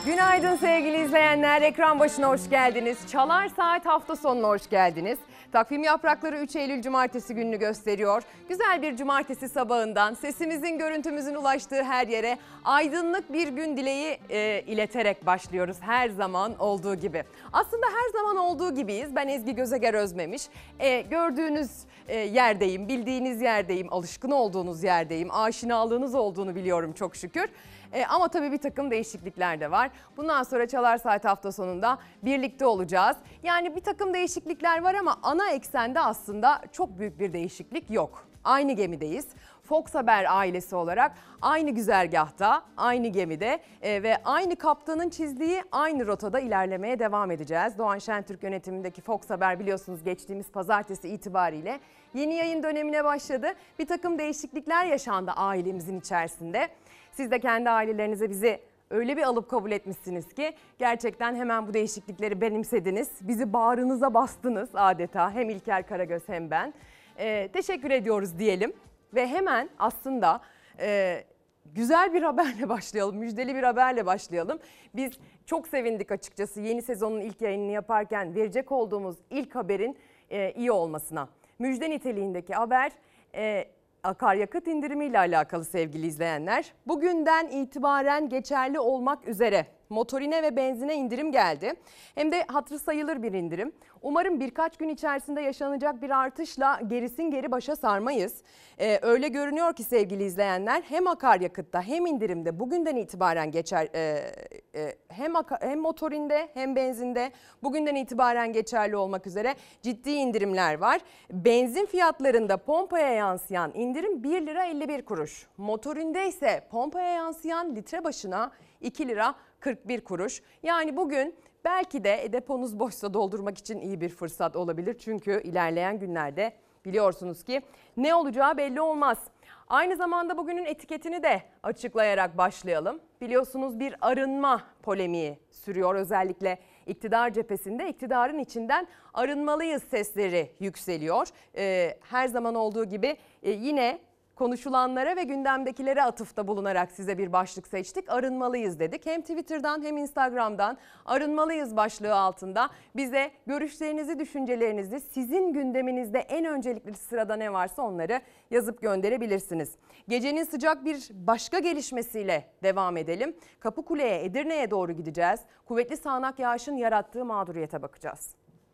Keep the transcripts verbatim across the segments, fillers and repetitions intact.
Günaydın sevgili izleyenler. Ekran başına hoş geldiniz. Çalar Saat hafta sonuna hoş geldiniz. Takvim yaprakları üç Eylül Cumartesi gününü gösteriyor. Güzel bir cumartesi sabahından sesimizin, görüntümüzün ulaştığı her yere aydınlık bir gün dileği e, ileterek başlıyoruz her zaman olduğu gibi. Aslında her zaman olduğu gibiyiz. Ben Ezgi Gözeger Özmemiş. E, gördüğünüz e, yerdeyim, bildiğiniz yerdeyim, alışkın olduğunuz yerdeyim, aşinalığınız olduğunu biliyorum çok şükür. E, ama tabii bir takım değişiklikler de var. Bundan sonra Çalar Saat hafta sonunda birlikte olacağız. Yani bir takım değişiklikler var ama ana eksende aslında çok büyük bir değişiklik yok. Aynı gemideyiz. Fox Haber ailesi olarak aynı güzergahta, aynı gemide e, ve aynı kaptanın çizdiği aynı rotada ilerlemeye devam edeceğiz. Doğan Şentürk yönetimindeki Fox Haber biliyorsunuz geçtiğimiz pazartesi itibariyle yeni yayın dönemine başladı. Bir takım değişiklikler yaşandı ailemizin içerisinde. Siz de kendi ailelerinize bizi öyle bir alıp kabul etmişsiniz ki gerçekten hemen bu değişiklikleri benimsediniz. Bizi bağrınıza bastınız adeta, hem İlker Karagöz hem ben. Ee, teşekkür ediyoruz diyelim ve hemen aslında e, güzel bir haberle başlayalım, müjdeli bir haberle başlayalım. Biz çok sevindik açıkçası yeni sezonun ilk yayınını yaparken verecek olduğumuz ilk haberin e, iyi olmasına. Müjde niteliğindeki haber... E, akaryakıt indirimiyle alakalı sevgili izleyenler. Bugünden itibaren geçerli olmak üzere motorine ve benzine indirim geldi. Hem de hatırı sayılır bir indirim. Umarım birkaç gün içerisinde yaşanacak bir artışla gerisin geri başa sarmayız. Ee, öyle görünüyor ki sevgili izleyenler hem akaryakıtta hem indirimde bugünden itibaren geçer e, e, hem hem motorinde hem benzinde bugünden itibaren geçerli olmak üzere ciddi indirimler var. Benzin fiyatlarında pompaya yansıyan indirim bir lira elli bir kuruş. Motorinde ise pompaya yansıyan litre başına iki lira kırk bir kuruş. Yani bugün belki de deponuz boşsa doldurmak için iyi bir fırsat olabilir. Çünkü ilerleyen günlerde biliyorsunuz ki ne olacağı belli olmaz. Aynı zamanda bugünün etiketini de açıklayarak başlayalım. Biliyorsunuz bir arınma polemiği sürüyor özellikle iktidar cephesinde. İktidarın içinden arınmalıyız sesleri yükseliyor. Ee, her zaman olduğu gibi e, yine konuşulanlara ve gündemdekilere atıfta bulunarak size bir başlık seçtik. Arınmalıyız dedik. Hem Twitter'dan hem Instagram'dan arınmalıyız başlığı altında bize görüşlerinizi, düşüncelerinizi, sizin gündeminizde en öncelikli sırada ne varsa onları yazıp gönderebilirsiniz. Gecenin sıcak bir başka gelişmesiyle devam edelim. Kapıkule'ye, Edirne'ye doğru gideceğiz. Kuvvetli sağanak yağışın yarattığı mağduriyete bakacağız.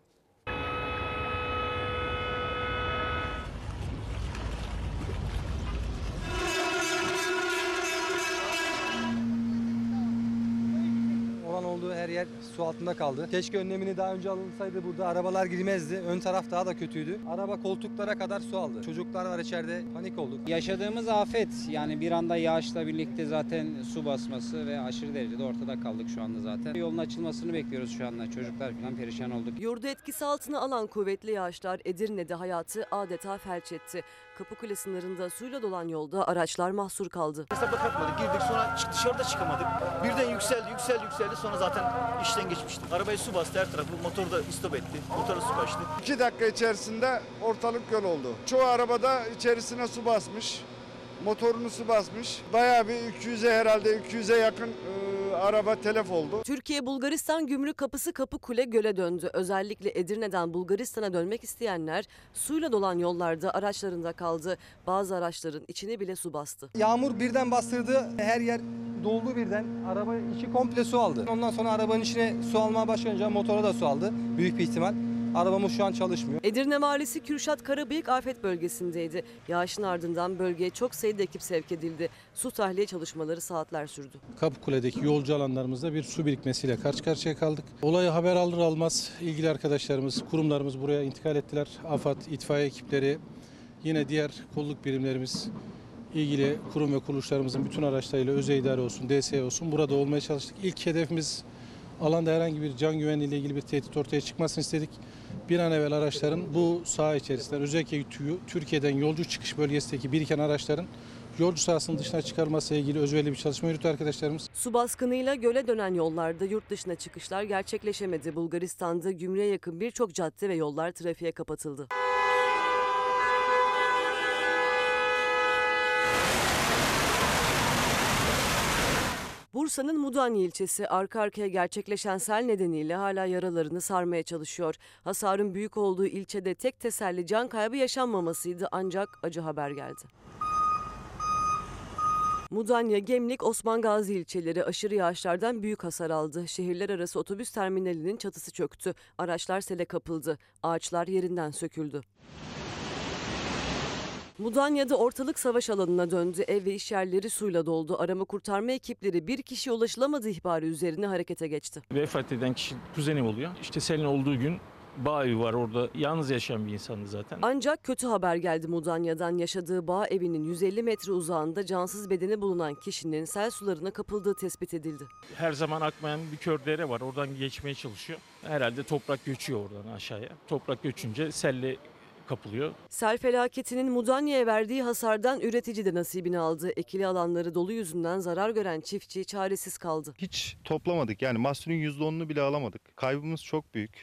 Olduğu her yer su altında kaldı. Keşke önlemini daha önce alınsaydı, burada arabalar girmezdi. Ön taraf daha da kötüydü. Araba koltuklara kadar su aldı. Çocuklar var içeride, panik olduk. Yaşadığımız afet, yani bir anda yağışla birlikte zaten su basması ve aşırı derecede ortada kaldık şu anda zaten. Yolun açılmasını bekliyoruz şu anda. Çocuklar falan perişan olduk. Yurdu etkisi altına alan kuvvetli yağışlar Edirne'de hayatı adeta felç etti. Kapıkule sınırında suyla dolan yolda araçlar mahsur kaldı. Hesapta kalkmadık, girdik, sonra dışarıda çıkamadık. Birden yükseldi, yükseldi, yükseldi, sonra zaten işten geçmiştik. Arabayı su bastı her tarafı, motor da istop etti, motora su kaçtı. İki dakika içerisinde ortalık göl oldu. Çoğu arabada içerisine su basmış, motorunu su basmış. Bayağı bir iki yüze herhalde iki yüze yakın e, araba telef oldu. Türkiye-Bulgaristan gümrük kapısı Kapıkule göle döndü. Özellikle Edirne'den Bulgaristan'a dönmek isteyenler suyla dolan yollarda araçlarında kaldı. Bazı araçların içine bile su bastı. Yağmur birden bastırdı, her yer doldu birden. Araba içi komple su aldı. Ondan sonra arabanın içine su almaya başlayınca motora da su aldı büyük bir ihtimal. Arabamız şu an çalışmıyor. Edirne Valisi Kürşat Karabıyık afet bölgesindeydi. Yağışın ardından bölgeye çok sayıda ekip sevk edildi. Su tahliye çalışmaları saatler sürdü. Kapıkule'deki yolcu alanlarımızda bir su birikmesiyle karşı karşıya kaldık. Olayı haber alır almaz ilgili arkadaşlarımız, kurumlarımız buraya intikal ettiler. AFAD, itfaiye ekipleri, yine diğer kolluk birimlerimiz, ilgili kurum ve kuruluşlarımızın bütün araçlarıyla özel idare olsun, D S E olsun burada olmaya çalıştık. İlk hedefimiz alanda herhangi bir can güvenliği ile ilgili bir tehdit ortaya çıkmasını istedik. Bir an evvel araçların bu saha içerisinden, özellikle Türkiye'den yolcu çıkış bölgesindeki biriken araçların yolcu sahasının dışına çıkarılması ile ilgili özverili bir çalışma yürüttü arkadaşlarımız. Su baskınıyla göle dönen yollarda yurt dışına çıkışlar gerçekleşemedi. Bulgaristan'da gümrüğe yakın birçok cadde ve yollar trafiğe kapatıldı. Bursa'nın Mudanya ilçesi arka arkaya gerçekleşen sel nedeniyle hala yaralarını sarmaya çalışıyor. Hasarın büyük olduğu ilçede tek teselli can kaybı yaşanmamasıydı, ancak acı haber geldi. Mudanya, Gemlik, Osman Gazi ilçeleri aşırı yağışlardan büyük hasar aldı. Şehirler arası otobüs terminalinin çatısı çöktü. Araçlar sele kapıldı. Ağaçlar yerinden söküldü. Mudanya'da ortalık savaş alanına döndü. Ev ve iş yerleri suyla doldu. Arama kurtarma ekipleri bir kişiye ulaşılamadığı ihbarı üzerine harekete geçti. Vefat eden kişi kuzenim oluyor. İşte selin olduğu gün bağ evi var orada. Yalnız yaşayan bir insandı zaten. Ancak kötü haber geldi Mudanya'dan. Yaşadığı bağ evinin yüz elli metre uzağında cansız bedeni bulunan kişinin sel sularına kapıldığı tespit edildi. Her zaman akmayan bir kör dere var. Oradan geçmeye çalışıyor. Herhalde toprak göçüyor oradan aşağıya. Toprak göçünce selle kapılıyor. Sel felaketinin Mudanya'ya verdiği hasardan üretici de nasibini aldı. Ekili alanları dolu yüzünden zarar gören çiftçi çaresiz kaldı. Hiç toplamadık, yani mahsulün yüzde onunu bile alamadık. Kaybımız çok büyük.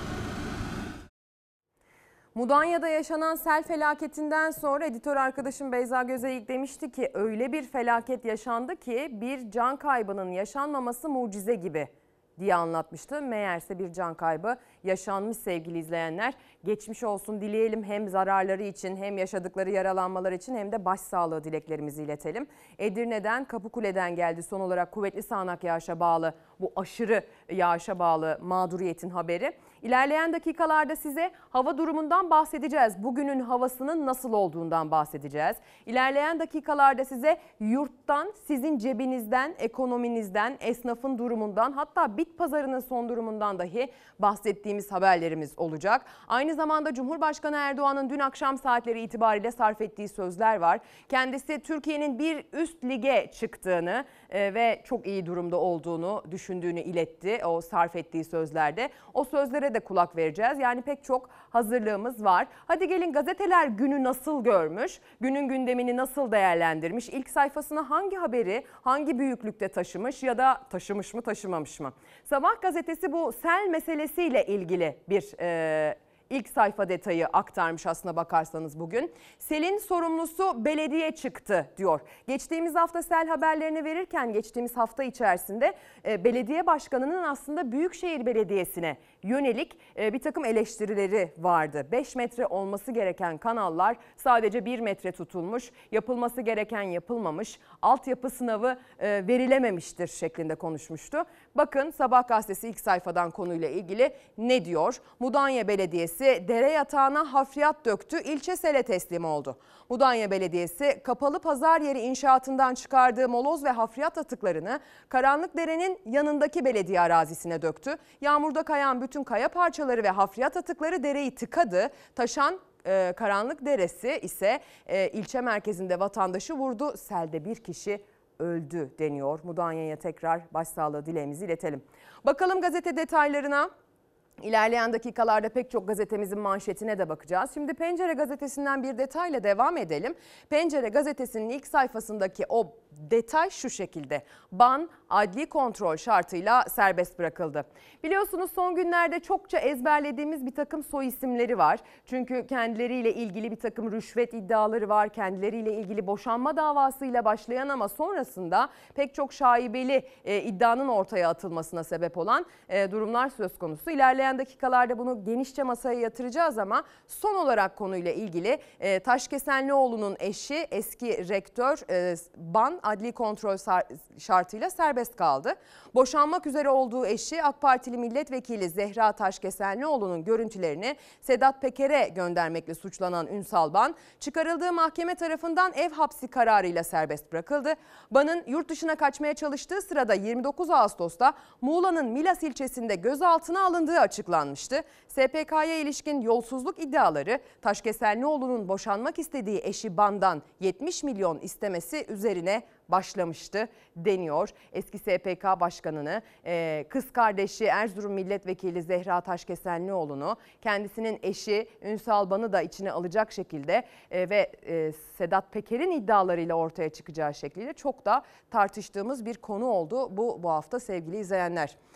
Mudanya'da yaşanan sel felaketinden sonra editör arkadaşım Beyza Gözeyik demişti ki öyle bir felaket yaşandı ki bir can kaybının yaşanmaması mucize gibi diye anlatmıştı. Meğerse bir can kaybı yaşanmış sevgili izleyenler. Geçmiş olsun dileyelim, hem zararları için hem yaşadıkları yaralanmalar için hem de başsağlığı dileklerimizi iletelim. Edirne'den, Kapıkule'den geldi son olarak kuvvetli sağanak yağışa bağlı, bu aşırı yağışa bağlı mağduriyetin haberi. İlerleyen dakikalarda size hava durumundan bahsedeceğiz. Bugünün havasının nasıl olduğundan bahsedeceğiz. İlerleyen dakikalarda size yurttan, sizin cebinizden, ekonominizden, esnafın durumundan, hatta bit pazarının son durumundan dahi bahsettiğimiz haberlerimiz olacak. Aynı zamanda Cumhurbaşkanı Erdoğan'ın dün akşam saatleri itibariyle sarf ettiği sözler var. Kendisi Türkiye'nin bir üst lige çıktığını ve çok iyi durumda olduğunu düşündüğünü iletti o sarf ettiği sözlerde. O sözlere de kulak vereceğiz. Yani pek çok hazırlığımız var. Hadi gelin, gazeteler günü nasıl görmüş? Günün gündemini nasıl değerlendirmiş? İlk sayfasına hangi haberi hangi büyüklükte taşımış ya da taşımış mı taşımamış mı? Sabah gazetesi bu sel meselesiyle ilgili bir e, ilk sayfa detayı aktarmış aslına bakarsanız bugün. Selin sorumlusu belediye çıktı diyor. Geçtiğimiz hafta sel haberlerini verirken geçtiğimiz hafta içerisinde e, belediye başkanının aslında Büyükşehir Belediyesi'ne yönelik e, bir takım eleştirileri vardı. beş metre olması gereken kanallar sadece bir metre tutulmuş, yapılması gereken yapılmamış, altyapı sınavı e, verilememiştir şeklinde konuşmuştu. Bakın Sabah gazetesi ilk sayfadan konuyla ilgili ne diyor? Mudanya Belediyesi dere yatağına hafriyat döktü, ilçe sele teslim oldu. Mudanya Belediyesi kapalı pazar yeri inşaatından çıkardığı moloz ve hafriyat atıklarını Karanlıkdere'nin yanındaki belediye arazisine döktü. Yağmurda kayan bütün kaya parçaları ve hafriyat atıkları dereyi tıkadı. Taşan e, Karanlıkderesi ise e, ilçe merkezinde vatandaşı vurdu. Selde bir kişi öldü deniyor. Mudanya'ya tekrar başsağlığı dileğimizi iletelim. Bakalım gazete detaylarına. İlerleyen dakikalarda pek çok gazetemizin manşetine de bakacağız. Şimdi Pencere gazetesinden bir detayla devam edelim. Pencere gazetesinin ilk sayfasındaki o detay şu şekilde. Ban adli kontrol şartıyla serbest bırakıldı. Biliyorsunuz son günlerde çokça ezberlediğimiz bir takım soy isimleri var. Çünkü kendileriyle ilgili bir takım rüşvet iddiaları var. Kendileriyle ilgili boşanma davasıyla başlayan ama sonrasında pek çok şaibeli e, iddianın ortaya atılmasına sebep olan e, durumlar söz konusu. İlerleyen dakikalarda bunu genişçe masaya yatıracağız ama son olarak konuyla ilgili e, Taşkesenlioğlu'nun eşi eski rektör e, Ban adli kontrol şartıyla serbest kaldı. Boşanmak üzere olduğu eşi AK Partili milletvekili Zehra Taşkesenlioğlu'nun görüntülerini Sedat Peker'e göndermekle suçlanan Ünsal Ban, çıkarıldığı mahkeme tarafından ev hapsi kararıyla serbest bırakıldı. Ban'ın yurt dışına kaçmaya çalıştığı sırada yirmi dokuz Ağustos'ta Muğla'nın Milas ilçesinde gözaltına alındığı açıklanmıştı. S P K'ya ilişkin yolsuzluk iddiaları Taşkesenlioğlu'nun boşanmak istediği eşi Ban'dan yetmiş milyon istemesi üzerine başlamıştı deniyor. Eski S P K Başkanı'nı, kız kardeşi Erzurum Milletvekili Zehra Taşkesenlioğlu'nu, kendisinin eşi Ünsal Ban'ı da içine alacak şekilde ve Sedat Peker'in iddialarıyla ortaya çıkacağı şekliyle çok da tartıştığımız bir konu oldu bu bu hafta sevgili izleyenler.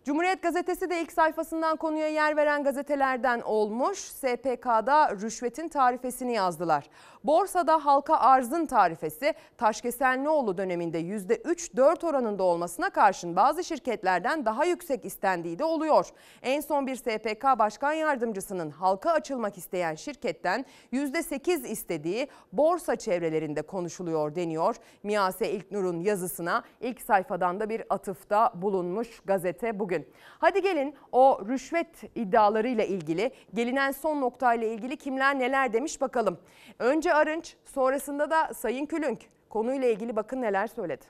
Cumhuriyet Gazetesi de ilk sayfasından konuya yer veren gazetelerden olmuş. S P K'da rüşvetin tarifesini yazdılar. Borsada halka arzın tarifesi Taşkesenlioğlu döneminde yüzde üç dört oranında olmasına karşın bazı şirketlerden daha yüksek istendiği de oluyor. En son bir S P K Başkan Yardımcısının halka açılmak isteyen şirketten yüzde sekiz istediği borsa çevrelerinde konuşuluyor deniyor. Miyase İlknur'un yazısına ilk sayfadan da bir atıfta bulunmuş gazete bugün. Hadi gelin o rüşvet iddialarıyla ilgili, gelinen son noktayla ilgili kimler neler demiş bakalım. Önce Arınç, sonrasında da Sayın Külünk konuyla ilgili bakın neler söyledi.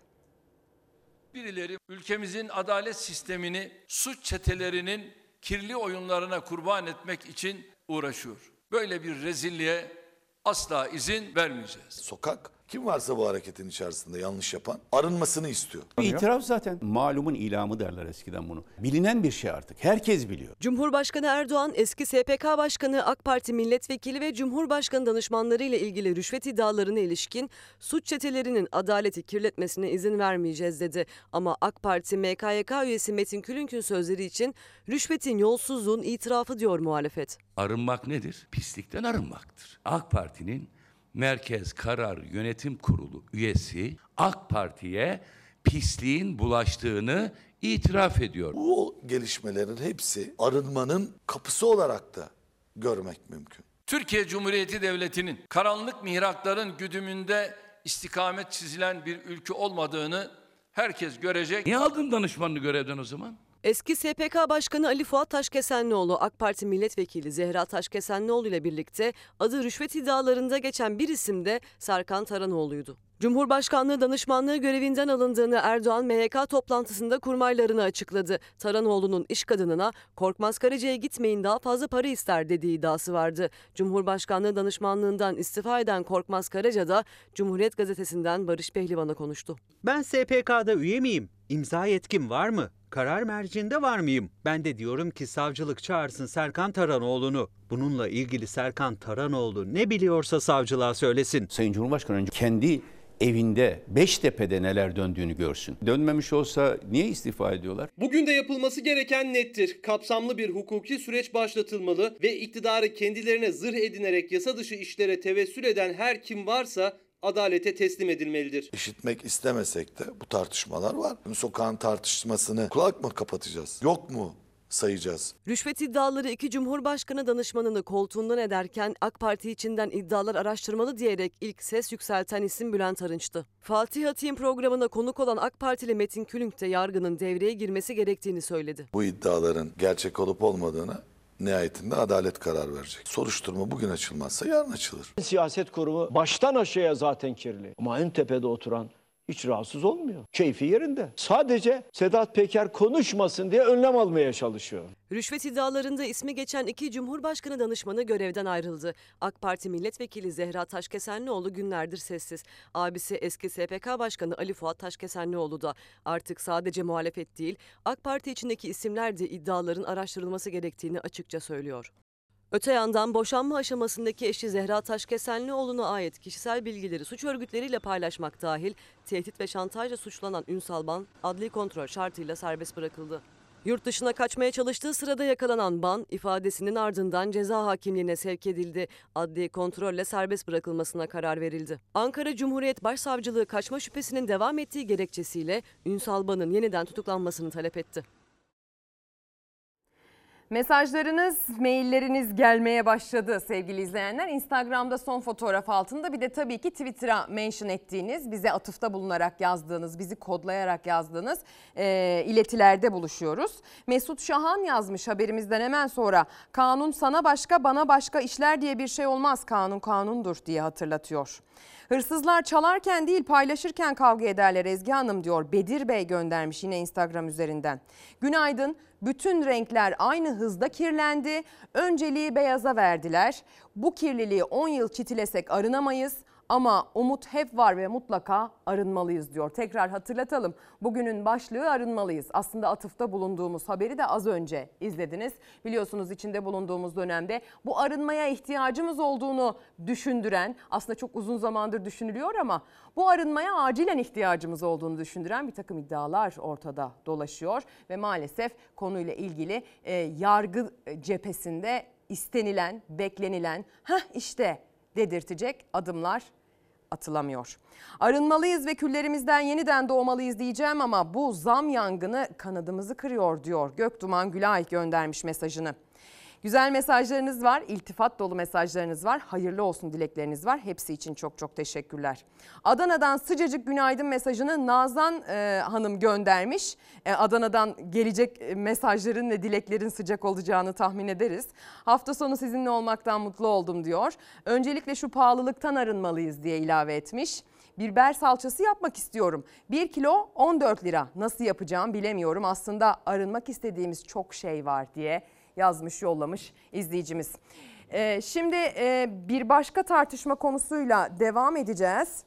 Birileri ülkemizin adalet sistemini suç çetelerinin kirli oyunlarına kurban etmek için uğraşıyor. Böyle bir rezilliğe asla izin vermeyeceğiz. Sokak kim varsa bu hareketin içerisinde yanlış yapan arınmasını istiyor. İtiraf zaten malumun ilamı derler eskiden bunu. Bilinen bir şey artık. Herkes biliyor. Cumhurbaşkanı Erdoğan, eski S P K Başkanı, AK Parti milletvekili ve Cumhurbaşkanı danışmanları ile ilgili rüşvet iddialarına ilişkin suç çetelerinin adaleti kirletmesine izin vermeyeceğiz dedi. Ama AK Parti M K Y K üyesi Metin Külünk'ün sözleri için rüşvetin yolsuzluğun itirafı diyor muhalefet. Arınmak nedir? Pislikten arınmaktır. AK Parti'nin Merkez Karar Yönetim Kurulu üyesi AK Parti'ye pisliğin bulaştığını itiraf ediyor. Bu gelişmelerin hepsi arınmanın kapısı olarak da görmek mümkün. Türkiye Cumhuriyeti Devleti'nin karanlık mihrakların güdümünde istikamet çizilen bir ülke olmadığını herkes görecek. Niye aldın danışmanını görevden o zaman? Eski S P K Başkanı Ali Fuat Taşkesenlioğlu, AK Parti milletvekili Zehra Taşkesenlioğlu ile birlikte adı rüşvet iddialarında geçen bir isim de Serkan Taranoğlu'ydu. Cumhurbaşkanlığı danışmanlığı görevinden alındığını Erdoğan M Y K toplantısında kurmaylarını açıkladı. Taranoğlu'nun iş kadınına Korkmaz Karaca'ya gitmeyin daha fazla para ister dediği iddiası vardı. Cumhurbaşkanlığı danışmanlığından istifa eden Korkmaz Karaca da Cumhuriyet Gazetesi'nden Barış Pehlivan'a konuştu. Ben S P K'da üye miyim? İmza yetkim var mı? Karar merciinde var mıyım? Ben de diyorum ki savcılık çağırsın Serkan Taranoğlu'nu. Bununla ilgili Serkan Taranoğlu ne biliyorsa savcılığa söylesin. Sayın Cumhurbaşkanı önce kendi evinde Beştepe'de neler döndüğünü görsün. Dönmemiş olsa niye istifa ediyorlar? Bugün de yapılması gereken nettir. Kapsamlı bir hukuki süreç başlatılmalı ve iktidarı kendilerine zırh edinerek yasa dışı işlere tevessül eden her kim varsa adalete teslim edilmelidir. İşitmek istemesek de bu tartışmalar var. Sokağın tartışmasını kulak mı kapatacağız? Yok mu sayacağız? Rüşvet iddiaları iki Cumhurbaşkanı danışmanını koltuğundan ederken AK Parti içinden iddialar araştırmalı diyerek ilk ses yükselten isim Bülent Arınç'tı. Fatih Atay'ın programına konuk olan AK Partili Metin Külünk de yargının devreye girmesi gerektiğini söyledi. Bu iddiaların gerçek olup olmadığını nihayetinde adalet karar verecek. Soruşturma bugün açılmazsa yarın açılır. Siyaset kurumu baştan aşağıya zaten kirli. Ama en tepede oturan hiç rahatsız olmuyor. Keyfi yerinde. Sadece Sedat Peker konuşmasın diye önlem almaya çalışıyor. Rüşvet iddialarında ismi geçen iki Cumhurbaşkanı danışmanı görevden ayrıldı. AK Parti milletvekili Zehra Taşkesenlioğlu günlerdir sessiz. Abisi eski S P K Başkanı Ali Fuat Taşkesenlioğlu da artık sadece muhalefet değil, AK Parti içindeki isimler de iddiaların araştırılması gerektiğini açıkça söylüyor. Öte yandan boşanma aşamasındaki eşi Zehra Taşkesenlioğlu'na ait kişisel bilgileri suç örgütleriyle paylaşmak dahil tehdit ve şantajla suçlanan Ünsal Ban adli kontrol şartıyla serbest bırakıldı. Yurt dışına kaçmaya çalıştığı sırada yakalanan Ban ifadesinin ardından ceza hakimliğine sevk edildi. Adli kontrolle serbest bırakılmasına karar verildi. Ankara Cumhuriyet Başsavcılığı kaçma şüphesinin devam ettiği gerekçesiyle Ünsal Ban'ın yeniden tutuklanmasını talep etti. Mesajlarınız, mailleriniz gelmeye başladı sevgili izleyenler. Instagram'da son fotoğraf altında bir de tabii ki Twitter'a mention ettiğiniz, bize atıfta bulunarak yazdığınız, bizi kodlayarak yazdığınız e, iletilerde buluşuyoruz. Mesut Şahan yazmış haberimizden hemen sonra. Kanun sana başka bana başka işler diye bir şey olmaz. Kanun kanundur diye hatırlatıyor. Hırsızlar çalarken değil paylaşırken kavga ederler Ezgi Hanım diyor. Bedir Bey göndermiş yine Instagram üzerinden. Günaydın. Bütün renkler aynı hızda kirlendi. Önceliği beyaza verdiler. Bu kirliliği on yıl çitilesek arınamayız. Ama umut hep var ve mutlaka arınmalıyız diyor. Tekrar hatırlatalım. Bugünün başlığı arınmalıyız. Aslında atıfta bulunduğumuz haberi de az önce izlediniz. Biliyorsunuz içinde bulunduğumuz dönemde bu arınmaya ihtiyacımız olduğunu düşündüren, aslında çok uzun zamandır düşünülüyor ama bu arınmaya acilen ihtiyacımız olduğunu düşündüren bir takım iddialar ortada dolaşıyor. Ve maalesef konuyla ilgili e, yargı cephesinde istenilen, beklenilen, hah işte dedirtecek adımlar atılamıyor. Arınmalıyız ve küllerimizden yeniden doğmalıyız diyeceğim ama bu zam yangını kanadımızı kırıyor diyor. Göktuman Gülay göndermiş mesajını. Güzel mesajlarınız var, iltifat dolu mesajlarınız var, hayırlı olsun dilekleriniz var. Hepsi için çok çok teşekkürler. Adana'dan sıcacık günaydın mesajını Nazan e, Hanım göndermiş. E, Adana'dan gelecek mesajların ve dileklerin sıcak olacağını tahmin ederiz. Hafta sonu sizinle olmaktan mutlu oldum diyor. Öncelikle şu pahalılıktan arınmalıyız diye ilave etmiş. Biber salçası yapmak istiyorum. bir kilo on dört lira. Nasıl yapacağım bilemiyorum. Aslında arınmak istediğimiz çok şey var diye yazmış, yollamış izleyicimiz. Ee, şimdi e, bir başka tartışma konusuyla devam edeceğiz.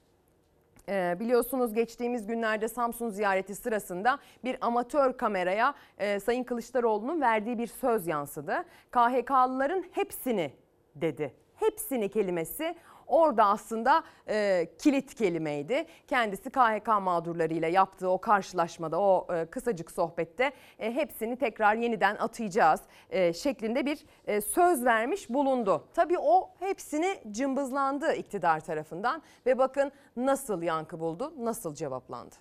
Ee, biliyorsunuz geçtiğimiz günlerde Samsun ziyareti sırasında bir amatör kameraya e, Sayın Kılıçdaroğlu'nun verdiği bir söz yansıdı. K H K'lıların hepsini dedi. Hepsini kelimesi orada aslında e, kilit kelimeydi. Kendisi K H K mağdurlarıyla yaptığı o karşılaşmada, o e, kısacık sohbette e, hepsini tekrar yeniden atayacağız e, şeklinde bir e, söz vermiş bulundu. Tabii o hepsini cımbızlandı iktidar tarafından ve bakın nasıl yankı buldu, nasıl cevaplandı.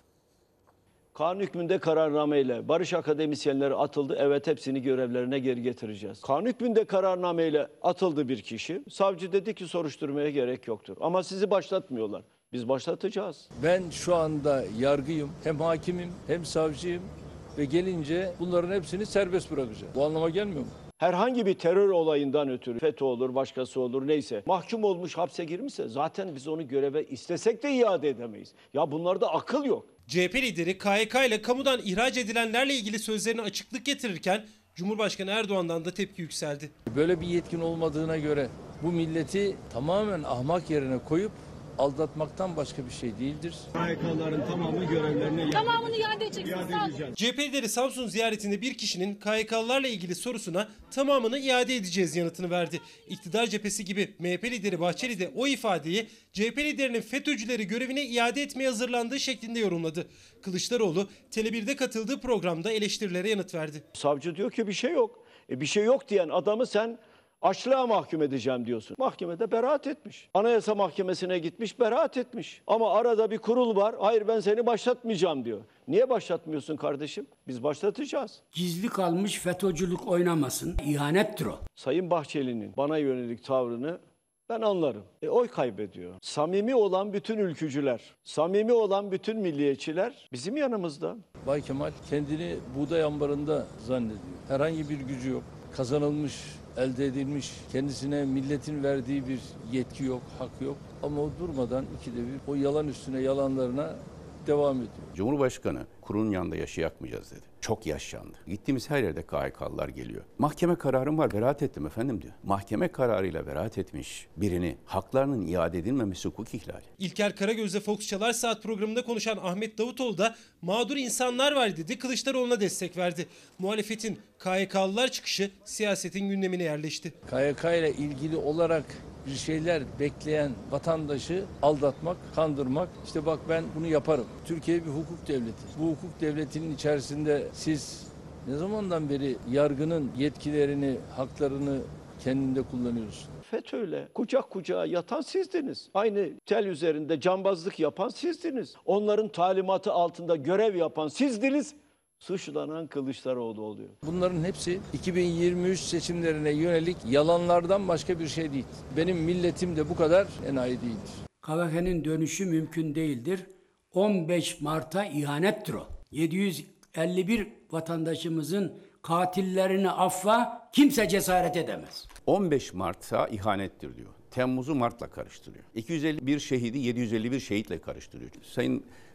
Kanun hükmünde kararnameyle barış akademisyenleri atıldı. Evet, hepsini görevlerine geri getireceğiz. Kanun hükmünde kararnameyle atıldı bir kişi. Savcı dedi ki soruşturmaya gerek yoktur. Ama sizi başlatmıyorlar. Biz başlatacağız. Ben şu anda yargıyım, hem hakimim hem savcıyım ve gelince bunların hepsini serbest bırakacağım. Bu anlama gelmiyor mu? Herhangi bir terör olayından ötürü FETÖ olur, başkası olur neyse mahkum olmuş, hapse girmişse zaten biz onu göreve istesek de iade edemeyiz. Ya bunlarda akıl yok. C H P lideri K H K ile kamudan ihraç edilenlerle ilgili sözlerine açıklık getirirken Cumhurbaşkanı Erdoğan'dan da tepki yükseldi. Böyle bir yetkin olmadığına göre bu milleti tamamen ahmak yerine koyup aldatmaktan başka bir şey değildir. K H K'ların tamamı görevlerine Tamamını iade edeceksiniz. C H P lideri Samsun ziyaretinde bir kişinin K H K'lılarla ilgili sorusuna tamamını iade edeceğiz yanıtını verdi. İktidar cephesi gibi M H P lideri Bahçeli de o ifadeyi C H P liderinin FETÖ'cüleri görevine iade etmeye hazırlandığı şeklinde yorumladı. Kılıçdaroğlu Tele bir'de katıldığı programda eleştirilere yanıt verdi. Savcı diyor ki bir şey yok. E bir şey yok diyen adamı sen açlığa mahkum edeceğim diyorsun. Mahkemede beraat etmiş. Anayasa Mahkemesi'ne gitmiş, beraat etmiş. Ama arada bir kurul var. Hayır, ben seni başlatmayacağım diyor. Niye başlatmıyorsun kardeşim? Biz başlatacağız. Gizli kalmış FETÖ'cülük oynamasın. İhanettir o. Sayın Bahçeli'nin bana yönelik tavrını ben anlarım. E, oy kaybediyor. Samimi olan bütün ülkücüler, samimi olan bütün milliyetçiler bizim yanımızda. Bay Kemal kendini buğday ambarında zannediyor. Herhangi bir gücü yok. Kazanılmış, elde edilmiş, kendisine milletin verdiği bir yetki yok, hak yok. Ama o durmadan ikide bir o yalan üstüne yalanlarına devam ediyor. Cumhurbaşkanı kurunun yanında yaşı yakmayacağız dedi. Çok yaşlandı. Gittiğimiz her yerde K H K'lılar geliyor. Mahkeme kararım var, beraat ettim efendim diyor. Mahkeme kararıyla beraat etmiş birini haklarının iade edilmemesi hukuk ihlali. İlker Karagöz'le Fox Çalar Saat programında konuşan Ahmet Davutoğlu da mağdur insanlar var dedi. Kılıçdaroğlu'na destek verdi. Muhalefetin K H K'lılar çıkışı siyasetin gündemine yerleşti. K H K ile ilgili olarak bir şeyler bekleyen vatandaşı aldatmak, kandırmak. İşte bak ben bunu yaparım. Türkiye bir hukuk devleti. Bu hukuk devletinin içerisinde siz ne zamandan beri yargının yetkilerini, haklarını kendinde kullanıyorsunuz? FETÖ'yle kucak kucağa yatan sizdiniz. Aynı tel üzerinde cambazlık yapan sizdiniz. Onların talimatı altında görev yapan sizdiniz. Suçlanan Kılıçdaroğlu oluyor. Bunların hepsi iki bin yirmi üç seçimlerine yönelik yalanlardan başka bir şey değil. Benim milletim de bu kadar enayi değildir. K H K'nın dönüşü mümkün değildir. on beş Mart'a ihanettir o. yedi yüz elli bir vatandaşımızın katillerini affa kimse cesaret edemez. on beş Mart'a ihanettir diyor. Temmuz'u Mart'la karıştırıyor. iki yüz elli bir şehidi yedi yüz elli bir şehitle karıştırıyor. Sayın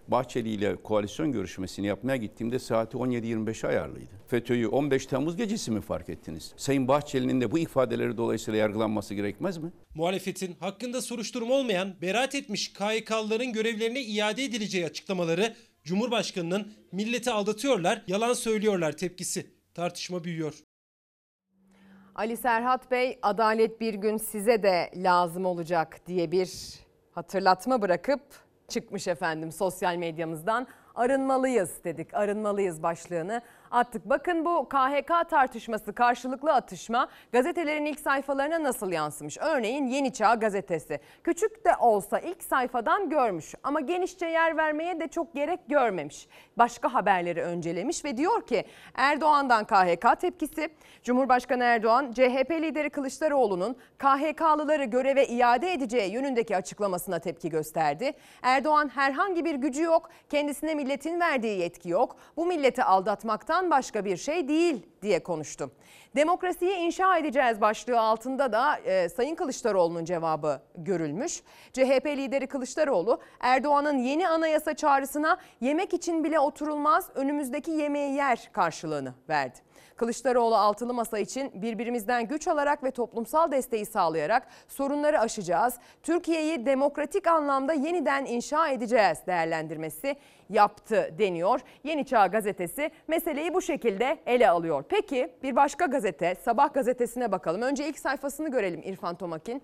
Bahçeli ile koalisyon görüşmesini yapmaya gittiğimde saati on yedi yirmi beşe ayarlıydı. FETÖ'yü on beş Temmuz gecesi mi fark ettiniz? Sayın Bahçeli'nin de bu ifadeleri dolayısıyla yargılanması gerekmez mi? Muhalefetin hakkında soruşturma olmayan, beraat etmiş K H K'lıların görevlerine iade edileceği açıklamaları, Cumhurbaşkanı'nın milleti aldatıyorlar, yalan söylüyorlar tepkisi. Tartışma büyüyor. Ali Serhat Bey, adalet bir gün size de lazım olacak diye bir hatırlatma bırakıp çıkmış efendim sosyal medyamızdan. Arınmalıyız dedik, arınmalıyız başlığını attık. Bakın bu K H K tartışması, karşılıklı atışma gazetelerin ilk sayfalarına nasıl yansımış? Örneğin Yeni Çağ gazetesi. Küçük de olsa ilk sayfadan görmüş ama genişçe yer vermeye de çok gerek görmemiş. Başka haberleri öncelemiş ve diyor ki Erdoğan'dan K H K tepkisi. Cumhurbaşkanı Erdoğan, C H P lideri Kılıçdaroğlu'nun K H K'lıları göreve iade edeceği yönündeki açıklamasına tepki gösterdi. Erdoğan herhangi bir gücü yok, kendisine milletin verdiği yetki yok, bu milleti aldatmaktan başka bir şey değil diye konuştu. Demokrasiyi inşa edeceğiz başlığı altında da e, Sayın Kılıçdaroğlu'nun cevabı görülmüş. C H P lideri Kılıçdaroğlu, Erdoğan'ın yeni anayasa çağrısına yemek için bile oturulmaz, önümüzdeki yemeği yer karşılığını verdi. Kılıçdaroğlu altılı masa için birbirimizden güç alarak ve toplumsal desteği sağlayarak sorunları aşacağız. Türkiye'yi demokratik anlamda yeniden inşa edeceğiz değerlendirmesi yaptı deniyor. Yeni Çağ gazetesi meseleyi bu şekilde ele alıyor. Peki bir başka gazete, Sabah gazetesine bakalım. Önce ilk sayfasını görelim İrfan Tomakin.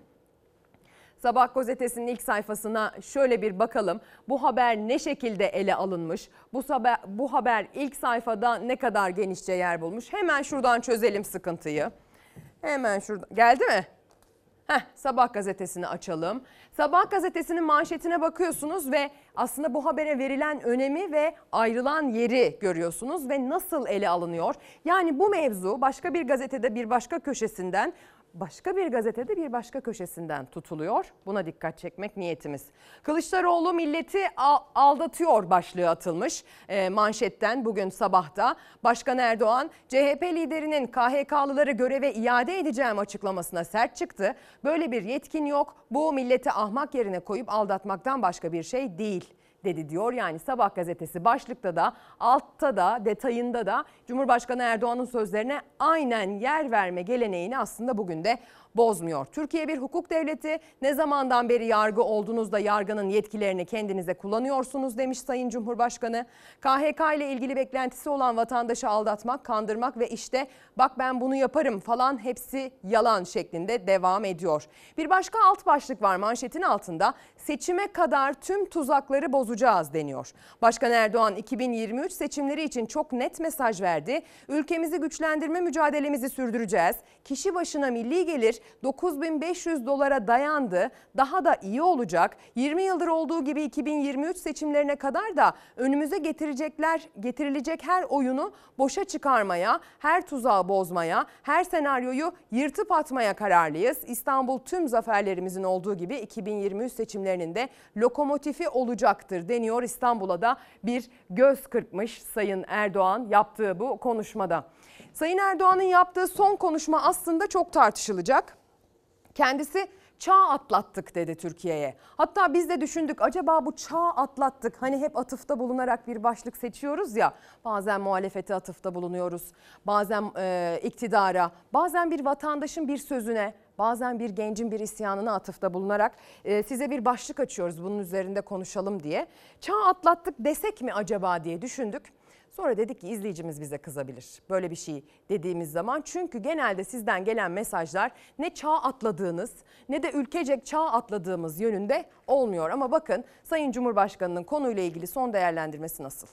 Sabah gazetesinin ilk sayfasına şöyle bir bakalım. Bu haber ne şekilde ele alınmış? Bu haber, bu haber ilk sayfada ne kadar genişçe yer bulmuş? Hemen şuradan çözelim sıkıntıyı. Hemen şuradan. Geldi mi? Heh, Sabah gazetesini açalım. Sabah gazetesinin manşetine bakıyorsunuz ve aslında bu habere verilen önemi ve ayrılan yeri görüyorsunuz ve nasıl ele alınıyor? Yani bu mevzu başka bir gazetede bir başka köşesinden, başka bir gazetede bir başka köşesinden tutuluyor. Buna dikkat çekmek niyetimiz. Kılıçdaroğlu milleti aldatıyor başlığı atılmış e, manşetten bugün sabahta. Başkan Erdoğan, C H P liderinin K H K'lıları göreve iade edeceğim açıklamasına sert çıktı. Böyle bir yetkin yok. Bu milleti ahmak yerine koyup aldatmaktan başka bir şey değil dedi diyor. Yani Sabah gazetesi başlıkta da altta da detayında da Cumhurbaşkanı Erdoğan'ın sözlerine aynen yer verme geleneğini aslında bugün de bozmuyor. Türkiye bir hukuk devleti. Ne zamandan beri yargı olduğunuzda yargının yetkilerini kendinize kullanıyorsunuz demiş Sayın Cumhurbaşkanı. K H K ile ilgili beklentisi olan vatandaşı aldatmak, kandırmak ve işte bak ben bunu yaparım falan hepsi yalan şeklinde devam ediyor. Bir başka alt başlık var manşetin altında. Seçime kadar tüm tuzakları bozacağız deniyor. Başkan Erdoğan iki bin yirmi üç seçimleri için çok net mesaj verdi. Ülkemizi güçlendirme mücadelemizi sürdüreceğiz. Kişi başına milli gelir dokuz bin beş yüz dolara dayandı. Daha da iyi olacak. yirmi yıldır olduğu gibi iki bin yirmi üç seçimlerine kadar da önümüze getirecekler, getirilecek her oyunu boşa çıkarmaya, her tuzağı bozmaya, her senaryoyu yırtıp atmaya kararlıyız. İstanbul tüm zaferlerimizin olduğu gibi iki bin yirmi üç seçimlerinin de lokomotifi olacaktır deniyor. İstanbul'a da bir göz kırpmış Sayın Erdoğan yaptığı bu konuşmada. Sayın Erdoğan'ın yaptığı son konuşma aslında çok tartışılacak. Kendisi çağ atlattık dedi Türkiye'ye. Hatta biz de düşündük acaba bu çağ atlattık. Hani hep atıfta bulunarak bir başlık seçiyoruz ya. Bazen muhalefete atıfta bulunuyoruz. Bazen e, iktidara, bazen bir vatandaşın bir sözüne, bazen bir gencin bir isyanına atıfta bulunarak e, size bir başlık açıyoruz bunun üzerinde konuşalım diye. Çağ atlattık desek mi acaba diye düşündük. Sonra dedik ki izleyicimiz bize kızabilir böyle bir şey dediğimiz zaman. Çünkü genelde sizden gelen mesajlar ne çağ atladığınız ne de ülkecek çağ atladığımız yönünde olmuyor. Ama bakın Sayın Cumhurbaşkanı'nın konuyla ilgili son değerlendirmesi nasıl?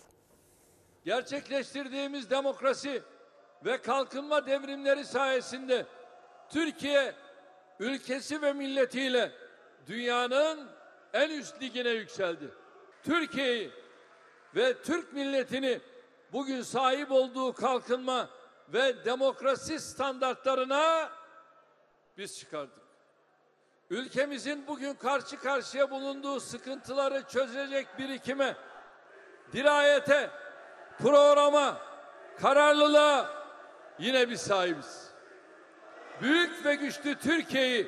Gerçekleştirdiğimiz demokrasi ve kalkınma devrimleri sayesinde Türkiye ülkesi ve milletiyle dünyanın en üst ligine yükseldi. Türkiye'yi ve Türk milletini bugün sahip olduğu kalkınma ve demokrasi standartlarına biz çıkardık. Ülkemizin bugün karşı karşıya bulunduğu sıkıntıları çözecek birikime, dirayete, programa, kararlılığa yine biz sahibiz. Büyük ve güçlü Türkiye'yi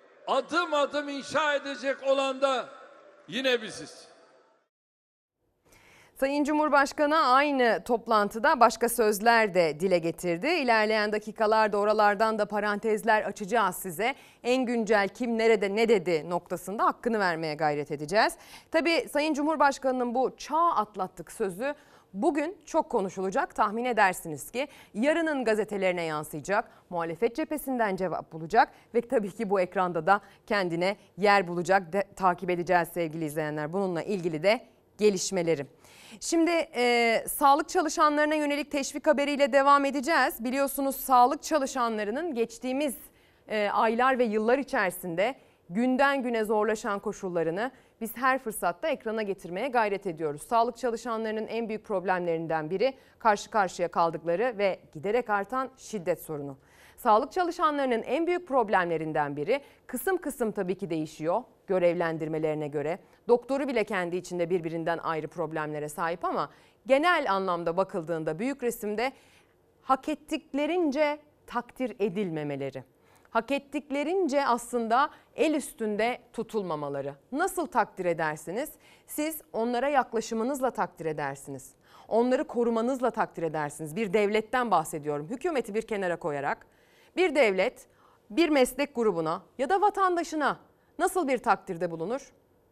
adım adım inşa edecek olan da yine biziz. Sayın Cumhurbaşkanı aynı toplantıda başka sözler de dile getirdi. İlerleyen dakikalarda oralardan da parantezler açacağız size. En güncel kim nerede ne dedi noktasında hakkını vermeye gayret edeceğiz. Tabii Sayın Cumhurbaşkanı'nın bu çağ atlattık sözü bugün çok konuşulacak. Tahmin edersiniz ki yarının gazetelerine yansıyacak. Muhalefet cephesinden cevap bulacak ve tabii ki bu ekranda da kendine yer bulacak. De, takip edeceğiz sevgili izleyenler. Bununla ilgili de gelişmeleri. Şimdi e, sağlık çalışanlarına yönelik teşvik haberiyle devam edeceğiz. Biliyorsunuz sağlık çalışanlarının geçtiğimiz e, aylar ve yıllar içerisinde günden güne zorlaşan koşullarını biz her fırsatta ekrana getirmeye gayret ediyoruz. Sağlık çalışanlarının en büyük problemlerinden biri karşı karşıya kaldıkları ve giderek artan şiddet sorunu. Sağlık çalışanlarının en büyük problemlerinden biri kısım kısım tabii ki değişiyor görevlendirmelerine göre. Doktoru bile kendi içinde birbirinden ayrı problemlere sahip ama genel anlamda bakıldığında büyük resimde hak ettiklerince takdir edilmemeleri. Hak ettiklerince aslında el üstünde tutulmamaları. Nasıl takdir edersiniz? Siz onlara yaklaşımınızla takdir edersiniz. Onları korumanızla takdir edersiniz. Bir devletten bahsediyorum. Hükümeti bir kenara koyarak bir devlet bir meslek grubuna ya da vatandaşına nasıl bir takdirde bulunur?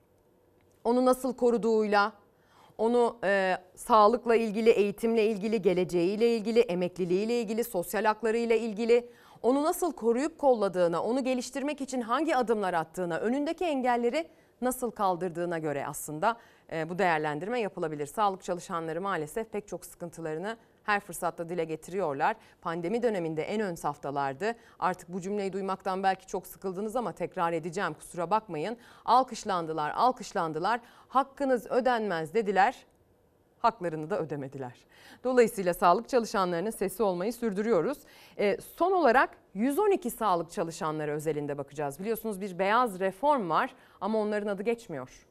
Onu nasıl koruduğuyla, onu e, sağlıkla ilgili, eğitimle ilgili, geleceğiyle ilgili, emekliliğiyle ilgili, sosyal haklarıyla ilgili, onu nasıl koruyup kolladığına, onu geliştirmek için hangi adımlar attığına, önündeki engelleri nasıl kaldırdığına göre aslında e, bu değerlendirme yapılabilir. Sağlık çalışanları maalesef pek çok sıkıntılarını her fırsatta dile getiriyorlar. Pandemi döneminde en ön saftalardı. Artık bu cümleyi duymaktan belki çok sıkıldınız ama tekrar edeceğim, kusura bakmayın. Alkışlandılar, alkışlandılar. Hakkınız ödenmez dediler. Haklarını da ödemediler. Dolayısıyla sağlık çalışanlarının sesi olmayı sürdürüyoruz. E, son olarak yüz on iki sağlık çalışanları özelinde bakacağız. Biliyorsunuz bir beyaz reform var ama onların adı geçmiyor.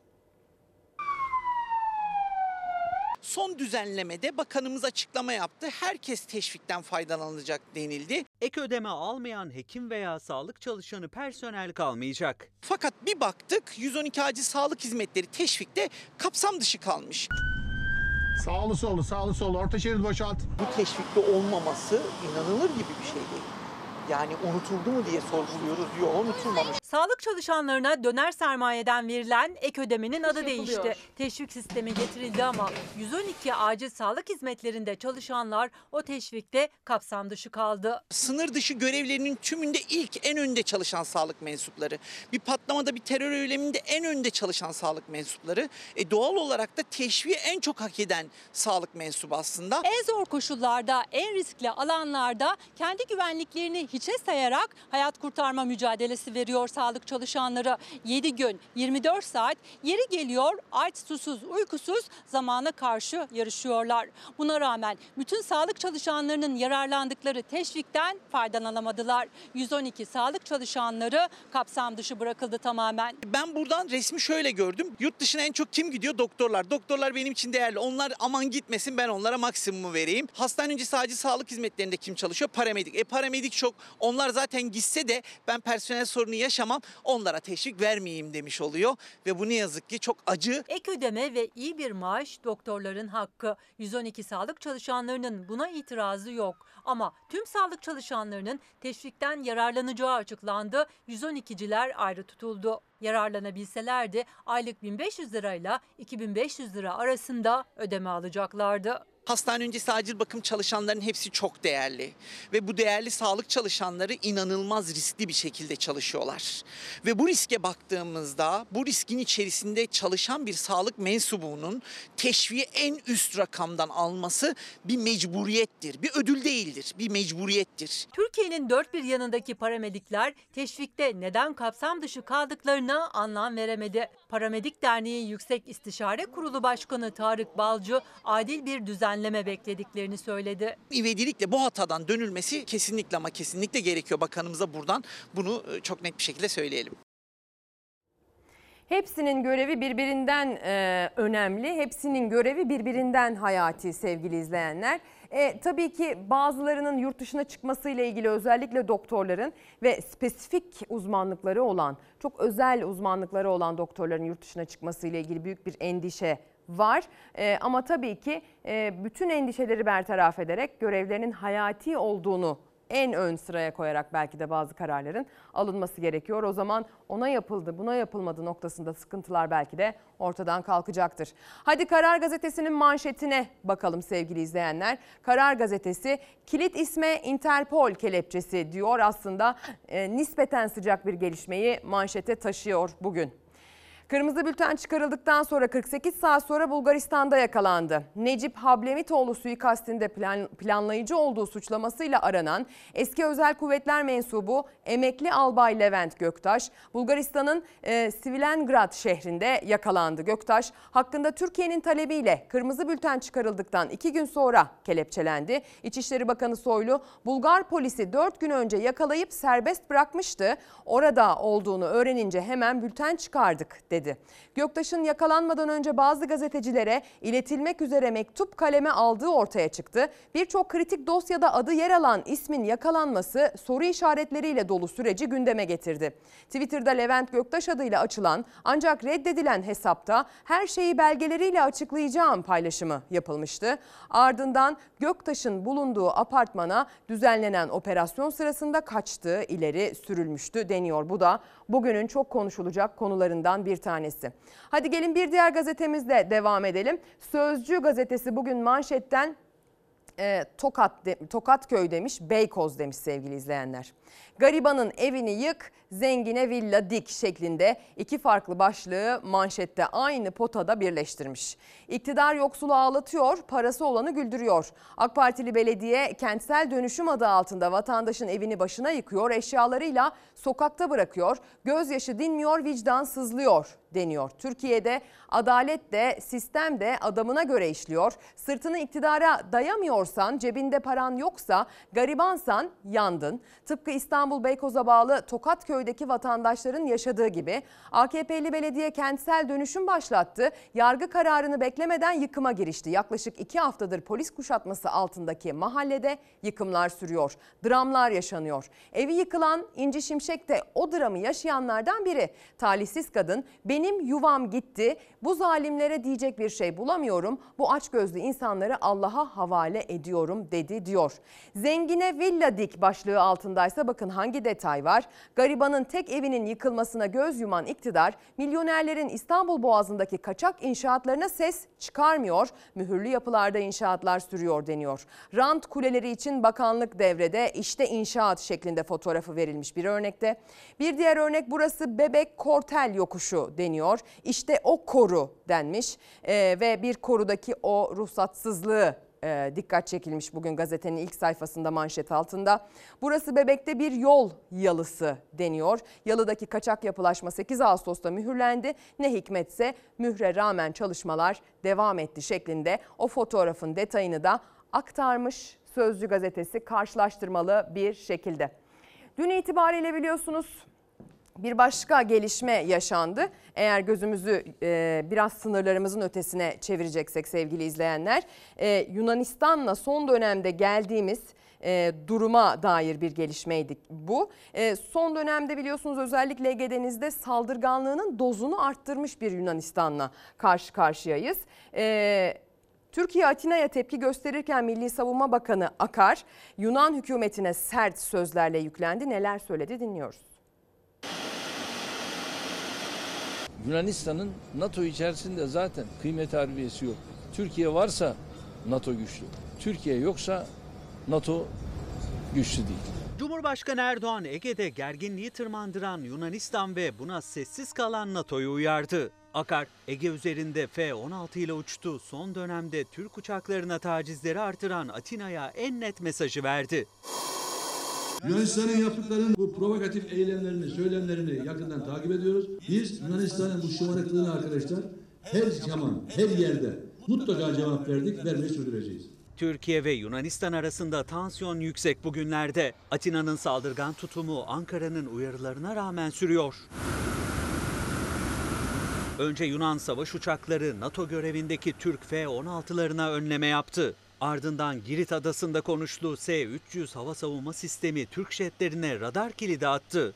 Son düzenlemede bakanımız açıklama yaptı. Herkes teşvikten faydalanacak denildi. Ek ödeme almayan hekim veya sağlık çalışanı personel kalmayacak. Fakat bir baktık yüz on iki acil sağlık hizmetleri teşvikte kapsam dışı kalmış. Sağlı sollu, sağlı sollu, orta şerit boşalt. Bu teşvikte olmaması inanılır gibi bir şey değil. Yani unutuldu mu diye sorguluyoruz. Yok, unutulmamış. Sağlık çalışanlarına döner sermayeden verilen ek ödemenin adı yapılıyor. değişti. Teşvik sistemi getirildi ama yüz on iki acil sağlık hizmetlerinde çalışanlar o teşvikte kapsam dışı kaldı. Sınır dışı görevlerinin tümünde ilk en önde çalışan sağlık mensupları. Bir patlamada, bir terör eyleminde en önde çalışan sağlık mensupları. E doğal olarak da teşviği en çok hak eden sağlık mensubu aslında. En zor koşullarda, en riskli alanlarda kendi güvenliklerini hiçe sayarak hayat kurtarma mücadelesi veriyor sağlık çalışanları. yedi gün, yirmi dört saat yeri geliyor aç, susuz, uykusuz zamana karşı yarışıyorlar. Buna rağmen bütün sağlık çalışanlarının yararlandıkları teşvikten faydalanamadılar. yüz on iki sağlık çalışanları kapsam dışı bırakıldı tamamen. Ben buradan resmi şöyle gördüm. Yurt dışına en çok kim gidiyor? Doktorlar. Doktorlar benim için değerli. Onlar aman gitmesin, ben onlara maksimumu vereyim. Hastane öncesi acil sağlık hizmetlerinde kim çalışıyor? Paramedik. E paramedik çok. Onlar zaten gitse de ben personel sorunu yaşamam, onlara teşvik vermeyeyim demiş oluyor. Ve bu ne yazık ki çok acı. Ek ödeme ve iyi bir maaş doktorların hakkı. yüz on iki sağlık çalışanlarının buna itirazı yok. Ama tüm sağlık çalışanlarının teşvikten yararlanacağı açıklandı. yüz on ikiciler ayrı tutuldu. Yararlanabilselerdi aylık bin beş yüz lirayla iki bin beş yüz lira arasında ödeme alacaklardı. Hastane öncesi acil bakım çalışanların hepsi çok değerli ve bu değerli sağlık çalışanları inanılmaz riskli bir şekilde çalışıyorlar. Ve bu riske baktığımızda bu riskin içerisinde çalışan bir sağlık mensubunun teşviği en üst rakamdan alması bir mecburiyettir. Bir ödül değildir, bir mecburiyettir. Türkiye'nin dört bir yanındaki paramedikler teşvikte neden kapsam dışı kaldıklarına anlam veremedi. Paramedik Derneği Yüksek İstişare Kurulu Başkanı Tarık Balcı adil bir düzenleme beklediklerini söyledi. İvedilikle bu hatadan dönülmesi kesinlikle ama kesinlikle gerekiyor. Bakanımıza buradan bunu çok net bir şekilde söyleyelim. Hepsinin görevi birbirinden e, önemli, hepsinin görevi birbirinden hayati sevgili izleyenler. E, tabii ki bazılarının yurt dışına çıkmasıyla ilgili özellikle doktorların ve spesifik uzmanlıkları olan, çok özel uzmanlıkları olan doktorların yurt dışına çıkmasıyla ilgili büyük bir endişe var. E, ama tabii ki e, bütün endişeleri bertaraf ederek görevlerinin hayati olduğunu en ön sıraya koyarak belki de bazı kararların alınması gerekiyor. O zaman ona yapıldı, buna yapılmadı noktasında sıkıntılar belki de ortadan kalkacaktır. Hadi Karar Gazetesi'nin manşetine bakalım sevgili izleyenler. Karar Gazetesi kilit isme Interpol kelepçesi diyor. Aslında e, nispeten sıcak bir gelişmeyi manşete taşıyor bugün. Kırmızı bülten çıkarıldıktan sonra kırk sekiz saat sonra Bulgaristan'da yakalandı. Necip Hablemitoğlu suikastinde plan, planlayıcı olduğu suçlamasıyla aranan eski özel kuvvetler mensubu emekli albay Levent Göktaş, Bulgaristan'ın e, Svilengrad şehrinde yakalandı. Göktaş hakkında Türkiye'nin talebiyle kırmızı bülten çıkarıldıktan iki gün sonra kelepçelendi. İçişleri Bakanı Soylu, Bulgar polisi dört gün önce yakalayıp serbest bırakmıştı. Orada olduğunu öğrenince hemen bülten çıkardık dedi. Göktaş'ın yakalanmadan önce bazı gazetecilere iletilmek üzere mektup kaleme aldığı ortaya çıktı. Birçok kritik dosyada adı yer alan ismin yakalanması soru işaretleriyle dolu süreci gündeme getirdi. Twitter'da Levent Göktaş adıyla açılan ancak reddedilen hesapta her şeyi belgeleriyle açıklayacağım paylaşımı yapılmıştı. Ardından Göktaş'ın bulunduğu apartmana düzenlenen operasyon sırasında kaçtığı ileri sürülmüştü deniyor. Bu da bugünün çok konuşulacak konularından bir tanesi. Hadi gelin bir diğer gazetemizle devam edelim. Sözcü gazetesi bugün manşetten e, Tokat de, Tokatköy demiş, Beykoz demiş sevgili izleyenler. Garibanın evini yık, zengine villa dik şeklinde iki farklı başlığı manşette aynı potada birleştirmiş. İktidar yoksulu ağlatıyor, parası olanı güldürüyor. AK Partili belediye kentsel dönüşüm adı altında vatandaşın evini başına yıkıyor, eşyalarıyla sokakta bırakıyor, gözyaşı dinmiyor, vicdan sızlıyor deniyor. Türkiye'de adalet de sistem de adamına göre işliyor. Sırtını iktidara dayamıyorsan, cebinde paran yoksa, garibansan yandın. Tıpkı İstanbul Beykoz'a bağlı Tokatköy'deki vatandaşların yaşadığı gibi A K P'li belediye kentsel dönüşüm başlattı. Yargı kararını beklemeden yıkıma girişti. Yaklaşık iki haftadır polis kuşatması altındaki mahallede yıkımlar sürüyor. Dramlar yaşanıyor. Evi yıkılan İnci Şimşek de o dramı yaşayanlardan biri. Talihsiz kadın, benim yuvam gitti, bu zalimlere diyecek bir şey bulamıyorum, bu açgözlü insanları Allah'a havale ediyorum dedi diyor. Zengine villa dik başlığı altındaysa bakın hangi detay var. Garibanın tek evinin yıkılmasına göz yuman iktidar, milyonerlerin İstanbul Boğazı'ndaki kaçak inşaatlarına ses çıkarmıyor. Mühürlü yapılarda inşaatlar sürüyor deniyor. Rant kuleleri için bakanlık devrede, işte inşaat şeklinde fotoğrafı verilmiş bir örnekte. Bir diğer örnek burası Bebek Kortel yokuşu deniyor. İşte o koru denmiş ee, ve bir korudaki o ruhsatsızlığı e, dikkat çekilmiş bugün gazetenin ilk sayfasında manşet altında. Burası Bebek'te bir yol yalısı deniyor. Yalıdaki kaçak yapılaşma sekiz Ağustos'ta mühürlendi. Ne hikmetse mühre rağmen çalışmalar devam etti şeklinde o fotoğrafın detayını da aktarmış Sözcü gazetesi karşılaştırmalı bir şekilde. Dün itibariyle biliyorsunuz bir başka gelişme yaşandı. Eğer gözümüzü e, biraz sınırlarımızın ötesine çevireceksek sevgili izleyenler, e, Yunanistan'la son dönemde geldiğimiz e, duruma dair bir gelişmeydi bu. E, son dönemde biliyorsunuz özellikle Ege Denizi'de saldırganlığının dozunu arttırmış bir Yunanistan'la karşı karşıyayız. E, Türkiye Atina'ya tepki gösterirken Milli Savunma Bakanı Akar, Yunan hükümetine sert sözlerle yüklendi. Neler söyledi dinliyoruz. Yunanistan'ın NATO içerisinde zaten kıymet harbiyesi yok. Türkiye varsa NATO güçlü. Türkiye yoksa NATO güçlü değil. Cumhurbaşkanı Erdoğan Ege'de gerginliği tırmandıran Yunanistan ve buna sessiz kalan NATO'yu uyardı. Akar, Ege üzerinde F on altı ile uçtu. Son dönemde Türk uçaklarına tacizleri artıran Atina'ya en net mesajı verdi. Yunanistan'ın yaptıklarının bu provokatif eylemlerini, söylemlerini yakından takip ediyoruz. Biz Yunanistan'ın bu şımarıklığına arkadaşlar her zaman, her yerde mutlaka cevap verdik, vermeyi sürdüreceğiz. Türkiye ve Yunanistan arasında tansiyon yüksek bugünlerde. Atina'nın saldırgan tutumu Ankara'nın uyarılarına rağmen sürüyor. Önce Yunan savaş uçakları NATO görevindeki Türk F on altılarına önleme yaptı. Ardından Girit adasında konuştuğu S üç yüz hava savunma sistemi Türk jetlerine radar kilidi attı.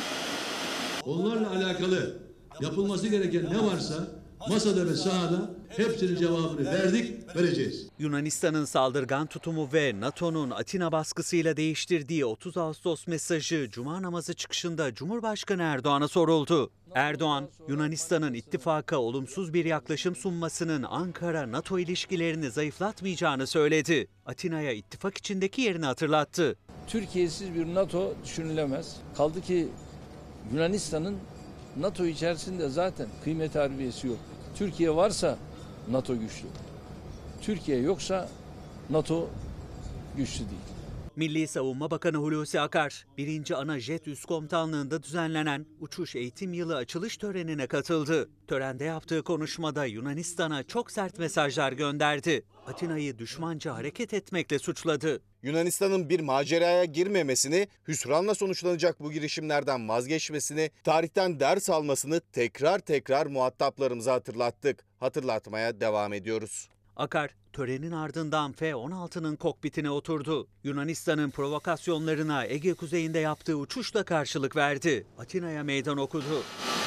Onlarla alakalı yapılması gereken ne varsa masada ve sahada Hepsinin cevabını verdik, vereceğiz. Yunanistan'ın saldırgan tutumu ve NATO'nun Atina baskısıyla değiştirdiği otuz Ağustos mesajı Cuma namazı çıkışında Cumhurbaşkanı Erdoğan'a soruldu. Erdoğan, Yunanistan'ın ittifaka olumsuz bir yaklaşım sunmasının Ankara-NATO ilişkilerini zayıflatmayacağını söyledi. Atina'ya ittifak içindeki yerini hatırlattı. Türkiye'siz bir NATO düşünülemez. Kaldı ki Yunanistan'ın NATO içerisinde zaten kıymet harbiyesi yok. Türkiye varsa NATO güçlü. Türkiye yoksa NATO güçlü değil. Milli Savunma Bakanı Hulusi Akar, birinci Ana Jet Üst Komutanlığı'nda düzenlenen Uçuş Eğitim Yılı açılış törenine katıldı. Törende yaptığı konuşmada Yunanistan'a çok sert mesajlar gönderdi. Atina'yı düşmanca hareket etmekle suçladı. Yunanistan'ın bir maceraya girmemesini, hüsranla sonuçlanacak bu girişimlerden vazgeçmesini, tarihten ders almasını tekrar tekrar muhataplarımıza hatırlattık. Hatırlatmaya devam ediyoruz. Akar, törenin ardından F on altının kokpitine oturdu. Yunanistan'ın provokasyonlarına Ege kuzeyinde yaptığı uçuşla karşılık verdi. Atina'ya meydan okudu.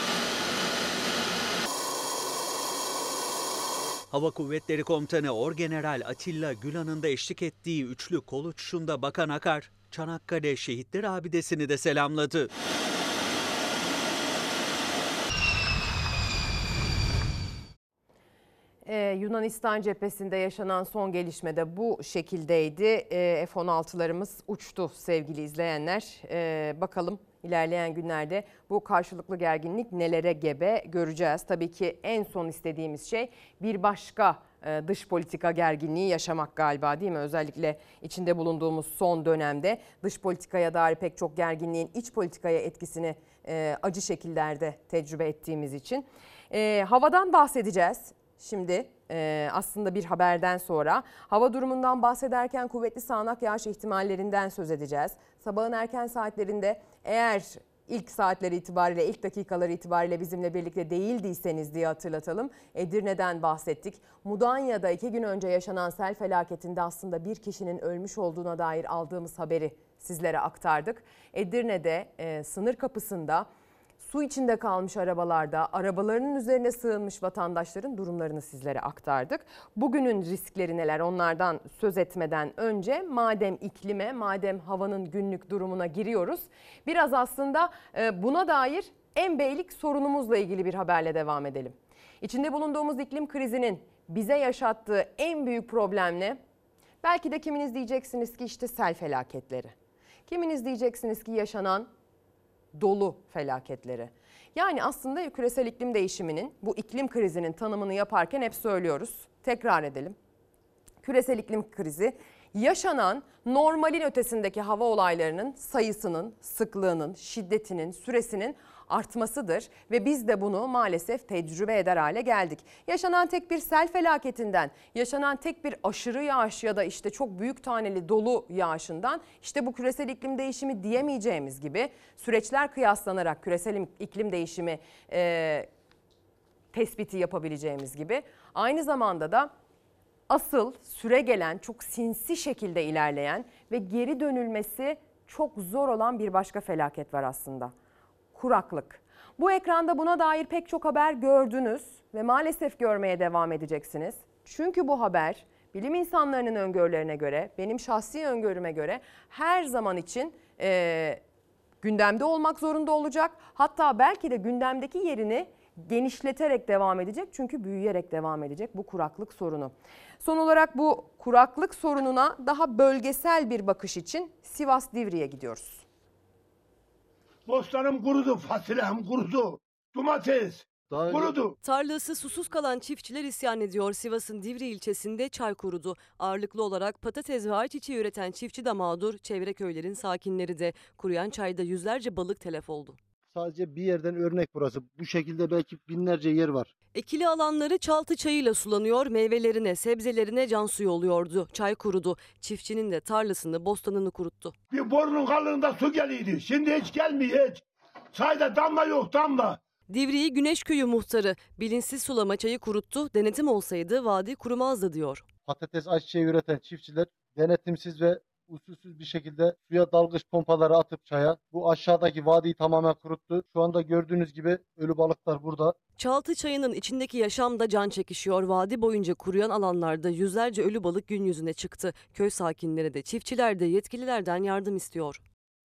Hava Kuvvetleri Komutanı Orgeneral Atilla Gülan'ın da eşlik ettiği üçlü kol uçuşunda Bakan Akar, Çanakkale Şehitler Abidesi'ni de selamladı. Ee, Yunanistan cephesinde yaşanan son gelişme de bu şekildeydi. Ee, F on altılarımız uçtu sevgili izleyenler. Ee, bakalım ilerleyen günlerde bu karşılıklı gerginlik nelere gebe göreceğiz. Tabii ki en son istediğimiz şey bir başka e, dış politika gerginliği yaşamak galiba, değil mi? Özellikle içinde bulunduğumuz son dönemde dış politikaya dair pek çok gerginliğin iç politikaya etkisini e, acı şekillerde tecrübe ettiğimiz için. E, havadan bahsedeceğiz. Şimdi e, aslında bir haberden sonra hava durumundan bahsederken kuvvetli sağanak yağış ihtimallerinden söz edeceğiz. Sabahın erken saatlerinde eğer ilk saatleri itibariyle, ilk dakikaları itibariyle bizimle birlikte değildiyseniz diye hatırlatalım. Edirne'den bahsettik. Mudanya'da iki gün önce yaşanan sel felaketinde aslında bir kişinin ölmüş olduğuna dair aldığımız haberi sizlere aktardık. Edirne'de e, sınır kapısında su içinde kalmış arabalarda, arabalarının üzerine sığınmış vatandaşların durumlarını sizlere aktardık. Bugünün riskleri neler, onlardan söz etmeden önce madem iklime, madem havanın günlük durumuna giriyoruz, biraz aslında buna dair en beylik sorunumuzla ilgili bir haberle devam edelim. İçinde bulunduğumuz iklim krizinin bize yaşattığı en büyük problem ne? Belki de kiminiz diyeceksiniz ki işte sel felaketleri. Kiminiz diyeceksiniz ki yaşanan dolu felaketleri. Yani aslında küresel iklim değişiminin, bu iklim krizinin tanımını yaparken hep söylüyoruz. Tekrar edelim. Küresel iklim krizi yaşanan normalin ötesindeki hava olaylarının sayısının, sıklığının, şiddetinin, süresinin artmasıdır ve biz de bunu maalesef tecrübe eder hale geldik. Yaşanan tek bir sel felaketinden, yaşanan tek bir aşırı yağış ya da işte çok büyük taneli dolu yağışından işte bu küresel iklim değişimi diyemeyeceğimiz gibi süreçler kıyaslanarak küresel iklim değişimi e, tespiti yapabileceğimiz gibi aynı zamanda da asıl süre gelen, çok sinsi şekilde ilerleyen ve geri dönülmesi çok zor olan bir başka felaket var aslında. Kuraklık. Bu ekranda buna dair pek çok haber gördünüz ve maalesef görmeye devam edeceksiniz. Çünkü bu haber bilim insanlarının öngörülerine göre, benim şahsi öngörüme göre her zaman için e, gündemde olmak zorunda olacak. Hatta belki de gündemdeki yerini genişleterek devam edecek, çünkü büyüyerek devam edecek bu kuraklık sorunu. Son olarak bu kuraklık sorununa daha bölgesel bir bakış için Sivas Divriğe gidiyoruz. Bostanım kurudu, fasulyem kurudu, domates kurudu. Tarlası susuz kalan çiftçiler isyan ediyor. Sivas'ın Divriği ilçesinde çay kurudu. Ağırlıklı olarak patates ve ayçiçeği üreten çiftçi de mağdur, çevre köylerin sakinleri de. Kuruyan çayda yüzlerce balık telef oldu. Sadece bir yerden örnek burası. Bu şekilde belki binlerce yer var. Ekili alanları çaltı çayıyla sulanıyor, meyvelerine, sebzelerine can suyu oluyordu. Çay kurudu. Çiftçinin de tarlasını, bostanını kuruttu. Bir borunun kalınlığında su geliyordu. Şimdi hiç gelmiyor hiç. Çayda damla yok, damla. Divriği Güneşköy'ü muhtarı bilinçsiz sulama çayı kuruttu. Denetim olsaydı vadi kurumazdı diyor. Patates, ayçiçeği üreten çiftçiler denetimsiz ve usulsüz bir şekilde suya dalgıç pompaları atıp çaya bu aşağıdaki vadiyi tamamen kuruttu. Şu anda gördüğünüz gibi ölü balıklar burada. Çaltı çayının içindeki yaşam da can çekişiyor. Vadi boyunca kuruyan alanlarda yüzlerce ölü balık gün yüzüne çıktı. Köy sakinleri de çiftçiler de yetkililerden yardım istiyor.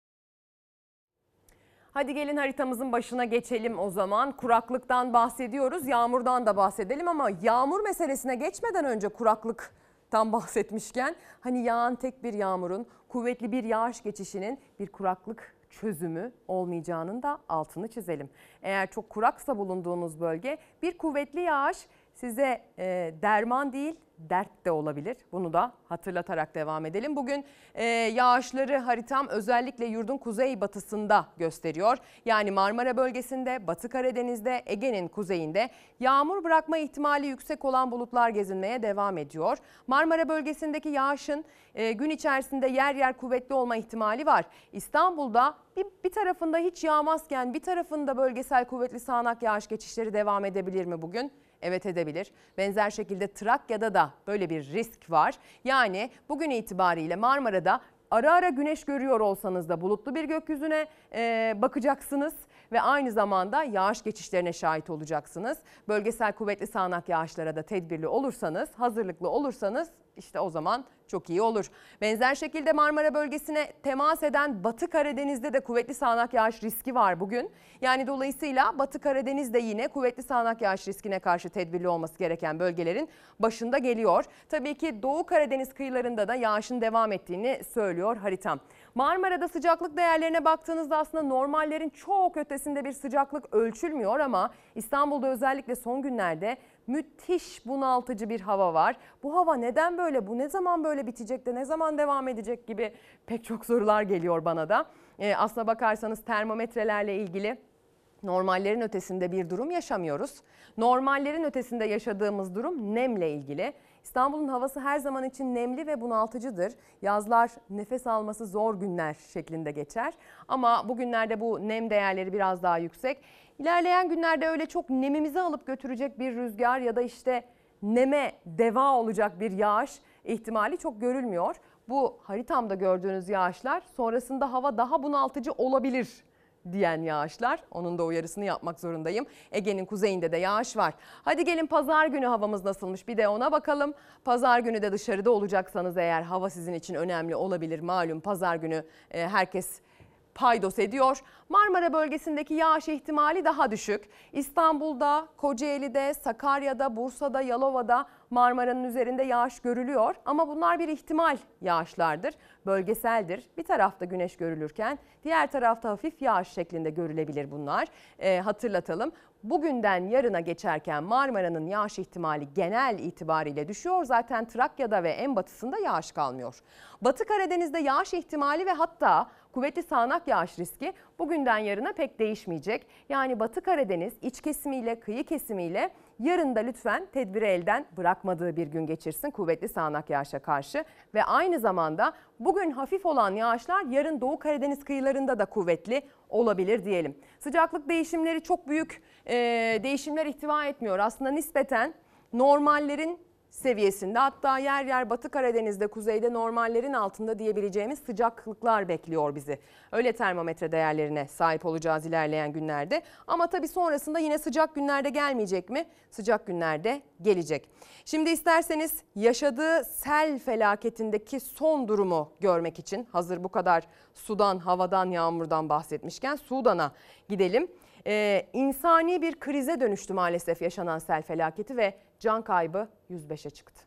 Hadi gelin haritamızın başına geçelim o zaman. Kuraklıktan bahsediyoruz, yağmurdan da bahsedelim ama yağmur meselesine geçmeden önce kuraklıktan bahsetmişken hani yağan tek bir yağmurun, kuvvetli bir yağış geçişinin bir kuraklık çözümü olmayacağının da altını çizelim. Eğer çok kuraksa bulunduğunuz bölge bir kuvvetli yağış size e, derman değil dert de olabilir. Bunu da hatırlatarak devam edelim. Bugün e, yağışları haritam özellikle yurdun kuzeybatısında gösteriyor. Yani Marmara bölgesinde, Batı Karadeniz'de, Ege'nin kuzeyinde yağmur bırakma ihtimali yüksek olan bulutlar gezinmeye devam ediyor. Marmara bölgesindeki yağışın e, gün içerisinde yer yer kuvvetli olma ihtimali var. İstanbul'da bir, bir tarafında hiç yağmazken bir tarafında bölgesel kuvvetli sağanak yağış geçişleri devam edebilir mi bugün? Evet, edebilir. Benzer şekilde Trakya'da da böyle bir risk var. Yani bugün itibariyle Marmara'da ara ara güneş görüyor olsanız da bulutlu bir gökyüzüne e, bakacaksınız ve aynı zamanda yağış geçişlerine şahit olacaksınız. Bölgesel kuvvetli sağanak yağışlara da tedbirli olursanız, hazırlıklı olursanız işte o zaman çok iyi olur. Benzer şekilde Marmara bölgesine temas eden Batı Karadeniz'de de kuvvetli sağanak yağış riski var bugün. Yani dolayısıyla Batı Karadeniz'de yine kuvvetli sağanak yağış riskine karşı tedbirli olması gereken bölgelerin başında geliyor. Tabii ki Doğu Karadeniz kıyılarında da yağışın devam ettiğini söylüyor haritam. Marmara'da sıcaklık değerlerine baktığınızda aslında normallerin çok ötesinde bir sıcaklık ölçülmüyor ama İstanbul'da özellikle son günlerde müthiş bunaltıcı bir hava var. Bu hava neden böyle? Bu ne zaman böyle bitecek de ne zaman devam edecek gibi pek çok sorular geliyor bana da. Ee, aslına bakarsanız termometrelerle ilgili normallerin ötesinde bir durum yaşamıyoruz. Normallerin ötesinde yaşadığımız durum nemle ilgili. İstanbul'un havası her zaman için nemli ve bunaltıcıdır. Yazlar nefes alması zor günler şeklinde geçer. Ama bugünlerde bu nem değerleri biraz daha yüksek. İlerleyen günlerde öyle çok nemimizi alıp götürecek bir rüzgar ya da işte neme deva olacak bir yağış ihtimali çok görülmüyor. Bu haritamda gördüğünüz yağışlar sonrasında hava daha bunaltıcı olabilir diyen yağışlar. Onun da uyarısını yapmak zorundayım. Ege'nin kuzeyinde de yağış var. Hadi gelin pazar günü havamız nasılmış bir de ona bakalım. Pazar günü de dışarıda olacaksanız eğer hava sizin için önemli olabilir. Malum pazar günü e, herkes paydos ediyor. Marmara bölgesindeki yağış ihtimali daha düşük. İstanbul'da, Kocaeli'de, Sakarya'da, Bursa'da, Yalova'da Marmara'nın üzerinde yağış görülüyor. Ama bunlar bir ihtimal yağışlardır, bölgeseldir. Bir tarafta güneş görülürken diğer tarafta hafif yağış şeklinde görülebilir bunlar. E, hatırlatalım. Bugünden yarına geçerken Marmara'nın yağış ihtimali genel itibariyle düşüyor. Zaten Trakya'da ve en batısında yağış kalmıyor. Batı Karadeniz'de yağış ihtimali ve hatta kuvvetli sağanak yağış riski bugünden yarına pek değişmeyecek. Yani Batı Karadeniz iç kesimiyle, kıyı kesimiyle yarın da lütfen tedbiri elden bırakmadığı bir gün geçirsin kuvvetli sağanak yağışa karşı. Ve aynı zamanda bugün hafif olan yağışlar yarın Doğu Karadeniz kıyılarında da kuvvetli olabilir diyelim. Sıcaklık değişimleri çok büyük e, değişimler ihtiva etmiyor. Aslında nispeten normallerin seviyesinde, hatta yer yer Batı Karadeniz'de, kuzeyde normallerin altında diyebileceğimiz sıcaklıklar bekliyor bizi. Öyle termometre değerlerine sahip olacağız ilerleyen günlerde. Ama tabii sonrasında yine sıcak günlerde gelmeyecek mi? Sıcak günlerde gelecek. Şimdi isterseniz yaşadığı sel felaketindeki son durumu görmek için hazır bu kadar sudan, havadan, yağmurdan bahsetmişken Sudan'a gidelim. Ee, insani bir krize dönüştü maalesef yaşanan sel felaketi ve can kaybı yüz beşe çıktı.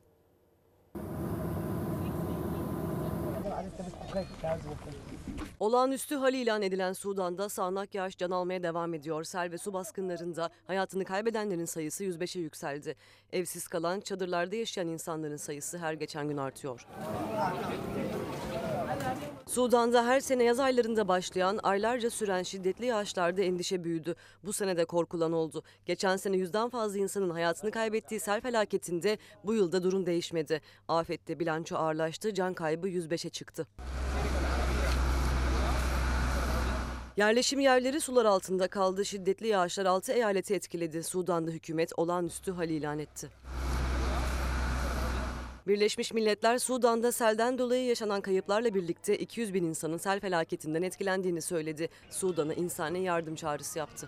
Olağanüstü hal ilan edilen Sudan'da sağanak yağış can almaya devam ediyor. Sel ve su baskınlarında hayatını kaybedenlerin sayısı yüz beşe yükseldi. Evsiz kalan, çadırlarda yaşayan insanların sayısı her geçen gün artıyor. Sudan'da her sene yaz aylarında başlayan, aylarca süren şiddetli yağışlarda endişe büyüdü. Bu sene de korkulan oldu. Geçen sene yüzden fazla insanın hayatını kaybettiği sel felaketinde bu yılda durum değişmedi. Afette bilanço ağırlaştı, can kaybı yüz beşe çıktı. Yerleşim yerleri sular altında kaldı. Şiddetli yağışlar altı eyaleti etkiledi. Sudan'da hükümet olağanüstü hal ilan etti. Birleşmiş Milletler Sudan'da selden dolayı yaşanan kayıplarla birlikte iki yüz bin insanın sel felaketinden etkilendiğini söyledi. Sudan'a insani yardım çağrısı yaptı.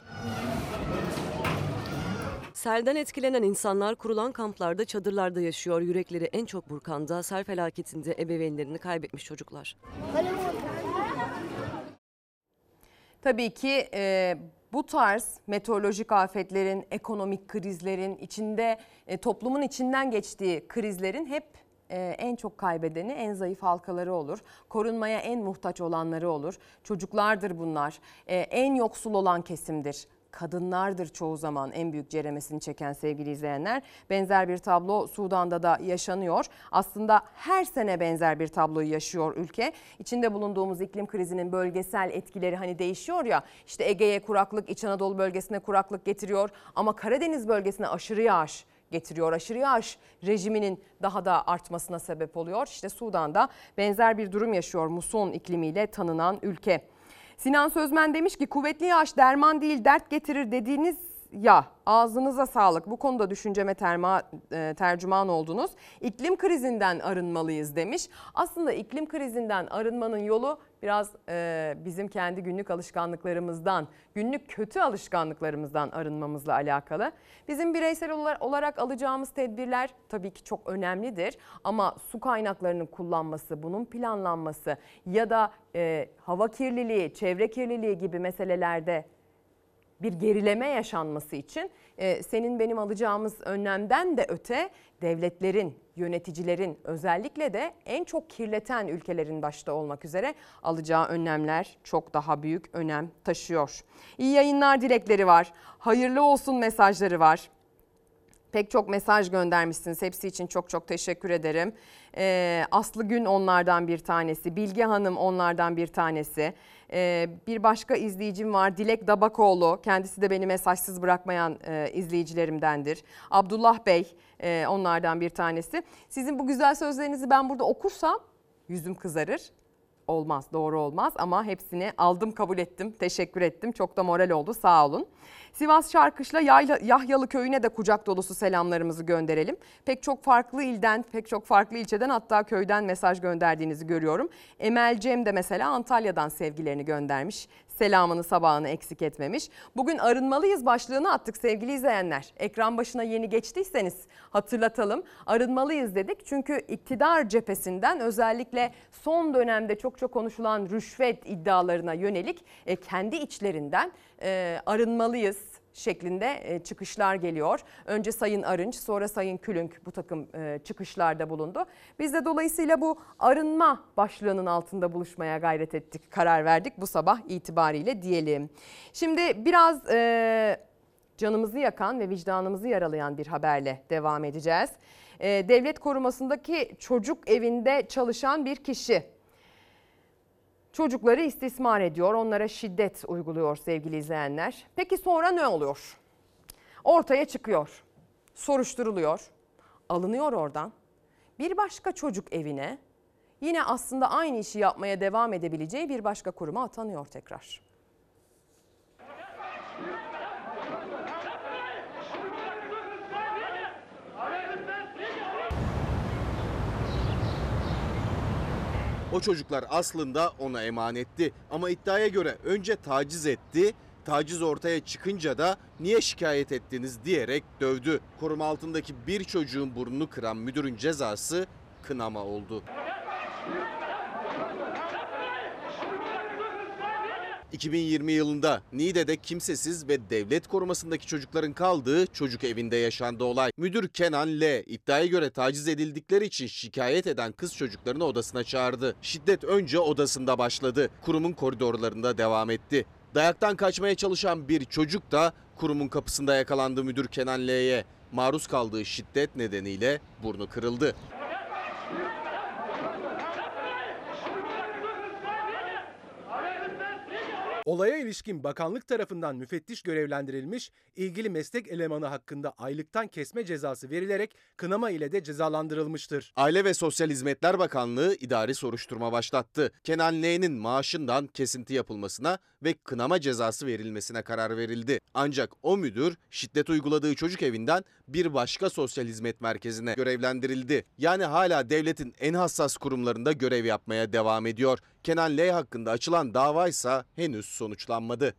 Selden etkilenen insanlar kurulan kamplarda, çadırlarda yaşıyor. Yürekleri en çok burkan da sel felaketinde ebeveynlerini kaybetmiş çocuklar. Tabii ki e, bu tarz meteorolojik afetlerin, ekonomik krizlerin, içinde e, toplumun içinden geçtiği krizlerin hep e, en çok kaybedeni en zayıf halkaları olur. Korunmaya en muhtaç olanları olur. Çocuklardır bunlar. E, en yoksul olan kesimdir. Kadınlardır çoğu zaman en büyük ceremesini çeken sevgili izleyenler. Benzer bir tablo Sudan'da da yaşanıyor. Aslında her sene benzer bir tabloyu yaşıyor ülke. İçinde bulunduğumuz iklim krizinin bölgesel etkileri hani değişiyor ya. İşte Ege'ye kuraklık, İç Anadolu bölgesine kuraklık getiriyor. Ama Karadeniz bölgesine aşırı yağış getiriyor. Aşırı yağış rejiminin daha da artmasına sebep oluyor. İşte Sudan'da benzer bir durum yaşıyor muson iklimiyle tanınan ülke. Sinan Sözmen demiş ki kuvvetli yağış derman değil dert getirir dediğiniz ya ağzınıza sağlık. Bu konuda düşünceme terma, e, tercüman oldunuz. İklim krizinden arınmalıyız demiş. Aslında iklim krizinden arınmanın yolu biraz e, bizim kendi günlük alışkanlıklarımızdan, günlük kötü alışkanlıklarımızdan arınmamızla alakalı. Bizim bireysel olarak alacağımız tedbirler tabii ki çok önemlidir. Ama su kaynaklarının kullanması, bunun planlanması ya da e, hava kirliliği, çevre kirliliği gibi meselelerde bir gerileme yaşanması için e, senin benim alacağımız önlemden de öte devletlerin, yöneticilerin özellikle de en çok kirleten ülkelerin başta olmak üzere alacağı önlemler çok daha büyük önem taşıyor. İyi yayınlar dilekleri var. Hayırlı olsun mesajları var. Pek çok mesaj göndermişsiniz. Hepsi için çok çok teşekkür ederim. Ee, Aslı Gün onlardan bir tanesi. Bilge Hanım onlardan bir tanesi. Ee, bir başka izleyicim var. Dilek Dabakoğlu. Kendisi de beni mesajsız bırakmayan e, izleyicilerimdendir. Abdullah Bey e, onlardan bir tanesi. Sizin bu güzel sözlerinizi ben burada okursam yüzüm kızarır. Olmaz, doğru olmaz ama hepsini aldım, kabul ettim, teşekkür ettim. Çok da moral oldu, sağ olun. Sivas Şarkışla Yahyalı Köyü'ne de kucak dolusu selamlarımızı gönderelim. Pek çok farklı ilden, pek çok farklı ilçeden hatta köyden mesaj gönderdiğinizi görüyorum. Emel Cem de mesela Antalya'dan sevgilerini göndermiş. Selamını sabahını eksik etmemiş. Bugün arınmalıyız başlığını attık sevgili izleyenler. Ekran başına yeni geçtiyseniz hatırlatalım. Arınmalıyız dedik çünkü iktidar cephesinden özellikle son dönemde çok çok konuşulan rüşvet iddialarına yönelik e, kendi içlerinden e, arınmalıyız şeklinde çıkışlar geliyor. Önce Sayın Arınç, sonra Sayın Külünk bu takım çıkışlarda bulundu. Biz de dolayısıyla bu arınma başlığının altında buluşmaya gayret ettik, karar verdik bu sabah itibariyle diyelim. Şimdi biraz e, canımızı yakan ve vicdanımızı yaralayan bir haberle devam edeceğiz. E, devlet korumasındaki çocuk evinde çalışan bir kişi çocukları istismar ediyor, onlara şiddet uyguluyor sevgili izleyenler. Peki sonra ne oluyor? Ortaya çıkıyor, soruşturuluyor, alınıyor oradan. Bir başka çocuk evine yine aslında aynı işi yapmaya devam edebileceği bir başka kuruma atanıyor tekrar. O çocuklar aslında ona emanetti ama iddiaya göre önce taciz etti, taciz ortaya çıkınca da niye şikayet ettiniz diyerek dövdü. Koruma altındaki bir çocuğun burnunu kıran müdürün cezası kınama oldu. iki bin yirmi yılında Niğde'de kimsesiz ve devlet korumasındaki çocukların kaldığı çocuk evinde yaşandı olay. Müdür Kenan L. iddiaya göre taciz edildikleri için şikayet eden kız çocuklarını odasına çağırdı. Şiddet önce odasında başladı. Kurumun koridorlarında devam etti. Dayaktan kaçmaya çalışan bir çocuk da kurumun kapısında yakalandı müdür Kenan L'ye. Maruz kaldığı şiddet nedeniyle burnu kırıldı. Olaya ilişkin bakanlık tarafından müfettiş görevlendirilmiş, ilgili meslek elemanı hakkında aylıktan kesme cezası verilerek kınama ile de cezalandırılmıştır. Aile ve Sosyal Hizmetler Bakanlığı idari soruşturma başlattı. Kenan L'nin maaşından kesinti yapılmasına ve kınama cezası verilmesine karar verildi. Ancak o müdür şiddet uyguladığı çocuk evinden bir başka sosyal hizmet merkezine görevlendirildi. Yani hala devletin en hassas kurumlarında görev yapmaya devam ediyor. Kenan L hakkında açılan dava ise henüz sonuçlanmadı.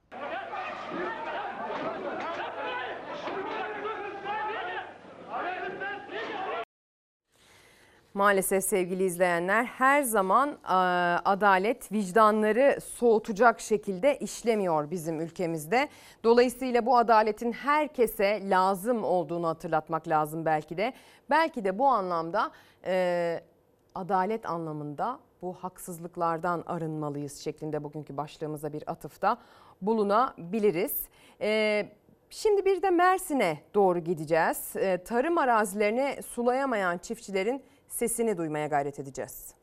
Maalesef sevgili izleyenler, her zaman e, adalet vicdanları soğutacak şekilde işlemiyor bizim ülkemizde. Dolayısıyla bu adaletin herkese lazım olduğunu hatırlatmak lazım belki de. Belki de bu anlamda e, adalet anlamında bu haksızlıklardan arınmalıyız şeklinde bugünkü başlığımıza bir atıfta bulunabiliriz. E, şimdi bir de Mersin'e doğru gideceğiz. E, tarım arazilerini sulayamayan çiftçilerin sesini duymaya gayret edeceğiz.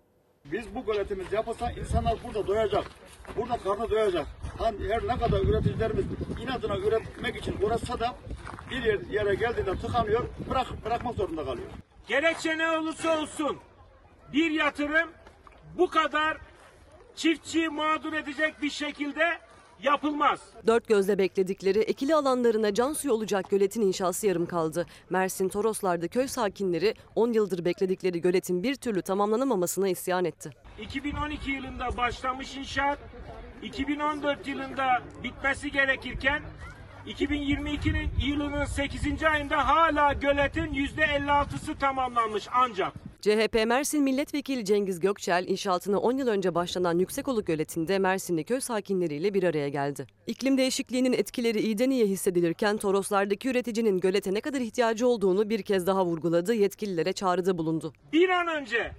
Biz bu göletimiz yapılsa insanlar burada doyacak. Burada karnı doyacak. Hani her ne kadar üreticilerimiz inadına üretmek için uğraşsa da bir yer, yere geldiğinde tıkanıyor, bırak, bırakmak zorunda kalıyor. Gerekçe ne olursa olsun bir yatırım bu kadar çiftçiyi mağdur edecek bir şekilde yapılmaz. Dört gözle bekledikleri ekili alanlarına can suyu olacak göletin inşası yarım kaldı. Mersin Toroslar'da köy sakinleri on yıldır bekledikleri göletin bir türlü tamamlanamamasına isyan etti. iki bin on iki yılında başlamış inşaat, iki bin on dört yılında bitmesi gerekirken iki bin yirmi ikinin yılının sekizinci ayında hala göletin yüzde elli altısı tamamlanmış ancak. C H P Mersin Milletvekili Cengiz Gökçel inşaatına on yıl önce başlanan Yüksekoluk göletinde Mersinli köy sakinleriyle bir araya geldi. İklim değişikliğinin etkileri iyiden iyiye hissedilirken Toroslardaki üreticinin gölete ne kadar ihtiyacı olduğunu bir kez daha vurguladı, yetkililere çağrıda bulundu. Bir an önce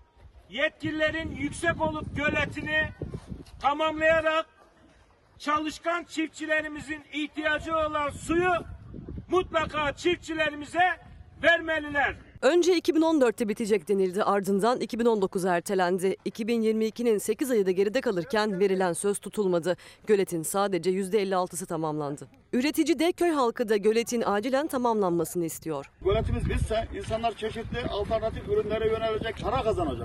yetkililerin Yüksekoluk göletini tamamlayarak çalışkan çiftçilerimizin ihtiyacı olan suyu mutlaka çiftçilerimize vermeliler. Önce iki bin on dörtte bitecek denildi, ardından iki bin on dokuza ertelendi. iki bin yirmi ikinin sekiz ayı da geride kalırken verilen söz tutulmadı. Göletin sadece yüzde elli altısı tamamlandı. Üretici de köy halkı da göletin acilen tamamlanmasını istiyor. Göletimiz bitse insanlar çeşitli alternatif ürünlere yönelecek, para kazanacak.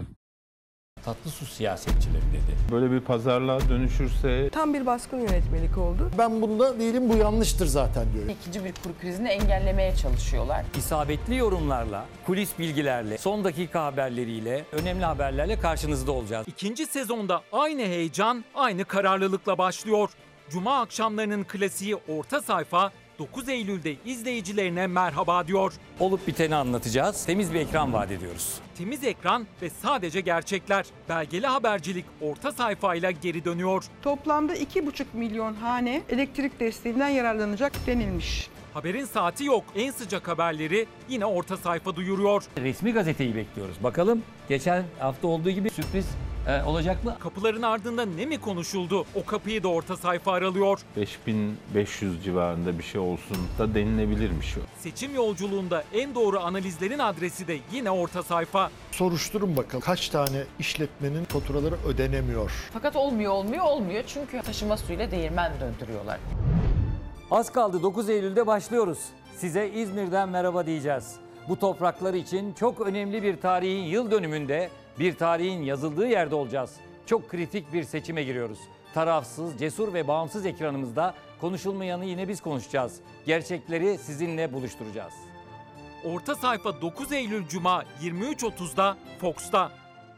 Tatlı su siyasetçileri dedi. Böyle bir pazarlığa dönüşürse... Tam bir baskın yönetmelik oldu. Ben bunda değilim, bu yanlıştır zaten diyorum. İkinci bir kur krizini engellemeye çalışıyorlar. İsabetli yorumlarla, kulis bilgilerle, son dakika haberleriyle, önemli haberlerle karşınızda olacağız. İkinci sezonda aynı heyecan, aynı kararlılıkla başlıyor. Cuma akşamlarının klasiği Orta Sayfa, dokuz Eylül'de izleyicilerine merhaba diyor. Olup biteni anlatacağız. Temiz bir ekran vaat ediyoruz. Temiz ekran ve sadece gerçekler. Belgeli habercilik Orta Sayfa'yla geri dönüyor. Toplamda iki buçuk milyon hane elektrik desteğinden yararlanacak denilmiş. Haberin saati yok. En sıcak haberleri yine Orta Sayfa duyuruyor. Resmi gazeteyi bekliyoruz. Bakalım geçen hafta olduğu gibi sürpriz e, olacak mı? Kapıların ardında ne mi konuşuldu? O kapıyı da Orta Sayfa aralıyor. beş bin beş yüz civarında bir şey olsun da denilebilirmiş o. Seçim yolculuğunda en doğru analizlerin adresi de yine Orta Sayfa. Soruşturun bakalım kaç tane işletmenin faturaları ödenemiyor. Fakat olmuyor olmuyor olmuyor çünkü taşıma suyuyla değirmen döndürüyorlar. Az kaldı, dokuz Eylül'de başlıyoruz. Size İzmir'den merhaba diyeceğiz. Bu topraklar için çok önemli bir tarihin yıl dönümünde, bir tarihin yazıldığı yerde olacağız. Çok kritik bir seçime giriyoruz. Tarafsız, cesur ve bağımsız ekranımızda konuşulmayanı yine biz konuşacağız. Gerçekleri sizinle buluşturacağız. Orta Sayfa dokuz Eylül Cuma yirmi üç otuzda Fox'ta.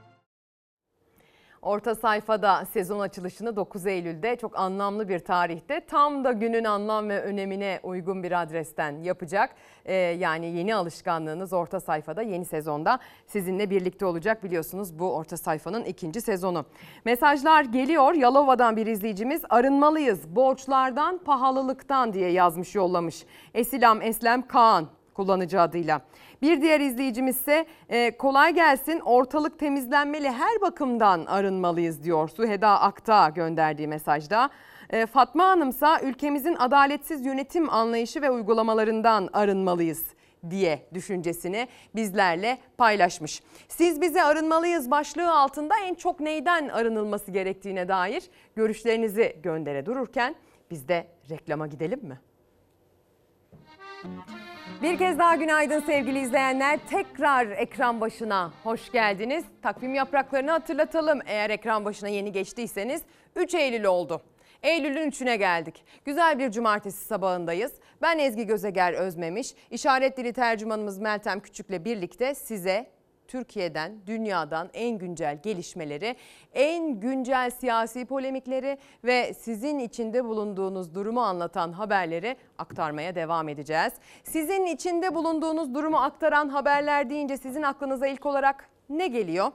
Orta Sayfa'da sezon açılışını dokuz Eylül'de çok anlamlı bir tarihte tam da günün anlam ve önemine uygun bir adresten yapacak. Ee, yani yeni alışkanlığınız Orta Sayfa'da yeni sezonda sizinle birlikte olacak, biliyorsunuz bu Orta Sayfa'nın ikinci sezonu. Mesajlar geliyor. Yalova'dan bir izleyicimiz arınmalıyız borçlardan, pahalılıktan diye yazmış, yollamış. Esilam Eslem Kaan kullanıcı adıyla. Bir diğer izleyicimiz ise e, kolay gelsin, ortalık temizlenmeli, her bakımdan arınmalıyız diyor Süheda Akta gönderdiği mesajda. E, Fatma Hanımsa ülkemizin adaletsiz yönetim anlayışı ve uygulamalarından arınmalıyız diye düşüncesini bizlerle paylaşmış. Siz bize arınmalıyız başlığı altında en çok neyden arınılması gerektiğine dair görüşlerinizi göndere dururken biz de reklama gidelim mi? Bir kez daha günaydın sevgili izleyenler. Tekrar ekran başına hoş geldiniz. Takvim yapraklarını hatırlatalım. Eğer ekran başına yeni geçtiyseniz üç Eylül oldu. Eylül'ün üçüne geldik. Güzel bir cumartesi sabahındayız. Ben Ezgi Gözeger Özmemiş, işaret dili tercümanımız Meltem Küçük'le birlikte size Türkiye'den, dünyadan en güncel gelişmeleri, en güncel siyasi polemikleri ve sizin içinde bulunduğunuz durumu anlatan haberleri aktarmaya devam edeceğiz. Sizin içinde bulunduğunuz durumu aktaran haberler deyince sizin aklınıza ilk olarak ne geliyor?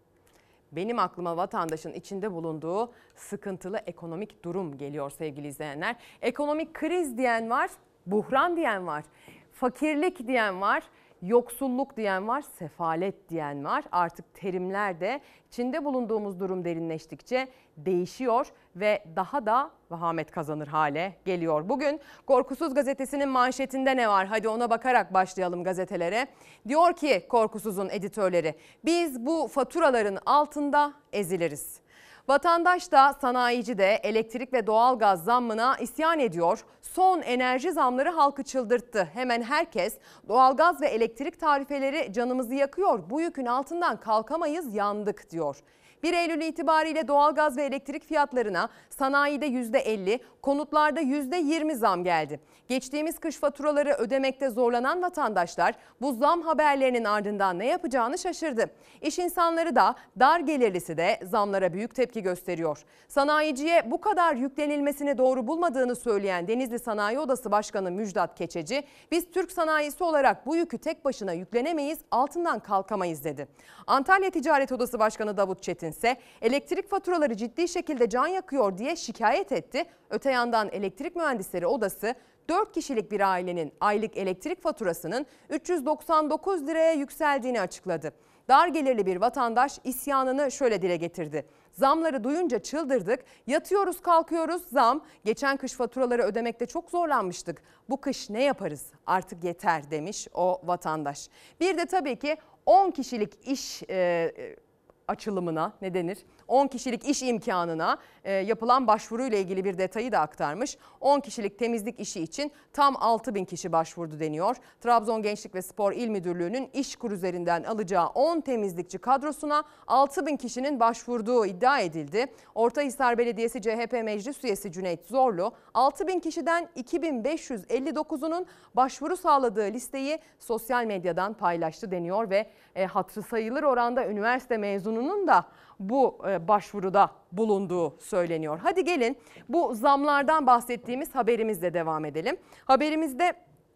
Benim aklıma vatandaşın içinde bulunduğu sıkıntılı ekonomik durum geliyor sevgili izleyenler. Ekonomik kriz diyen var, buhran diyen var, fakirlik diyen var, yoksulluk diyen var, sefalet diyen var. Artık terimler de içinde bulunduğumuz durum derinleştikçe değişiyor ve daha da vahamet kazanır hale geliyor. Bugün Korkusuz Gazetesi'nin manşetinde ne var? Hadi ona bakarak başlayalım gazetelere. Diyor ki Korkusuz'un editörleri, biz bu faturaların altında eziliriz. Vatandaş da sanayici de elektrik ve doğalgaz zammına isyan ediyor. Son enerji zamları halkı çıldırttı. Hemen herkes doğalgaz ve elektrik tarifeleri canımızı yakıyor. Bu yükün altından kalkamayız, yandık diyor. bir Eylül itibariyle doğalgaz ve elektrik fiyatlarına sanayide yüzde elli, konutlarda yüzde yirmi zam geldi. Geçtiğimiz kış faturaları ödemekte zorlanan vatandaşlar bu zam haberlerinin ardından ne yapacağını şaşırdı. İş insanları da dar gelirlisi de zamlara büyük tepki gösteriyor. Sanayiciye bu kadar yüklenilmesini doğru bulmadığını söyleyen Denizli Sanayi Odası Başkanı Müjdat Keçeci, biz Türk sanayisi olarak bu yükü tek başına yüklenemeyiz, altından kalkamayız dedi. Antalya Ticaret Odası Başkanı Davut Çetin ise elektrik faturaları ciddi şekilde can yakıyor diye şikayet etti. Öte yandan Elektrik Mühendisleri Odası dört kişilik bir ailenin aylık elektrik faturasının üç yüz doksan dokuz liraya yükseldiğini açıkladı. Dar gelirli bir vatandaş isyanını şöyle dile getirdi. Zamları duyunca çıldırdık, yatıyoruz kalkıyoruz zam. Geçen kış faturaları ödemekte çok zorlanmıştık. Bu kış ne yaparız artık yeter demiş o vatandaş. Bir de tabii ki on kişilik iş e, açılımına ne denir? on kişilik iş imkanına e, yapılan başvuruyla ilgili bir detayı da aktarmış. on kişilik temizlik işi için tam altı bin kişi başvurdu deniyor. Trabzon Gençlik ve Spor İl Müdürlüğü'nün İşkur üzerinden alacağı on temizlikçi kadrosuna altı bin kişinin başvurduğu iddia edildi. Ortahisar Belediyesi C H P Meclis Üyesi Cüneyt Zorlu, altı bin kişiden iki bin beş yüz elli dokuzunun başvuru sağladığı listeyi sosyal medyadan paylaştı deniyor ve e, hatırı sayılır oranda üniversite mezununun da bu başvuruda bulunduğu söyleniyor. Hadi gelin bu zamlardan bahsettiğimiz haberimizle devam edelim. Haberimizde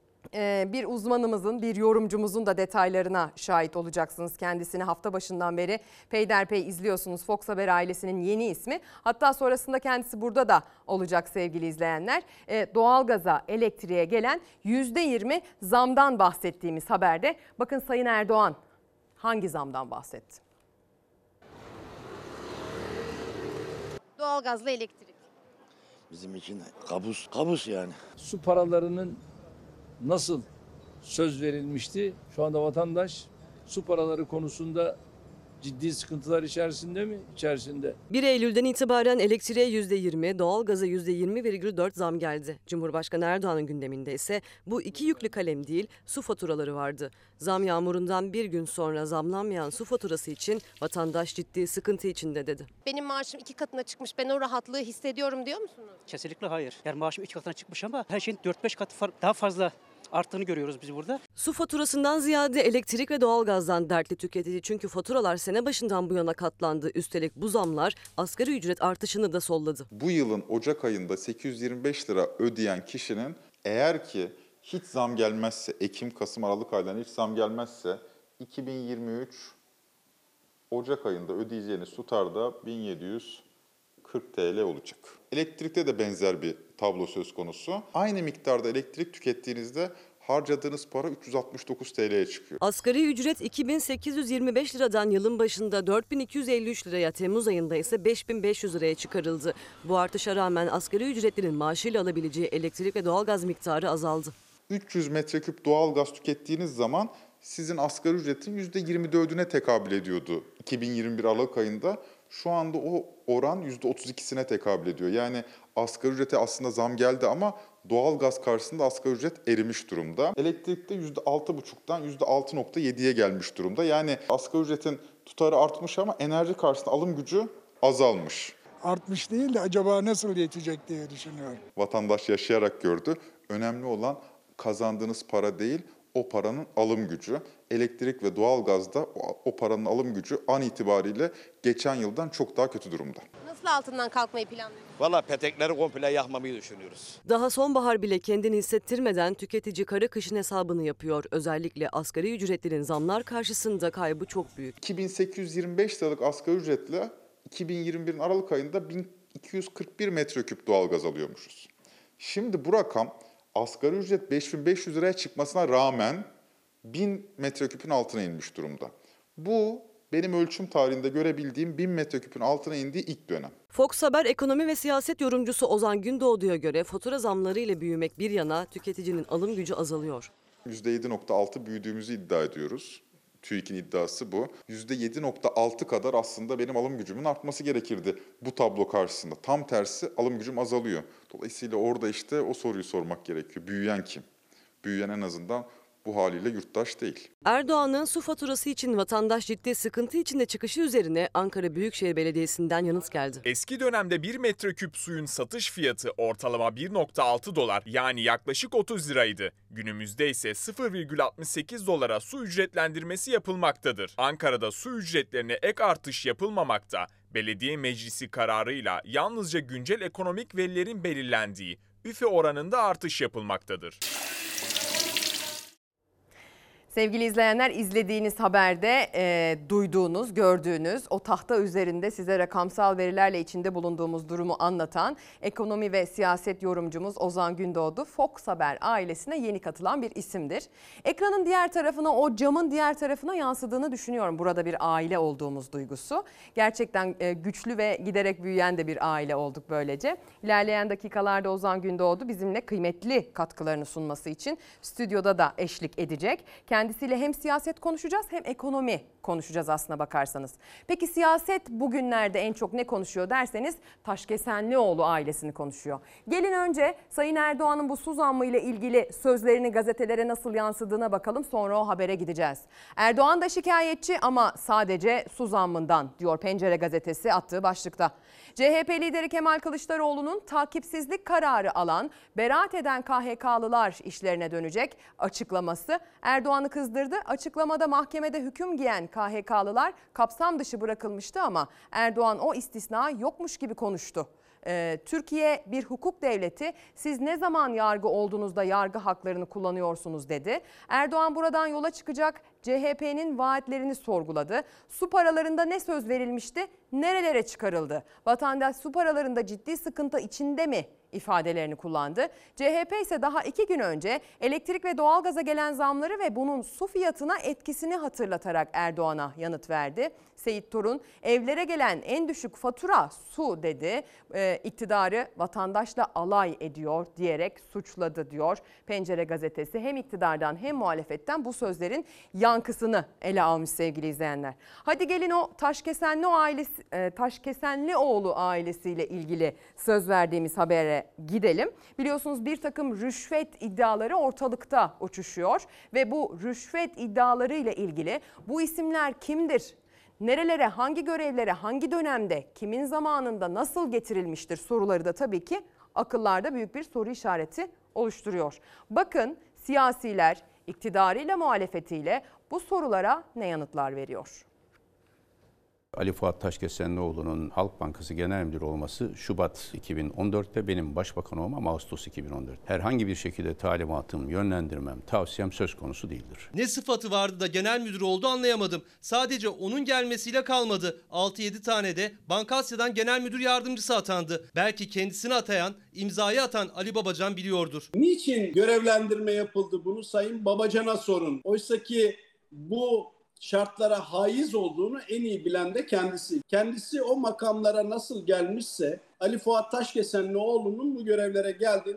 bir uzmanımızın, bir yorumcumuzun da detaylarına şahit olacaksınız. Kendisini hafta başından beri peyderpey izliyorsunuz. Fox Haber ailesinin yeni ismi. Hatta sonrasında kendisi burada da olacak sevgili izleyenler. Doğalgaza, elektriğe gelen yüzde yirmi zamdan bahsettiğimiz haberde. Bakın Sayın Erdoğan hangi zamdan bahsetti? Doğalgazla elektrik. Bizim için kabus, kabus yani. Su paralarının nasıl söz verilmişti? Şu anda vatandaş su paraları konusunda ciddi sıkıntılar içerisinde mi? İçerisinde. bir Eylül'den itibaren elektriğe yüzde yirmi, doğalgaza yüzde yirmi virgül dört zam geldi. Cumhurbaşkanı Erdoğan'ın gündeminde ise bu iki yüklü kalem değil, su faturaları vardı. Zam yağmurundan bir gün sonra zamlanmayan su faturası için vatandaş ciddi sıkıntı içinde dedi. Benim maaşım iki katına çıkmış, ben o rahatlığı hissediyorum diyor musunuz? Kesinlikle hayır. Yani maaşım iki katına çıkmış ama her şeyin dört beş katı daha fazla arttığını görüyoruz biz burada. Su faturasından ziyade elektrik ve doğalgazdan dertli tüketici, çünkü faturalar sene başından bu yana katlandı. Üstelik bu zamlar asgari ücret artışını da solladı. Bu yılın Ocak ayında sekiz yüz yirmi beş lira ödeyen kişinin eğer ki hiç zam gelmezse, Ekim, Kasım, Aralık aylarında hiç zam gelmezse iki bin yirmi üç Ocak ayında ödeyeceğiniz tutarda bin yedi yüz kırk TL olacak. Elektrikte de benzer bir tablo söz konusu. Aynı miktarda elektrik tükettiğinizde harcadığınız para üç yüz altmış dokuz TL'ye çıkıyor. Asgari ücret iki bin sekiz yüz yirmi beş liradan yılın başında dört bin iki yüz elli üç liraya, Temmuz ayında ise beş bin beş yüz liraya çıkarıldı. Bu artışa rağmen asgari ücretlinin maaşıyla alabileceği elektrik ve doğalgaz miktarı azaldı. üç yüz metreküp doğalgaz tükettiğiniz zaman sizin asgari ücretin yüzde yirmi dördüne tekabül ediyordu iki bin yirmi bir Aralık ayında. Şu anda o oran yüzde otuz ikisine tekabül ediyor. Yani asgari ücrete aslında zam geldi ama doğalgaz karşısında asgari ücret erimiş durumda. Elektrikte yüzde altı buçuktan yüzde altı nokta yediye gelmiş durumda. Yani asgari ücretin tutarı artmış ama enerji karşısında alım gücü azalmış. Artmış değil de acaba nasıl yetecek diye düşünüyorum. Vatandaş yaşayarak gördü. Önemli olan kazandığınız para değil, o paranın alım gücü. Elektrik ve doğalgazda o, o paranın alım gücü an itibariyle geçen yıldan çok daha kötü durumda. Nasıl altından kalkmayı planlıyorsunuz? Valla petekleri komple yakmamayı düşünüyoruz. Daha sonbahar bile kendini hissettirmeden tüketici kara kışın hesabını yapıyor. Özellikle asgari ücretlerin zamlar karşısında kaybı çok büyük. iki bin sekiz yüz yirmi beş liralık asgari ücretle iki bin yirmi birin Aralık ayında bin iki yüz kırk bir metreküp doğalgaz alıyormuşuz. Şimdi bu rakam asgari ücret beş bin beş yüz liraya çıkmasına rağmen bin metreküpün altına inmiş durumda. Bu benim ölçüm tarihinde görebildiğim bin metreküpün altına indiği ilk dönem. Fox Haber ekonomi ve siyaset yorumcusu Ozan Gündoğdu'ya göre fatura zamları ile büyümek bir yana tüketicinin alım gücü azalıyor. yüzde yedi nokta altı büyüdüğümüzü iddia ediyoruz. TÜİK'in iddiası bu. yüzde yedi nokta altı kadar aslında benim alım gücümün artması gerekirdi bu tablo karşısında. Tam tersi alım gücüm azalıyor. Dolayısıyla orada işte o soruyu sormak gerekiyor. Büyüyen kim? Büyüyen en azından bu haliyle yurttaş değil. Erdoğan'ın su faturası için vatandaş ciddi sıkıntı içinde çıkışı üzerine Ankara Büyükşehir Belediyesi'nden yanıt geldi. Eski dönemde bir metreküp suyun satış fiyatı ortalama bir nokta altı dolar yani yaklaşık otuz liraydı. Günümüzde ise sıfır virgül altmış sekiz dolara su ücretlendirmesi yapılmaktadır. Ankara'da su ücretlerine ek artış yapılmamakta. Belediye meclisi kararıyla yalnızca güncel ekonomik verilerin belirlendiği üfe oranında artış yapılmaktadır. Sevgili izleyenler, izlediğiniz haberde e, duyduğunuz, gördüğünüz o tahta üzerinde size rakamsal verilerle içinde bulunduğumuz durumu anlatan ekonomi ve siyaset yorumcumuz Ozan Gündoğdu, Fox Haber ailesine yeni katılan bir isimdir. Ekranın diğer tarafına, o camın diğer tarafına yansıdığını düşünüyorum burada bir aile olduğumuz duygusu. Gerçekten e, güçlü ve giderek büyüyen de bir aile olduk böylece. İlerleyen dakikalarda Ozan Gündoğdu bizimle kıymetli katkılarını sunması için stüdyoda da eşlik edecek. Kendi Kendisiyle hem siyaset konuşacağız hem ekonomi konuşacağız aslına bakarsanız. Peki siyaset bugünlerde en çok ne konuşuyor derseniz Taşkesenlioğlu ailesini konuşuyor. Gelin önce Sayın Erdoğan'ın bu su zammı ile ilgili sözlerini gazetelere nasıl yansıdığına bakalım, sonra o habere gideceğiz. Erdoğan da şikayetçi ama sadece su zammından diyor Pencere gazetesi attığı başlıkta. C H P lideri Kemal Kılıçdaroğlu'nun takipsizlik kararı alan, beraat eden K H K'lılar işlerine dönecek açıklaması Erdoğan'ı kızdırdı. Açıklamada mahkemede hüküm giyen K H K'lılar kapsam dışı bırakılmıştı ama Erdoğan o istisna yokmuş gibi konuştu. Ee, Türkiye bir hukuk devleti, siz ne zaman yargı olduğunuzda yargı haklarını kullanıyorsunuz dedi. Erdoğan buradan yola çıkacak, C H P'nin vaatlerini sorguladı. Su paralarında ne söz verilmişti, nerelere çıkarıldı? Vatandaş su paralarında ciddi sıkıntı içinde mi ifadelerini kullandı. C H P ise daha iki gün önce elektrik ve doğalgaza gelen zamları ve bunun su fiyatına etkisini hatırlatarak Erdoğan'a yanıt verdi. Seyit Torun, evlere gelen en düşük fatura su dedi. Ee, iktidarı vatandaşla alay ediyor diyerek suçladı diyor Pencere gazetesi. Hem iktidardan hem muhalefetten bu sözlerin yankısını ele almış sevgili izleyenler. Hadi gelin o Taşkesenli ailesi, e, Taşkesenlioğlu ailesiyle ilgili söz verdiğimiz habere gidelim. Biliyorsunuz bir takım rüşvet iddiaları ortalıkta uçuşuyor ve bu rüşvet iddiaları ile ilgili bu isimler kimdir? Nerelere, hangi görevlere, hangi dönemde, kimin zamanında nasıl getirilmiştir soruları da tabii ki akıllarda büyük bir soru işareti oluşturuyor. Bakın siyasiler iktidarıyla muhalefetiyle bu sorulara ne yanıtlar veriyor? Ali Fuat Taşkesenlioğlu'nun Halk Bankası Genel Müdürü olması Şubat iki bin on dörtte, benim başbakan olmam Ağustos iki bin on dört. Herhangi bir şekilde talimatım, yönlendirmem, tavsiyem söz konusu değildir. Ne sıfatı vardı da genel müdür oldu anlayamadım. Sadece onun gelmesiyle kalmadı. altı yedi tane de Bankasya'dan genel müdür yardımcısı atandı. Belki kendisini atayan, imzayı atan Ali Babacan biliyordur. Niçin görevlendirme yapıldı, bunu Sayın Babacan'a sorun. Oysa ki bu şartlara haiz olduğunu en iyi bilen de kendisi. Kendisi o makamlara nasıl gelmişse Ali Fuat Taşkesenlioğlu'nun bu görevlere geldiğini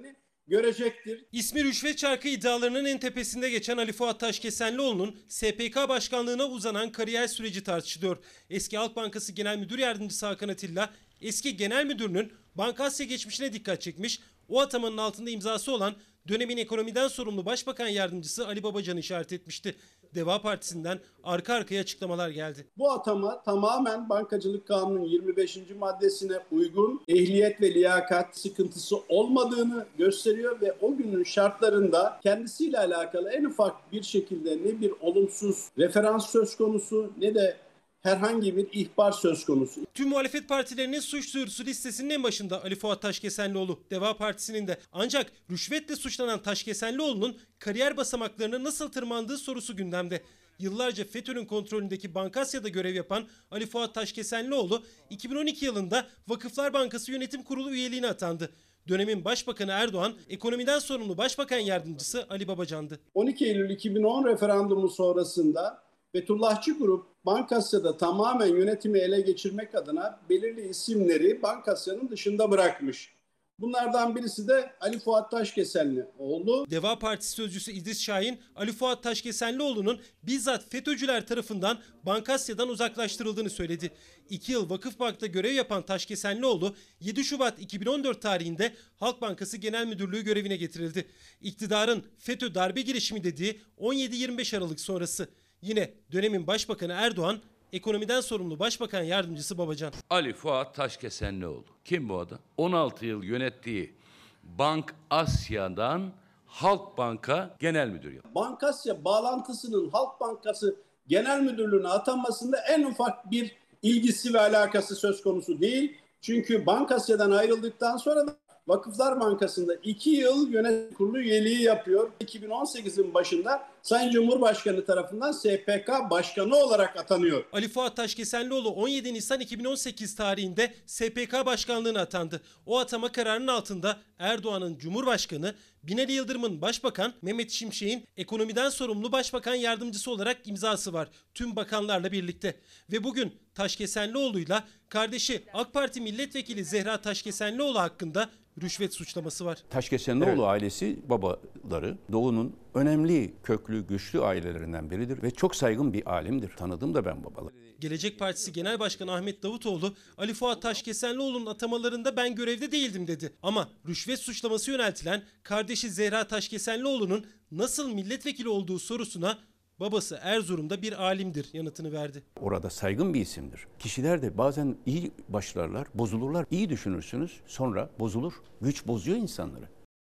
görecektir. İsmi rüşvet çarkı iddialarının en tepesinde geçen Ali Fuat Taşkesenlioğlu'nun S P K başkanlığına uzanan kariyer süreci tartışılıyor. Eski Halk Bankası Genel Müdür Yardımcısı Hakan Atilla, eski genel müdürünün Bankasya geçmişine dikkat çekmiş, o atamanın altında imzası olan dönemin ekonomiden sorumlu Başbakan Yardımcısı Ali Babacan'ı işaret etmişti. Deva Partisi'nden arka arkaya açıklamalar geldi. Bu atama tamamen Bankacılık Kanunu'nun yirmi beşinci maddesine uygun, ehliyet ve liyakat sıkıntısı olmadığını gösteriyor ve o günün şartlarında kendisiyle alakalı en ufak bir şekilde ne bir olumsuz referans söz konusu ne de herhangi bir ihbar söz konusu. Tüm muhalefet partilerinin suç duyurusu listesinin en başında Ali Fuat Taşkesenlioğlu, Deva Partisi'nin de. Ancak rüşvetle suçlanan Taşkesenlioğlu'nun kariyer basamaklarına nasıl tırmandığı sorusu gündemde. Yıllarca FETÖ'nün kontrolündeki Bankasya'da görev yapan Ali Fuat Taşkesenlioğlu, iki bin on iki yılında Vakıflar Bankası Yönetim Kurulu üyeliğine atandı. Dönemin Başbakanı Erdoğan, ekonomiden sorumlu Başbakan Yardımcısı Ali Babacan'dı. on iki Eylül iki bin on referandumu sonrasında Fethullahçı grup Bankasya'da tamamen yönetimi ele geçirmek adına belirli isimleri Bankasya'nın dışında bırakmış. Bunlardan birisi de Ali Fuat Taşkesenlioğlu. Deva Partisi sözcüsü İdris Şahin, Ali Fuat Taşkesenlioğlu'nun bizzat FETÖ'cüler tarafından Bankasya'dan uzaklaştırıldığını söyledi. İki yıl Vakıfbank'ta görev yapan Taşkesenlioğlu, yedi Şubat iki bin on dört tarihinde Halk Bankası Genel Müdürlüğü görevine getirildi. İktidarın FETÖ darbe girişimi dediği on yedi yirmi beş Aralık sonrası. Yine dönemin Başbakanı Erdoğan, ekonomiden sorumlu Başbakan Yardımcısı Babacan. Ali Fuat Taşkesenlioğlu. Kim bu adam? on altı yıl yönettiği Bank Asya'dan Halk Banka Genel Müdür yaptı. Bankasya bağlantısının Halk Bankası Genel Müdürlüğü'ne atanmasında en ufak bir ilgisi ve alakası söz konusu değil. Çünkü Bankasya'dan ayrıldıktan sonra da Vakıflar Bankası'nda iki yıl yönetim kurulu üyeliği yapıyor. iki bin on sekizin başında Sayın Cumhurbaşkanı tarafından S P K Başkanı olarak atanıyor. Ali Fuat Taşkesenlioğlu on yedi Nisan iki bin on sekiz tarihinde S P K Başkanlığı'na atandı. O atama kararının altında Erdoğan'ın Cumhurbaşkanı, Binali Yıldırım'ın Başbakan, Mehmet Şimşek'in ekonomiden sorumlu Başbakan Yardımcısı olarak imzası var. Tüm bakanlarla birlikte. Ve bugün Taşkesenlioğlu'yla kardeşi AK Parti Milletvekili Zehra Taşkesenlioğlu hakkında rüşvet suçlaması var. Taşkesenlioğlu Evet. ailesi, babaları Doğu'nun önemli köklü, güçlü ailelerinden biridir ve çok saygın bir alimdir. Tanıdım da ben babaları. Gelecek Partisi Genel Başkanı Ahmet Davutoğlu, Ali Fuat Taşkesenlioğlu'nun atamalarında ben görevde değildim dedi. Ama rüşvet suçlaması yöneltilen kardeşi Zehra Taşkesenlioğlu'nun nasıl milletvekili olduğu sorusuna babası Erzurum'da bir alimdir yanıtını verdi. Orada saygın bir isimdir. Kişiler de bazen iyi başlarlar, bozulurlar. İyi düşünürsünüz, sonra bozulur. Güç bozuyor insanları.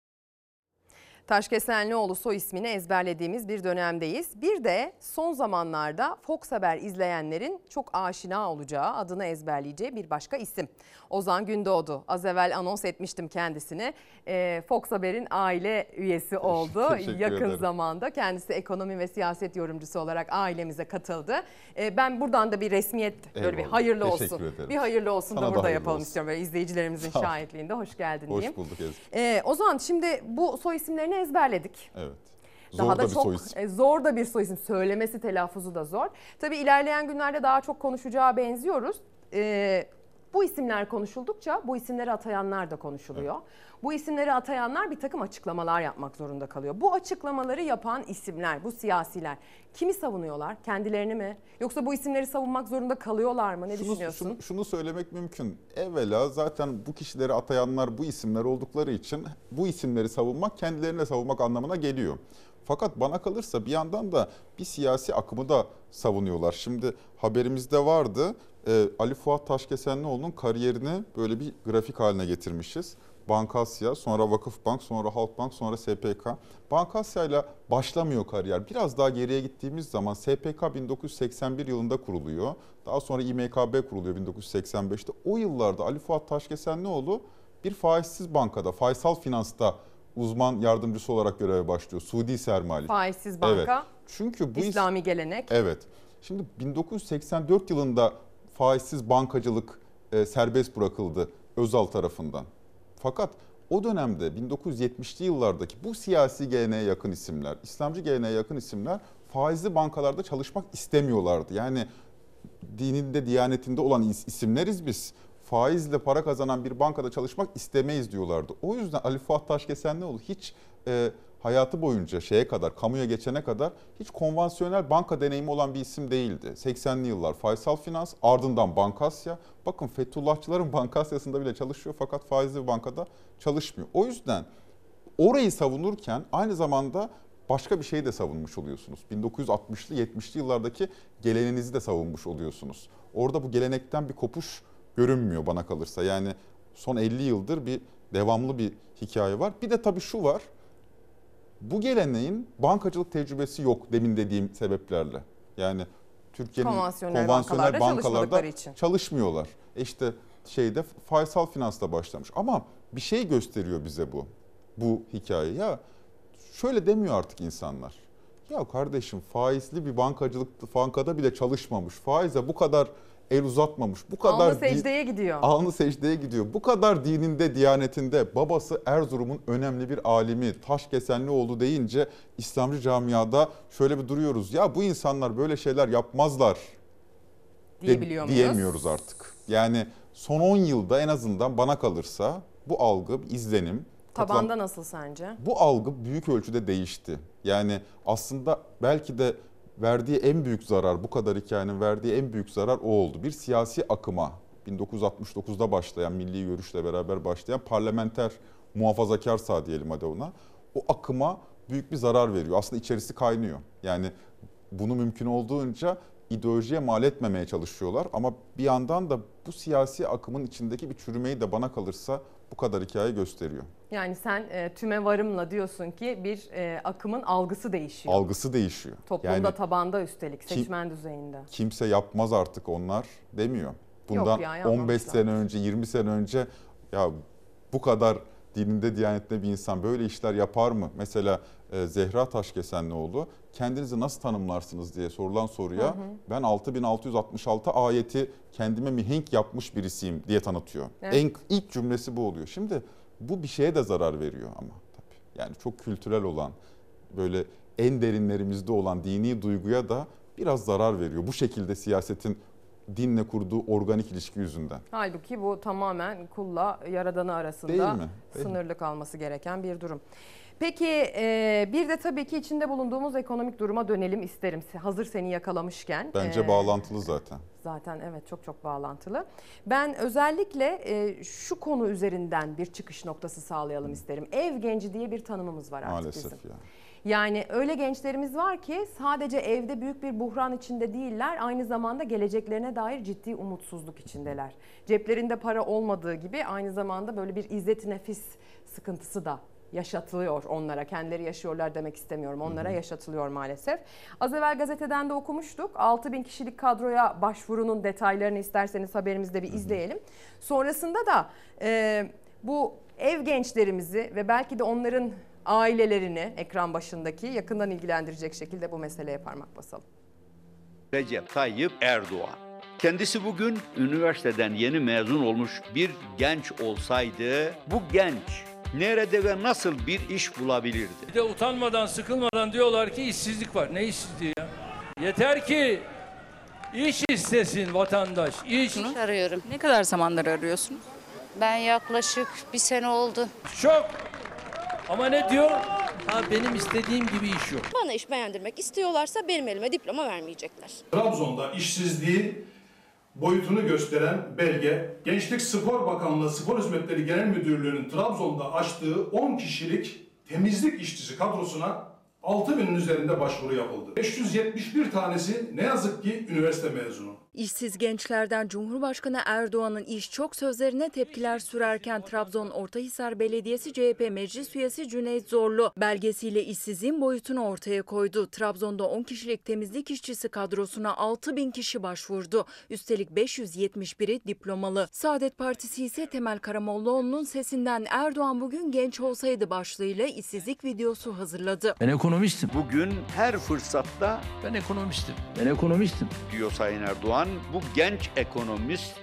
Taşkesenlioğlu soy ismini ezberlediğimiz bir dönemdeyiz. Bir de son zamanlarda Fox Haber izleyenlerin çok aşina olacağı, adını ezberleyeceği bir başka isim. Ozan Gündoğdu. Az evvel anons etmiştim kendisini. Ee, Fox Haber'in aile üyesi oldu. Teşekkür Yakın ederim. zamanda kendisi ekonomi ve siyaset yorumcusu olarak ailemize katıldı. Ee, ben buradan da bir resmiyet, böyle bir Eyvallah. hayırlı Teşekkür olsun. ederim. Bir hayırlı olsun Sana da da burada hayırlı yapalım olsun. istiyorum. Böyle izleyicilerimizin Sağ ol. şahitliğinde. Hoş geldin diyeyim. Hoş bulduk Ezgi. Ee, Ozan, şimdi bu soy isimlerini ezberledik. Evet. Zor Daha da da bir çok soy isim. e, zor da bir soy isim. Söylemesi, telaffuzu da zor. Tabii ilerleyen günlerde daha çok konuşacağı benziyoruz. Ee, bu isimler konuşuldukça bu isimleri atayanlar da konuşuluyor. Evet. Bu isimleri atayanlar bir takım açıklamalar yapmak zorunda kalıyor. Bu açıklamaları yapan isimler, bu siyasiler kimi savunuyorlar? Kendilerini mi? Yoksa bu isimleri savunmak zorunda kalıyorlar mı? Ne şunu, düşünüyorsun? Şunu, şunu söylemek mümkün. Evvela zaten bu kişileri atayanlar bu isimler oldukları için bu isimleri savunmak kendilerine savunmak anlamına geliyor. Fakat bana kalırsa bir yandan da bir siyasi akımı da savunuyorlar. Şimdi haberimizde vardı, e, Ali Fuat Taşkesenlioğlu'nun kariyerini böyle bir grafik haline getirmişiz. Bankasya, sonra Vakıfbank, sonra Halkbank, sonra S P K. Bankasya'yla başlamıyor kariyer. Biraz daha geriye gittiğimiz zaman S P K bin dokuz yüz seksen bir yılında kuruluyor. Daha sonra İ M K B kuruluyor bin dokuz yüz seksen beşte. O yıllarda Ali Fuat Taşkesenlioğlu bir faizsiz bankada, Faysal Finans'ta uzman yardımcısı olarak göreve başlıyor. Suudi sermaye. Faizsiz banka, evet. Çünkü bu İslami gelenek. Evet. Şimdi bin dokuz yüz seksen dört yılında faizsiz bankacılık e, serbest bırakıldı Özal tarafından. Fakat o dönemde bin dokuz yüz yetmişli yıllardaki bu siyasi geleneğe yakın isimler, İslamcı geleneğe yakın isimler faizli bankalarda çalışmak istemiyorlardı. Yani dininde, diyanetinde olan isimleriz biz. faizle para kazanan bir bankada çalışmak istemeyiz diyorlardı. O yüzden Ali Fuat Taşkesenlioğlu hiç e, hayatı boyunca şeye kadar, kamuya geçene kadar hiç konvansiyonel banka deneyimi olan bir isim değildi. seksenli yıllar Faysal Finans, ardından Bankasya. Bakın Fethullahçıların Bankasya'sında bile çalışıyor fakat faizli bir bankada çalışmıyor. O yüzden orayı savunurken aynı zamanda başka bir şeyi de savunmuş oluyorsunuz. bin dokuz yüz altmışlı yetmişli yıllardaki geleneğinizi de savunmuş oluyorsunuz. Orada bu gelenekten bir kopuş görünmüyor bana kalırsa. Yani son elli yıldır bir devamlı bir hikaye var. Bir de tabii şu var. Bu geleneğin bankacılık tecrübesi yok demin dediğim sebeplerle. Yani Türkiye'nin konvansiyonel, konvansiyonel bankalarda, bankalarda için. çalışmıyorlar. E işte şeyde Faysal Finans'ta başlamış. Ama bir şey gösteriyor bize bu. Bu hikaye. Ya şöyle demiyor artık insanlar. Ya kardeşim faizli bir bankacılık bankada bile çalışmamış. Faize bu kadar el uzatmamış. Bu kadar alnı secdeye gidiyor. Alnı secdeye gidiyor. Bu kadar dininde, diyanetinde babası Erzurum'un önemli bir alimi Taşkesenlioğlu deyince İslamcı camiada şöyle bir duruyoruz. Ya bu insanlar böyle şeyler yapmazlar diyebiliyor muyuz? Diyemiyoruz artık. Yani son on yılda en azından bana kalırsa bu algı, izlenim. Tabanda katılan, nasıl sence? Bu algı büyük ölçüde değişti. Yani aslında belki de verdiği en büyük zarar, bu kadar hikayenin verdiği en büyük zarar o oldu. Bir siyasi akıma, bin dokuz yüz altmış dokuzda başlayan, milli görüşle beraber başlayan parlamenter muhafazakar sağ diyelim hadi ona. O akıma büyük bir zarar veriyor. Aslında içerisi kaynıyor. Yani bunu mümkün olduğunca ideolojiye mal etmemeye çalışıyorlar. Ama bir yandan da bu siyasi akımın içindeki bir çürümeyi de bana kalırsa bu kadar hikaye gösteriyor. Yani sen e, tüme varımla diyorsun ki bir e, akımın algısı değişiyor. Algısı değişiyor. Toplumda, yani, tabanda üstelik, seçmen kim, düzeyinde. Kimse yapmaz artık onlar demiyor. Bundan ya, on beş sene önce, yirmi sene önce ya bu kadar dininde, diyanetinde bir insan böyle işler yapar mı? Mesela e, Zehra Taşkesenlioğlu kendinizi nasıl tanımlarsınız diye sorulan soruya hı hı. ben altı bin altı yüz altmış altı ayeti kendime mihenk yapmış birisiyim diye tanıtıyor. Evet. En ilk cümlesi bu oluyor. Şimdi bu bir şeye de zarar veriyor ama tabii. Yani çok kültürel olan, böyle en derinlerimizde olan dini duyguya da biraz zarar veriyor. Bu şekilde siyasetin dinle kurduğu organik ilişki yüzünden. Halbuki bu tamamen kulla yaradanı arasında Değil mi? Değil sınırlı mi? kalması gereken bir durum. Peki bir de tabii ki içinde bulunduğumuz ekonomik duruma dönelim isterim. Hazır seni yakalamışken. Bence ee, bağlantılı zaten. Zaten evet çok çok bağlantılı. Ben özellikle şu konu üzerinden bir çıkış noktası sağlayalım isterim. Ev genci diye bir tanımımız var artık Maalesef bizim. ya. Yani öyle gençlerimiz var ki sadece evde büyük bir buhran içinde değiller, aynı zamanda geleceklerine dair ciddi umutsuzluk içindeler. Ceplerinde para olmadığı gibi aynı zamanda böyle bir izzet-i nefis sıkıntısı da yaşatılıyor onlara. Kendileri yaşıyorlar demek istemiyorum. Onlara yaşatılıyor maalesef. Az evvel gazeteden de okumuştuk. altı bin kişilik kadroya başvurunun detaylarını isterseniz haberimizde bir izleyelim. Sonrasında da e, bu ev gençlerimizi ve belki de onların ailelerini ekran başındaki yakından ilgilendirecek şekilde bu meseleye parmak basalım. Recep Tayyip Erdoğan. Kendisi bugün üniversiteden yeni mezun olmuş bir genç olsaydı bu genç nerede ve nasıl bir iş bulabilirdi? Bir de utanmadan, sıkılmadan diyorlar ki işsizlik var. Ne işsizliği ya? Yeter ki iş istesin vatandaş. İş. İş arıyorum. Ne kadar zamandır arıyorsunuz? Ben yaklaşık bir sene oldu. Çok. Ama ne diyor? Ha benim istediğim gibi iş yok. Bana iş beğendirmek istiyorlarsa benim elime diploma vermeyecekler. Trabzon'da işsizliği boyutunu gösteren belge, Gençlik Spor Bakanlığı Spor Hizmetleri Genel Müdürlüğü'nün Trabzon'da açtığı on kişilik temizlik işçisi kadrosuna altı binin üzerinde başvuru yapıldı. beş yüz yetmiş bir tanesi ne yazık ki üniversite mezunu. İşsiz gençlerden Cumhurbaşkanı Erdoğan'ın iş çok sözlerine tepkiler sürerken Trabzon Ortahisar Belediyesi C H P Meclis Üyesi Cüneyt Zorlu belgesiyle işsizliğin boyutunu ortaya koydu. Trabzon'da on kişilik temizlik işçisi kadrosuna altı bin kişi başvurdu. Üstelik beş yüz yetmiş biri diplomalı. Saadet Partisi ise Temel Karamollaoğlu'nun sesinden Erdoğan bugün genç olsaydı başlığıyla işsizlik videosu hazırladı. Ben ekonomistim. Bugün her fırsatta ben ekonomistim. Ben ekonomistim diyor Sayın Erdoğan. Bu genç ekonomist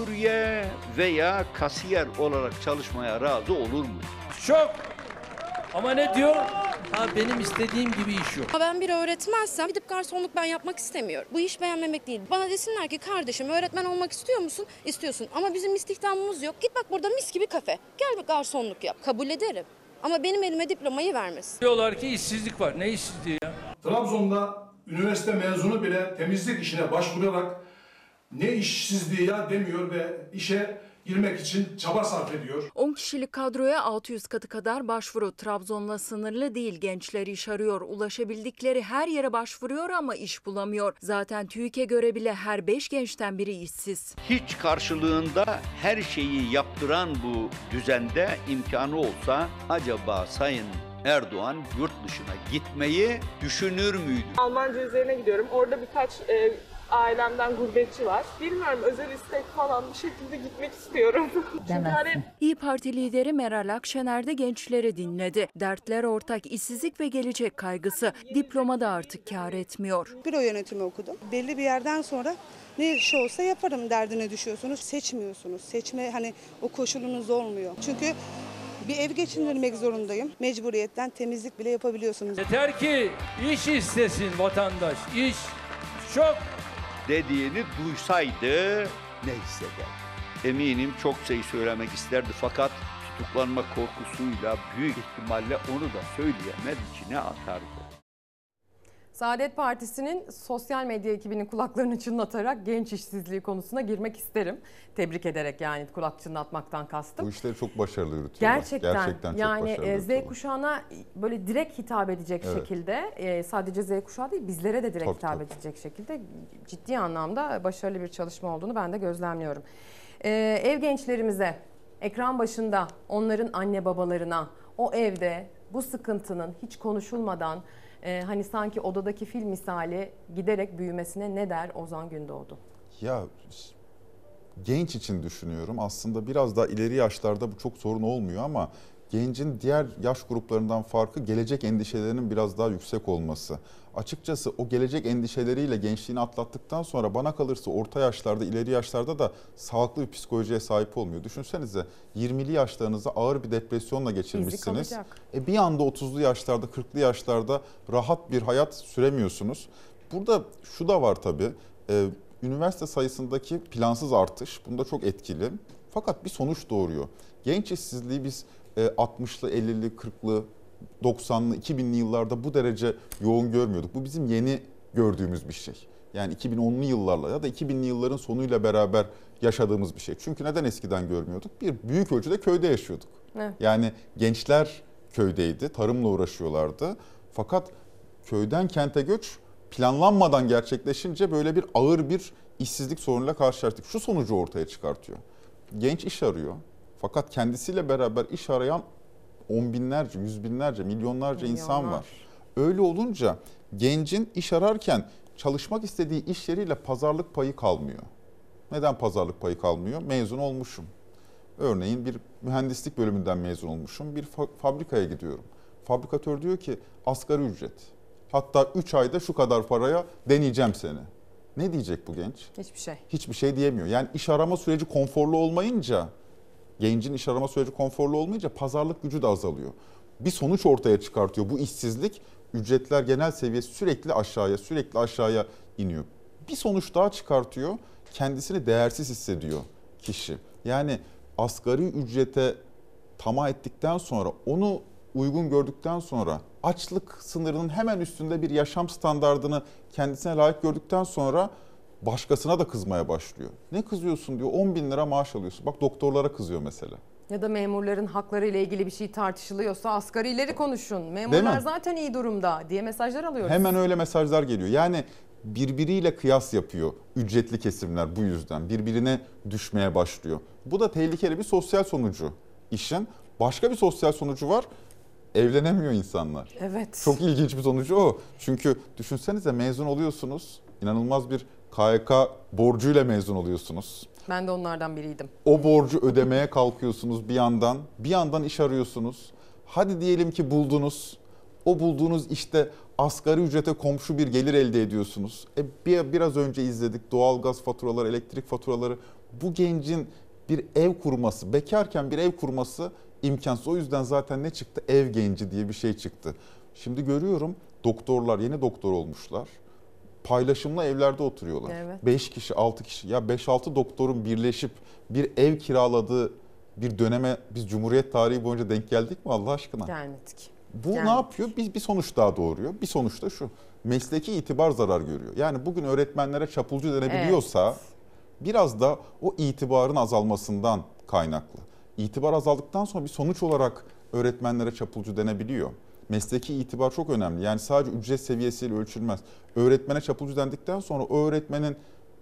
motokurye veya kasiyer olarak çalışmaya razı olur mu? Çok Ama ne diyor? Ha benim istediğim gibi iş yok. Ben bir öğretmensem gidip garsonluk ben yapmak istemiyorum. Bu iş beğenmemek değil. Bana desinler ki kardeşim öğretmen olmak istiyor musun? İstiyorsun. Ama bizim istihdamımız yok. Git bak burada mis gibi kafe. Gel bir garsonluk yap. Kabul ederim. Ama benim elime diplomayı vermesin. Diyorlar ki işsizlik var. Ne işsizliği ya? Trabzon'da üniversite mezunu bile temizlik işine başvurarak ne işsizliği ya demiyor ve işe girmek için çaba sarf ediyor. on kişilik kadroya altı yüz katı kadar başvuru. Trabzon'la sınırlı değil, gençler iş arıyor. Ulaşabildikleri her yere başvuruyor ama iş bulamıyor. Zaten TÜİK'e göre bile her beş gençten biri işsiz. Hiç karşılığında her şeyi yaptıran bu düzende imkanı olsa acaba Sayın Erdoğan yurt dışına gitmeyi düşünür müydü? Almanca üzerine gidiyorum. Orada birkaç e, ailemden gurbetçi var. Bilmiyorum, özel istek falan bir şekilde gitmek istiyorum. Çünkü hani... İYİ Parti lideri Meral Akşener de gençleri dinledi. Dertler ortak, işsizlik ve gelecek kaygısı. Diploma da artık kâr etmiyor. Büro yönetimi okudum. Belli bir yerden sonra ne iş olsa yaparım derdine düşüyorsunuz. Seçmiyorsunuz. Seçme hani o koşulunuz olmuyor. Çünkü bir ev geçindirmek zorundayım. Mecburiyetten temizlik bile yapabiliyorsunuz. Yeter ki iş istesin vatandaş. İş çok. Dediğini duysaydı ne hisseder? Eminim çok şey söylemek isterdi fakat tutuklanma korkusuyla büyük ihtimalle onu da söyleyemez, içine atardı. Saadet Partisi'nin sosyal medya ekibinin kulaklarını çınlatarak genç işsizliği konusuna girmek isterim. Tebrik ederek, yani kulak çınlatmaktan kastım. Bu işleri çok başarılı yürütüyorlar. Gerçekten, Gerçekten çok yani başarılı Z kuşağına böyle direkt hitap edecek evet. şekilde, sadece Z kuşağı değil bizlere de direkt tabii, hitap tabii. edecek şekilde ciddi anlamda başarılı bir çalışma olduğunu ben de gözlemliyorum. Ee, ev gençlerimize, ekran başında onların anne babalarına, o evde bu sıkıntının hiç konuşulmadan Ee, hani sanki odadaki fil misali giderek büyümesine ne der Ozan Gündoğdu? Ya genç için düşünüyorum. Aslında biraz daha ileri yaşlarda bu çok sorun olmuyor ama gencin diğer yaş gruplarından farkı gelecek endişelerinin biraz daha yüksek olması. Açıkçası o gelecek endişeleriyle gençliğini atlattıktan sonra bana kalırsa orta yaşlarda, ileri yaşlarda da sağlıklı bir psikolojiye sahip olmuyor. Düşünsenize yirmili yaşlarınızda ağır bir depresyonla geçirmişsiniz. E bir anda otuzlu yaşlarda, kırklı yaşlarda rahat bir hayat süremiyorsunuz. Burada şu da var tabii. E, üniversite sayısındaki plansız artış bunda çok etkili. Fakat bir sonuç doğuruyor. Genç işsizliği biz altmışlı, ellili, kırklı, doksanlı, iki binli yıllarda bu derece yoğun görmüyorduk. Bu bizim yeni gördüğümüz bir şey. Yani iki bin onlu yıllarla ya da iki binli yılların sonuyla beraber yaşadığımız bir şey. Çünkü neden eskiden görmüyorduk? Bir, büyük ölçüde köyde yaşıyorduk. Evet. Yani gençler köydeydi, tarımla uğraşıyorlardı. Fakat köyden kente göç planlanmadan gerçekleşince böyle bir ağır bir işsizlik sorunuyla karşılaştık. Şu sonucu ortaya çıkartıyor. Genç iş arıyor. Fakat kendisiyle beraber iş arayan on binlerce, yüz binlerce, milyonlarca Milyonlar. insan var. Öyle olunca gencin iş ararken çalışmak istediği iş yeriyle pazarlık payı kalmıyor. Neden pazarlık payı kalmıyor? Mezun olmuşum. Örneğin bir mühendislik bölümünden mezun olmuşum. Bir fa- fabrikaya gidiyorum. Fabrikatör diyor ki asgari ücret. Hatta üç ayda şu kadar paraya deneyeceğim seni. Ne diyecek bu genç? Hiçbir şey. Hiçbir şey diyemiyor. Yani iş arama süreci konforlu olmayınca, gencin iş arama süreci konforlu olmayınca pazarlık gücü de azalıyor. Bir sonuç ortaya çıkartıyor. Bu işsizlik, ücretler genel seviyesi sürekli aşağıya, sürekli aşağıya iniyor. Bir sonuç daha çıkartıyor. Kendisini değersiz hissediyor kişi. Yani asgari ücrete tamah ettikten sonra, onu uygun gördükten sonra, açlık sınırının hemen üstünde bir yaşam standardını kendisine layık gördükten sonra başkasına da kızmaya başlıyor. Ne kızıyorsun diyor, on bin lira maaş alıyorsun. Bak doktorlara kızıyor mesela. Ya da memurların hakları ile ilgili bir şey tartışılıyorsa asgarileri konuşun. Memurlar zaten iyi durumda diye mesajlar alıyoruz. Hemen öyle mesajlar geliyor. Yani birbiriyle kıyas yapıyor ücretli kesimler bu yüzden. Birbirine düşmeye başlıyor. Bu da tehlikeli bir sosyal sonucu işin. Başka bir sosyal sonucu var. Evlenemiyor insanlar. Evet. Çok ilginç bir sonucu o. Çünkü düşünsenize mezun oluyorsunuz. İnanılmaz bir K Y K borcuyla mezun oluyorsunuz. Ben de onlardan biriydim. O borcu ödemeye kalkıyorsunuz bir yandan. Bir yandan iş arıyorsunuz. Hadi diyelim ki buldunuz. O bulduğunuz işte asgari ücrete komşu bir gelir elde ediyorsunuz. E bir, biraz önce izledik doğalgaz faturaları, elektrik faturaları. Bu gencin bir ev kurması, bekarken bir ev kurması İmkansız. O yüzden zaten ne çıktı? Ev genci diye bir şey çıktı. Şimdi görüyorum doktorlar yeni doktor olmuşlar. Paylaşımlı evlerde oturuyorlar. Evet. beş kişi, altı kişi. Ya beş altı doktorun birleşip bir ev kiraladığı bir döneme biz Cumhuriyet tarihi boyunca denk geldik mi Allah aşkına? Gelmedik. Bu Gelmedik. ne yapıyor? Bir, bir sonuç daha doğuruyor. Bir sonuç da şu. Mesleki itibar zarar görüyor. Yani bugün öğretmenlere çapulcu denebiliyorsa evet. biraz da o itibarın azalmasından kaynaklı. İtibar azaldıktan sonra bir sonuç olarak öğretmenlere çapulcu denebiliyor. Mesleki itibar çok önemli. Yani sadece ücret seviyesiyle ölçülmez. Öğretmene çapulcu dendikten sonra o öğretmenin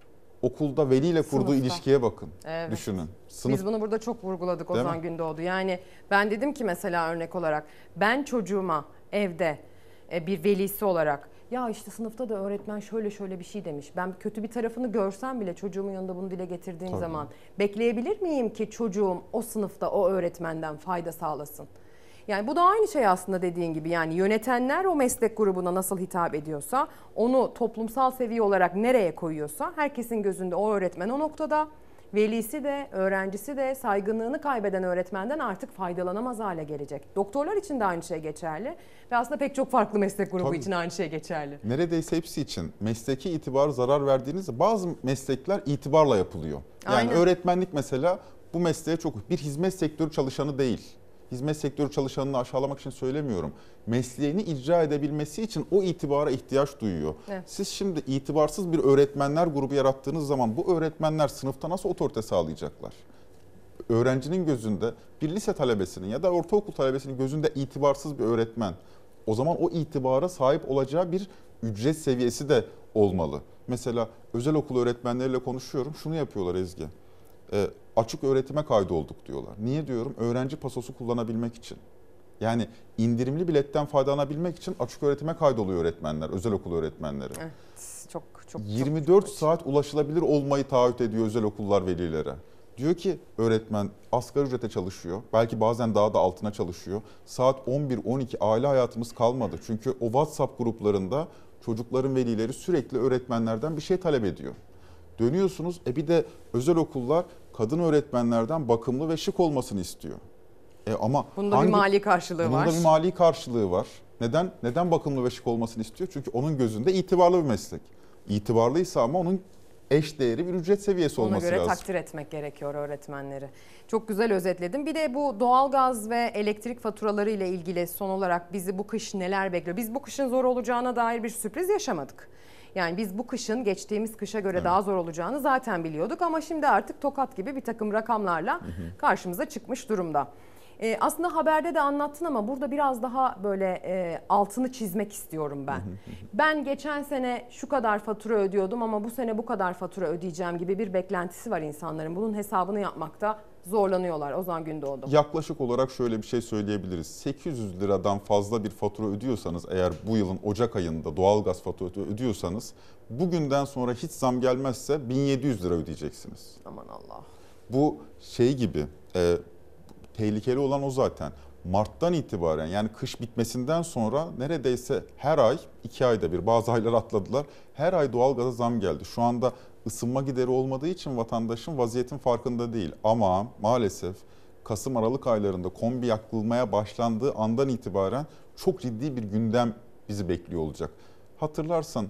okulda veliyle kurduğu Sınıfta. ilişkiye bakın. Evet. Düşünün. Sınıf... Biz bunu burada çok vurguladık Ozan Gündoğdu. Yani ben dedim ki mesela örnek olarak ben çocuğuma evde bir velisi olarak ya işte sınıfta da öğretmen şöyle şöyle bir şey demiş. Ben kötü bir tarafını görsem bile çocuğumun yanında bunu dile getirdiğim Tabii. zaman bekleyebilir miyim ki çocuğum o sınıfta o öğretmenden fayda sağlasın? Yani bu da aynı şey aslında dediğin gibi, yani yönetenler o meslek grubuna nasıl hitap ediyorsa, onu toplumsal seviye olarak nereye koyuyorsa herkesin gözünde o öğretmen o noktada, velisi de öğrencisi de saygınlığını kaybeden öğretmenden artık faydalanamaz hale gelecek. Doktorlar için de aynı şey geçerli ve aslında pek çok farklı meslek grubu Tabii. için aynı şey geçerli. Neredeyse hepsi için mesleki itibar zarar verdiğinizde bazı meslekler itibarla yapılıyor. Yani Aynen. öğretmenlik mesela bu mesleğe çok bir hizmet sektörü çalışanı değil. Hizmet sektörü çalışanını aşağılamak için söylemiyorum. Mesleğini icra edebilmesi için o itibara ihtiyaç duyuyor. Evet. Siz şimdi itibarsız bir öğretmenler grubu yarattığınız zaman bu öğretmenler sınıfta nasıl otorite sağlayacaklar? Öğrencinin gözünde, bir lise talebesinin ya da ortaokul talebesinin gözünde itibarsız bir öğretmen, o zaman o itibara sahip olacağı bir ücret seviyesi de olmalı. Mesela özel okul öğretmenleriyle konuşuyorum, şunu yapıyorlar Ezgi. E, açık öğretime kaydolduk diyorlar. Niye diyorum? Öğrenci pasosu kullanabilmek için. Yani indirimli biletten faydalanabilmek için açık öğretime kaydoluyor öğretmenler, özel okul öğretmenleri. Evet, çok çok yirmi dört çok saat ulaşılabilir olmayı taahhüt ediyor özel okullar velilere. Diyor ki öğretmen asgari ücrete çalışıyor. Belki bazen daha da altına çalışıyor. Saat on bir on iki aile hayatımız kalmadı. Çünkü o WhatsApp gruplarında çocukların velileri sürekli öğretmenlerden bir şey talep ediyor. Dönüyorsunuz, e bir de özel okullar kadın öğretmenlerden bakımlı ve şık olmasını istiyor. E ama bunda hangi, bir mali karşılığı bunun var. Bunda bir mali karşılığı var. Neden? Neden bakımlı ve şık olmasını istiyor? Çünkü onun gözünde itibarlı bir meslek. İtibarlıysa ama onun eş değeri bir ücret seviyesi Ona olması lazım. Ona göre takdir etmek gerekiyor öğretmenleri. Çok güzel özetledim. Bir de bu doğalgaz ve elektrik faturaları ile ilgili son olarak bizi bu kış neler bekliyor? Biz bu kışın zor olacağına dair bir sürpriz yaşamadık. Yani biz bu kışın geçtiğimiz kışa göre evet. daha zor olacağını zaten biliyorduk ama şimdi artık tokat gibi bir takım rakamlarla hı hı. karşımıza çıkmış durumda. Ee, aslında haberde de anlattın ama burada biraz daha böyle e, altını çizmek istiyorum ben. Hı hı hı. Ben geçen sene şu kadar fatura ödüyordum ama bu sene bu kadar fatura ödeyeceğim gibi bir beklentisi var insanların. Bunun hesabını yapmakta zorlanıyorlar Ozan Gündoğdu. Yaklaşık olarak şöyle bir şey söyleyebiliriz. sekiz yüz liradan fazla bir fatura ödüyorsanız, eğer bu yılın Ocak ayında doğalgaz faturası ödüyorsanız, bugünden sonra hiç zam gelmezse bin yedi yüz lira ödeyeceksiniz. Aman Allah. Bu şey gibi, e, tehlikeli olan o zaten. Mart'tan itibaren, yani kış bitmesinden sonra neredeyse her ay, iki ayda bir, bazı aylar atladılar, her ay doğalgaza zam geldi. Şu anda ısınma gideri olmadığı için vatandaşın vaziyetin farkında değil. Ama maalesef Kasım-Aralık aylarında kombi yakılmaya başlandığı andan itibaren çok ciddi bir gündem bizi bekliyor olacak. Hatırlarsan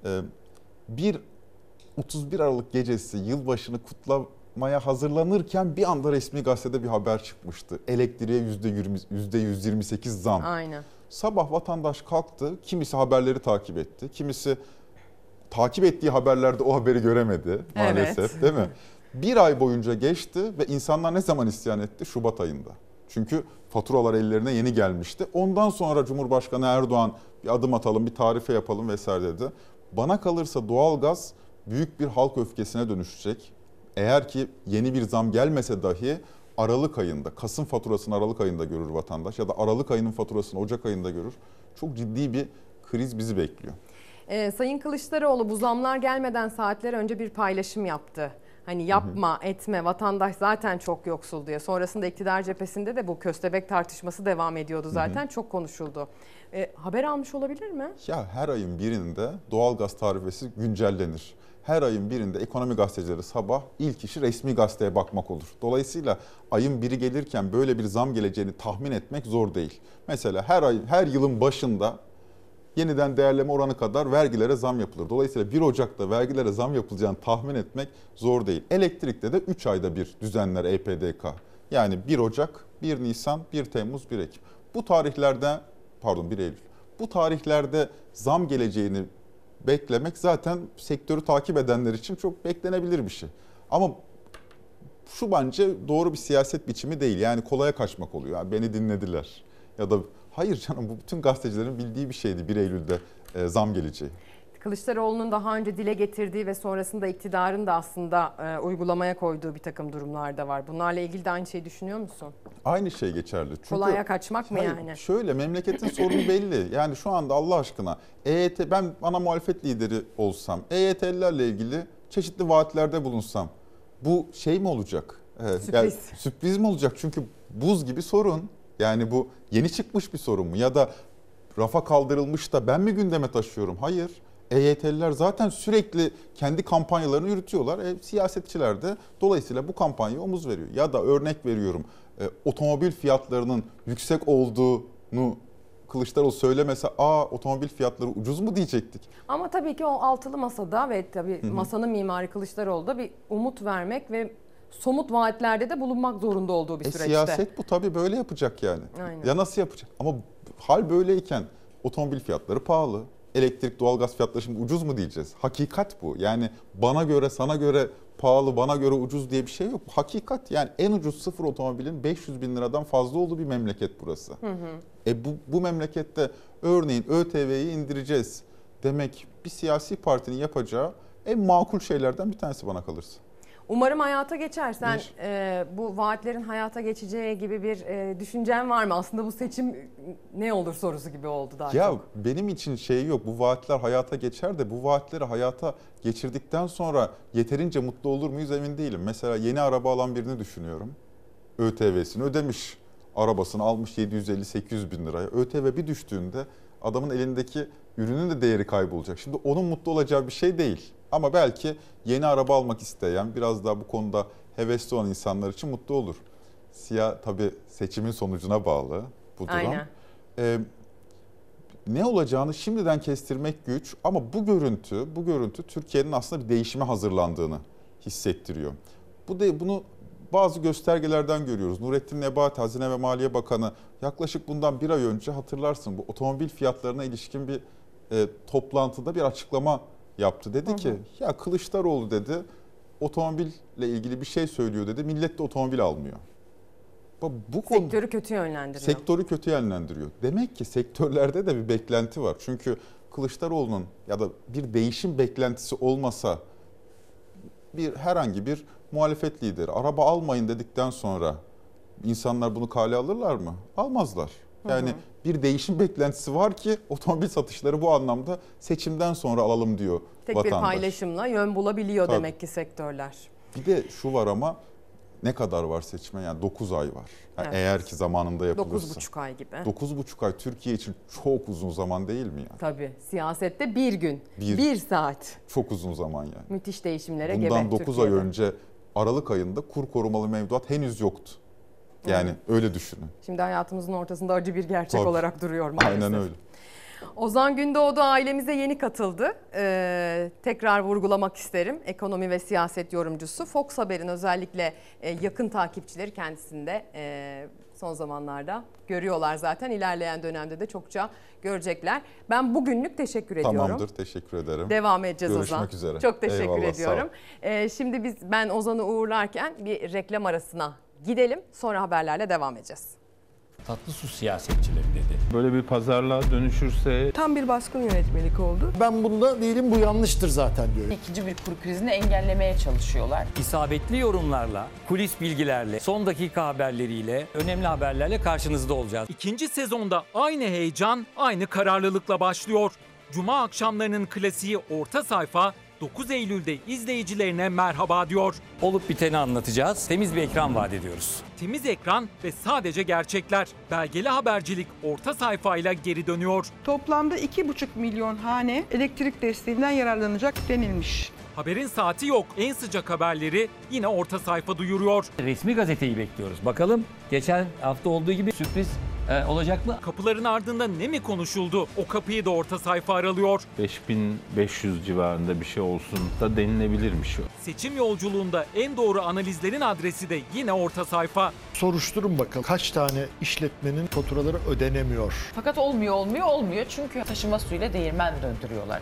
bir otuz bir Aralık gecesi yılbaşını kutlamaya hazırlanırken bir anda resmi gazetede bir haber çıkmıştı. Elektriğe yüzde yüz yirmi sekiz zam. Aynen. Sabah vatandaş kalktı, kimisi haberleri takip etti, kimisi takip ettiği haberlerde o haberi göremedi maalesef, evet. Değil mi? Bir ay boyunca geçti ve insanlar ne zaman isyan etti? Şubat ayında. Çünkü faturalar ellerine yeni gelmişti. Ondan sonra Cumhurbaşkanı Erdoğan bir adım atalım, bir tarife yapalım vesaire dedi. Bana kalırsa doğalgaz büyük bir halk öfkesine dönüşecek. Eğer ki yeni bir zam gelmese dahi Aralık ayında, Kasım faturasını Aralık ayında görür vatandaş ya da Aralık ayının faturasını Ocak ayında görür. Çok ciddi bir kriz bizi bekliyor. Ee, Sayın Kılıçdaroğlu bu zamlar gelmeden saatler önce bir paylaşım yaptı. Hani yapma, hı hı. etme, vatandaş zaten çok yoksul diye. Sonrasında iktidar cephesinde de bu köstebek tartışması devam ediyordu zaten. Hı hı. Çok konuşuldu. Ee, haber almış olabilir mi? Ya her ayın birinde doğalgaz tarifesi güncellenir. her ayın birinde ekonomi gazetecileri sabah ilk işi resmi gazeteye bakmak olur. Dolayısıyla ayın biri gelirken böyle bir zam geleceğini tahmin etmek zor değil. Mesela her ay, her yılın başında yeniden değerleme oranı kadar vergilere zam yapılır. Dolayısıyla bir Ocak'ta vergilere zam yapılacağını tahmin etmek zor değil. Elektrikte de üç ayda bir düzenler E P D K. Yani bir Ocak, bir Nisan, bir Temmuz, bir Ekim. Bu tarihlerde, pardon bir Eylül. Bu tarihlerde zam geleceğini beklemek zaten sektörü takip edenler için çok beklenebilir bir şey. Ama şu bence doğru bir siyaset biçimi değil. Yani kolaya kaçmak oluyor. Yani beni dinlediler. Ya da hayır canım, bu bütün gazetecilerin bildiği bir şeydi bir Eylül'de e, zam geleceği. Kılıçdaroğlu'nun daha önce dile getirdiği ve sonrasında iktidarın da aslında e, uygulamaya koyduğu bir takım durumlar da var. Bunlarla ilgili de aynı şeyi düşünüyor musun? Aynı şey geçerli. Çünkü, kolaya kaçmak mı hayır, yani? Şöyle, memleketin sorunu belli. Yani şu anda Allah aşkına E Y T, ben ana muhalefet lideri olsam, E Y T'lilerle ilgili çeşitli vaatlerde bulunsam bu şey mi olacak? Evet, sürpriz. Yani, sürpriz mi olacak? Çünkü buz gibi sorun. Yani bu yeni çıkmış bir sorun mu? Ya da rafa kaldırılmış da ben mi gündeme taşıyorum? Hayır. E Y T'liler zaten sürekli kendi kampanyalarını yürütüyorlar. E, siyasetçiler de dolayısıyla bu kampanyaya omuz veriyor. Ya da örnek veriyorum, e, otomobil fiyatlarının yüksek olduğunu Kılıçdaroğlu söylemese, aa otomobil fiyatları ucuz mu diyecektik. Ama tabii ki o altılı masada ve tabii Hı hı. masanın mimarı Kılıçdaroğlu'da bir umut vermek ve somut vaatlerde de bulunmak zorunda olduğu bir E, süreçte. siyaset bu tabii, böyle yapacak yani. Aynen. Ya nasıl yapacak? Ama hal böyleyken otomobil fiyatları pahalı. Elektrik, doğalgaz fiyatları şimdi ucuz mu diyeceğiz? Hakikat bu. Yani bana göre, sana göre pahalı, bana göre ucuz diye bir şey yok. Hakikat, yani en ucuz sıfır otomobilin beş yüz bin liradan fazla olduğu bir memleket burası. Hı hı. E bu, bu memlekette örneğin ÖTV'yi indireceğiz demek bir siyasi partinin yapacağı en makul şeylerden bir tanesi bana kalırsa. Umarım hayata geçer. Sen e, bu vaatlerin hayata geçeceği gibi bir e, düşüncen var mı? Aslında bu seçim ne olur sorusu gibi oldu daha ya çok. Benim için şey yok. Bu vaatler hayata geçer de bu vaatleri hayata geçirdikten sonra yeterince mutlu olur muyuz emin değilim. Mesela yeni araba alan birini düşünüyorum. ÖTV'sini ödemiş. Arabasını almış yedi yüz elli sekiz yüz bin liraya. ÖTV bir düştüğünde adamın elindeki ürünün de değeri kaybolacak. Şimdi onun mutlu olacağı bir şey değil. Ama belki yeni araba almak isteyen, biraz daha bu konuda hevesli olan insanlar için mutlu olur. Siyah tabii seçimin sonucuna bağlı bu durum. Aynen. Ee, ne olacağını şimdiden kestirmek güç ama bu görüntü, bu görüntü Türkiye'nin aslında bir değişime hazırlandığını hissettiriyor. Bu de bunu bazı göstergelerden görüyoruz. Nurettin Nebati, Hazine ve Maliye Bakanı, yaklaşık bundan bir ay önce hatırlarsın bu otomobil fiyatlarına ilişkin bir e, toplantıda bir açıklama yaptı. Dedi ki, ya Kılıçdaroğlu dedi otomobille ilgili bir şey söylüyor dedi. Millet de otomobil almıyor. Bu konu, sektörü kötü yönlendiriyor. Sektörü kötü yönlendiriyor. Demek ki sektörlerde de bir beklenti var. Çünkü Kılıçdaroğlu'nun ya da bir değişim beklentisi olmasa bir herhangi bir muhalefet lideri araba almayın dedikten sonra insanlar bunu kale alırlar mı? Almazlar. Yani hı hı. bir değişim beklentisi var ki otomobil satışları bu anlamda seçimden sonra alalım diyor Tek vatandaş. bir paylaşımla yön bulabiliyor Tabii. demek ki sektörler. Bir de şu var ama ne kadar var seçime? Yani dokuz ay var. Yani evet. Eğer ki zamanında yapılırsa. dokuz buçuk ay gibi. dokuz buçuk ay Türkiye için çok uzun zaman değil mi yani? Tabii. Siyasette bir gün, bir, bir saat. Çok uzun zaman yani. Müthiş değişimlere Bundan gebe dokuz Türkiye'de. ay önce Aralık ayında kur korumalı mevduat henüz yoktu. Yani evet. öyle düşünün. Şimdi hayatımızın ortasında acı bir gerçek Tabii. olarak duruyor maalesef. Aynen öyle. Ozan Gündoğdu ailemize yeni katıldı. Ee, tekrar vurgulamak isterim. Ekonomi ve siyaset yorumcusu. Fox Haber'in özellikle e, yakın takipçileri kendisinde e, son zamanlarda görüyorlar zaten. İlerleyen dönemde de çokça görecekler. Ben bugünlük teşekkür ediyorum. Tamamdır, teşekkür ederim. Devam edeceğiz Görüşmek Ozan. Görüşmek üzere. Çok teşekkür Eyvallah, ediyorum. Ee, şimdi biz ben Ozan'ı uğurlarken bir reklam arasına gidelim. Sonra haberlerle devam edeceğiz. Tatlı su siyasetçileri dedi. Böyle bir pazarlığa dönüşürse... Tam bir baskın yönetmelik oldu. Ben bunda değilim, bu yanlıştır zaten diyorum. İkinci bir kur krizini engellemeye çalışıyorlar. İsabetli yorumlarla, kulis bilgilerle, son dakika haberleriyle, önemli haberlerle karşınızda olacağız. İkinci sezonda aynı heyecan, aynı kararlılıkla başlıyor. Cuma akşamlarının klasiği Orta Sayfa, dokuz Eylül'de izleyicilerine merhaba diyor. Olup biteni anlatacağız. Temiz bir ekran vaat ediyoruz. Temiz ekran ve sadece gerçekler. Belgeli habercilik Orta Sayfa'yla geri dönüyor. Toplamda iki buçuk milyon hane elektrik desteğinden yararlanacak denilmiş. Haberin saati yok. En sıcak haberleri yine orta sayfa duyuruyor. Resmi gazeteyi bekliyoruz. Bakalım geçen hafta olduğu gibi sürpriz e, olacak mı? Kapıların ardında ne mi konuşuldu? O kapıyı da orta sayfa aralıyor. beş bin beş yüz civarında bir şey olsun da denilebilirmiş o. Seçim yolculuğunda en doğru analizlerin adresi de yine orta sayfa. Soruşturun bakalım kaç tane işletmenin faturaları ödenemiyor. Fakat olmuyor olmuyor olmuyor çünkü taşıma suyuyla değirmen döndürüyorlar.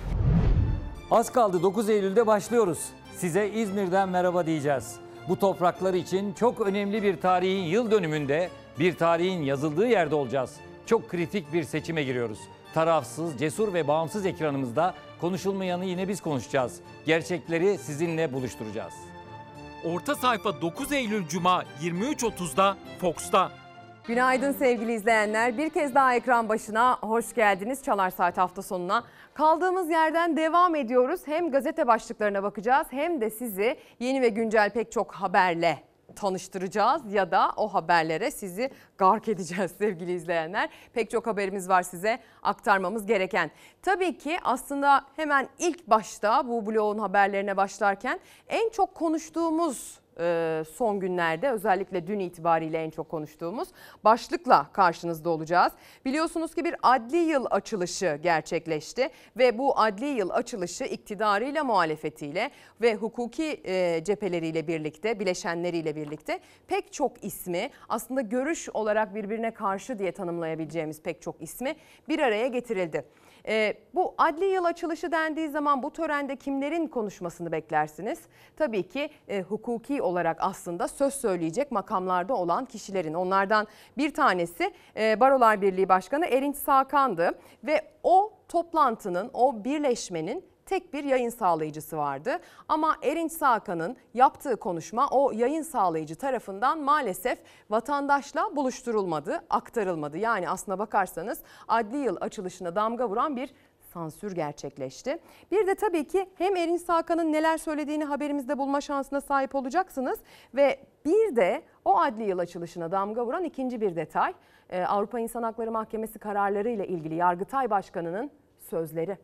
Az kaldı, dokuz Eylül'de başlıyoruz. Size İzmir'den merhaba diyeceğiz. Bu topraklar için çok önemli bir tarihin yıl dönümünde, bir tarihin yazıldığı yerde olacağız. Çok kritik bir seçime giriyoruz. Tarafsız, cesur ve bağımsız ekranımızda konuşulmayanı yine biz konuşacağız. Gerçekleri sizinle buluşturacağız. Orta sayfa dokuz Eylül Cuma yirmi üç otuzda Fox'ta. Günaydın sevgili izleyenler. Bir kez daha ekran başına hoş geldiniz. Çalar Saat hafta sonuna. Kaldığımız yerden devam ediyoruz. Hem gazete başlıklarına bakacağız hem de sizi yeni ve güncel pek çok haberle tanıştıracağız ya da o haberlere sizi gark edeceğiz sevgili izleyenler. Pek çok haberimiz var size aktarmamız gereken. Tabii ki aslında hemen ilk başta bu bloğun haberlerine başlarken en çok konuştuğumuz son günlerde, özellikle dün itibariyle en çok konuştuğumuz başlıkla karşınızda olacağız. Biliyorsunuz ki bir adli yıl açılışı gerçekleşti ve bu adli yıl açılışı iktidarıyla, muhalefetiyle ve hukuki cepheleriyle birlikte, bileşenleriyle birlikte pek çok ismi, aslında görüş olarak birbirine karşı diye tanımlayabileceğimiz pek çok ismi bir araya getirildi. E, bu adli yıl açılışı dendiği zaman bu törende kimlerin konuşmasını beklersiniz? Tabii ki e, hukuki olarak aslında söz söyleyecek makamlarda olan kişilerin. Onlardan bir tanesi e, Barolar Birliği Başkanı Erinç Sağkan'dı ve o toplantının, o birleşmenin tek bir yayın sağlayıcısı vardı. Ama Erinç Sağkan'ın yaptığı konuşma o yayın sağlayıcı tarafından maalesef vatandaşla buluşturulmadı, aktarılmadı. Yani aslına bakarsanız adli yıl açılışına damga vuran bir sansür gerçekleşti. Bir de tabii ki hem Erinç Sağkan'ın neler söylediğini haberimizde bulma şansına sahip olacaksınız. Ve bir de o adli yıl açılışına damga vuran ikinci bir detay, Avrupa İnsan Hakları Mahkemesi kararları ile ilgili Yargıtay Başkanı'nın sözleri.